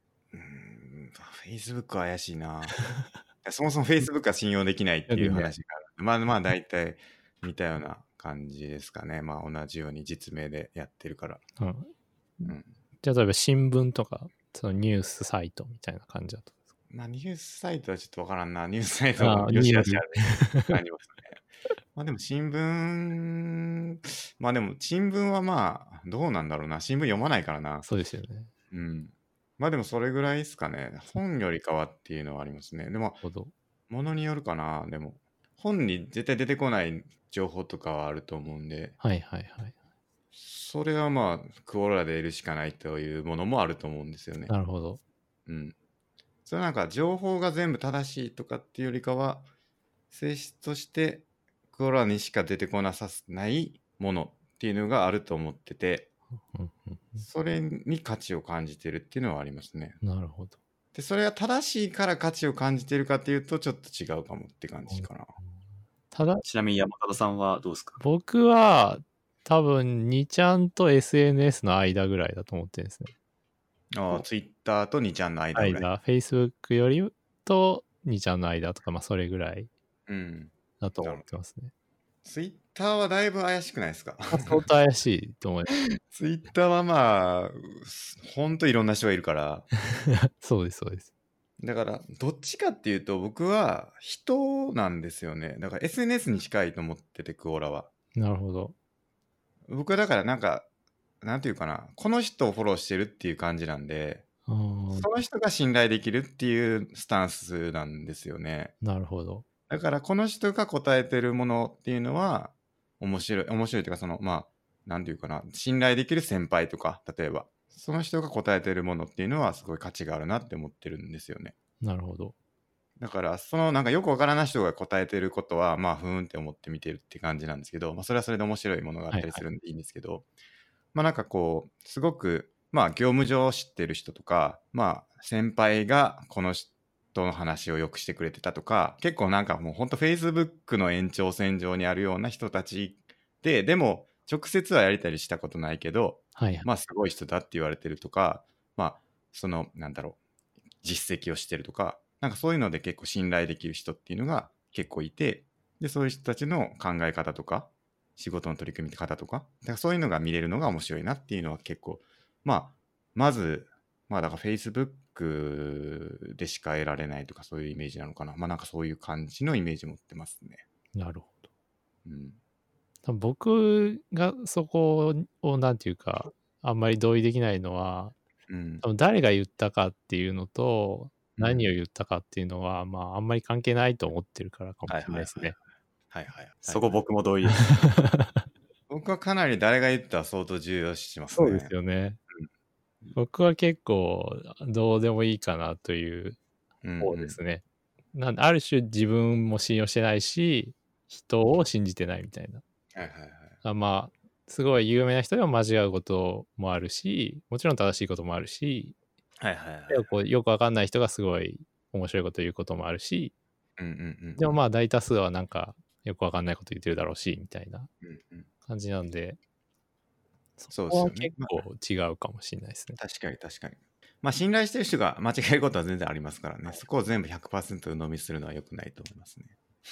Facebook は怪しいな。そもそも Facebook は信用できないっていう話がある。大体似たような感じですかね。まあ同じように実名でやってるから。 うん。じゃあ例えば新聞とか、そのニュースサイトみたいな感じだと。 まあニュースサイトはちょっとわからんな。ニュースサイトああ、 よしあニュースしある感じますね。まあでも新聞、まあでも新聞はまあどうなんだろうな。新聞読まないからな。 そうですよね。 うん。まあでもそれぐらいですかね。本よりかはっていうのはありますね。でも、ものによるかな。でも、本に絶対出てこない情報とかはあると思うんで、 はいはいはい。 それはまあ、クオラで得るしかないというものもあると思うんですよね。 なるほど。 うん。それはなんか情報が全部正しいとかっていうよりかは、性質としてクオラにしか出てこなさないものっていうのがあると思ってて、それに価値を感じてるっていうのはありますね。 なるほど。 で、それが正しいから価値を感じてるかっていうとちょっと違うかもって感じかな。 ただ、 ちなみに山形さんはどうですか？ 僕は多分2ちゃんと SNS の間ぐらいだと思ってるんですね。 ああ、ツイッターと2ちゃんの間ぐらい。 Facebook よりと2ちゃんの間とか、まあそれぐらいだと思ってますね。 ツイッターはだいぶ怪しくないですか？ 相当怪しいと思います。 ツイッターはまあ、ほんといろんな人がいるから。 そうです、そうです。 だから、どっちかっていうと僕は人なんですよね。だから SNS に近いと思ってて、クオラは。 なるほど。 僕はだからなんか、なんていうかな、この人をフォローしてるっていう感じなんで、その人が信頼できるっていうスタンスなんですよね。 なるほど。 だからこの人が答えてるものっていうのは面白いというか、そのまあなんていうかな、信頼できる先輩とか、例えばその人が答えてるものっていうのはすごい価値があるなって思ってるんですよね。 なるほど。 だからそのなんかよくわからない人が答えてることはまあふーんって思って見てるって感じなんですけど、まあそれはそれで面白いものがあったりするんでいいんですけど、まあなんかこうすごくまあ業務上知ってる人とか、まあ先輩がこの人の話をよくしてくれてたとか、結構なんかもうほんと Facebook の延長線上にあるような人たちで、でも直接はやりたりしたことないけど、まあすごい人だって言われてるとか、まあそのなんだろう、実績をしてるとか、なんかそういうので結構信頼できる人っていうのが結構いて、でそういう人たちの考え方とか仕事の取り組み方とか、だからそういうのが見れるのが面白いなっていうのは結構、まあまずまあだから Facebook でしか得られないとかそういうイメージなのかな。まあなんかそういう感じのイメージ持ってますね。 なるほど。 うん、 僕がそこをなんていうかあんまり同意できないのは、多分誰が言ったかっていうのと何を言ったかっていうのは、まああんまり関係ないと思ってるからかもしれないですね。 はいはい。そこ僕も同意です。 僕はかなり誰が言ったら相当重要視しますね。 そうですよね。僕は結構どうでもいいかなという方ですね。なんである種自分も信用してないし、人を信じてないみたいな。 はいはいはい。 まあ、すごい有名な人でも間違うこともあるし、もちろん正しいこともあるし、 はいはいはい。 こうよくわかんない人がすごい面白いこと言うこともあるし、でもまあ大多数はなんかよくわかんないこと言ってるだろうし、みたいな感じなんで、そこは結構違うかもしれないですね。 確かに確かに。まあ信頼してる人が間違えることは全然ありますからね。そこを全部 100% 鵜呑みするのは良くないと思いますね。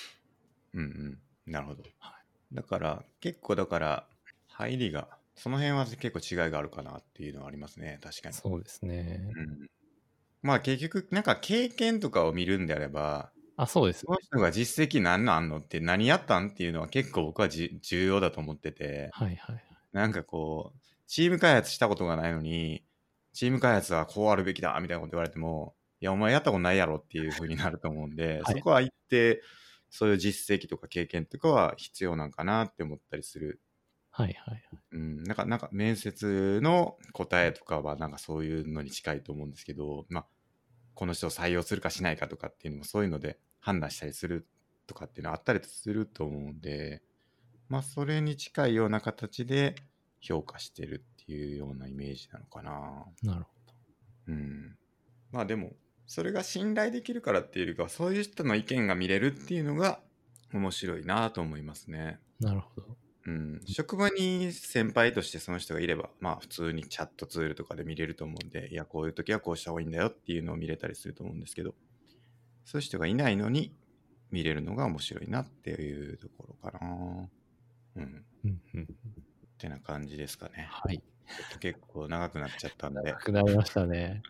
なるほど。だから結構入りがその辺は結構違いがあるかなっていうのはありますね。確かに。 そうですね。 まあ結局なんか経験とかを見るんであれば、 そうです。 その人が実績何のあんのって何やったんっていうのは結構僕は重要だと思ってて、なんかこうチーム開発したことがないのにチーム開発はこうあるべきだみたいなこと言われても、いやお前やったことないやろっていう風になると思うんで、そこは一定そういう実績とか経験とかは必要なんかなって思ったりする。なんか面接の答えとかはなんかそういうのに近いと思うんですけど、まあこの人を採用するかしないかとかっていうのもそういうので判断したりするとかっていうのはあったりすると思うんで、まあそれに近いような形で評価してるっていうようなイメージなのかな。 なるほど。まあでもそれが信頼できるからっていうよりかはそういう人の意見が見れるっていうのが面白いなと思いますね。 なるほど。 職場に先輩としてその人がいれば、まあ普通にチャットツールとかで見れると思うんで、いやこういう時はこうした方がいいんだよっていうのを見れたりすると思うんですけど、そういう人がいないのに見れるのが面白いなっていうところかな。 ってな感じですかね。 はい。 結構長くなっちゃったんで。 長くなりましたね。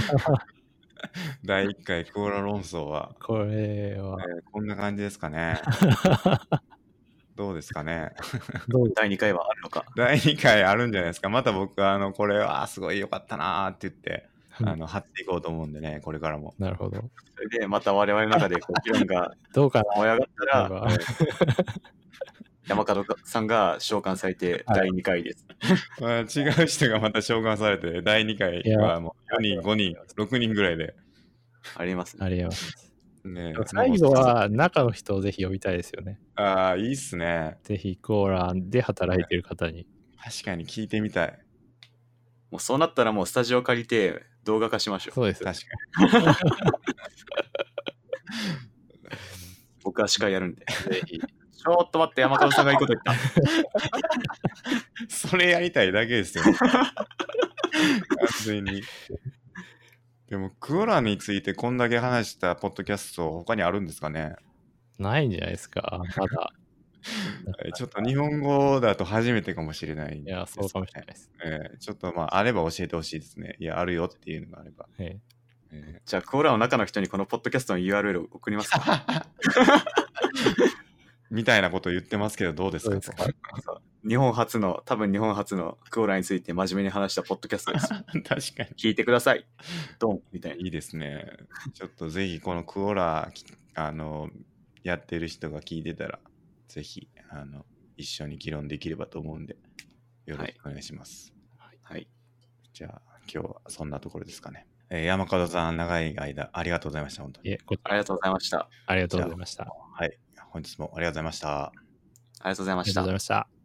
第1回クオラ論争は。 これは、 こんな感じですかね。どうですかね。 第2回はあるのか。 第2回あるんじゃないですか。また僕はこれはすごい良かったなーって言って、貼っていこうと思うんでね、これからも。 なるほど。 それでまた我々の中で議論がどうかな燃え上がったら、山門さんが召喚されて第2回です。 違う人がまた召喚されて、第2回はもう4人、5人、6人ぐらいで。 ありますね。 あります。 ね、 最後は中の人をぜひ呼びたいですよね。 ああ、いいっすね。 ぜひクオラで働いてる方に。 確かに聞いてみたい。 もうそうなったらもうスタジオ借りて動画化しましょう。 そうです。 確かに。 僕は司会やるんで。 ぜひ。 ちょっと待って、山門さんがいいこと言った。 それやりたいだけですよ、ね。完全に。でも、クオラについてこんだけ話したポッドキャスト他にあるんですかね？ ないんじゃないですか、まだ。 ちょっと日本語だと初めてかもしれない、 ね。いや、そうかもしれないです。 ちょっとまあ、あれば教えてほしいですね。いや、あるよっていうのがあれば。 じゃあ、クオラの中の人にこのポッドキャストの URL を送りますかみたいなこと言ってますけど、どうですか？ 日本初のクオラについて真面目に話したポッドキャストです。 確かに。 聞いてください。ドンみたいな。 いいですね。ちょっとぜひこのクオラ、やってる人が聞いてたら、ぜひ、一緒に議論できればと思うんで、よろしくお願いします。 はい。 じゃあ、今日はそんなところですかね。山門さん、長い間ありがとうございました。本当に。 ありがとうございました。 ありがとうございました。 はい。本日もありがとうございました。 ありがとうございました。 ありがとうございました。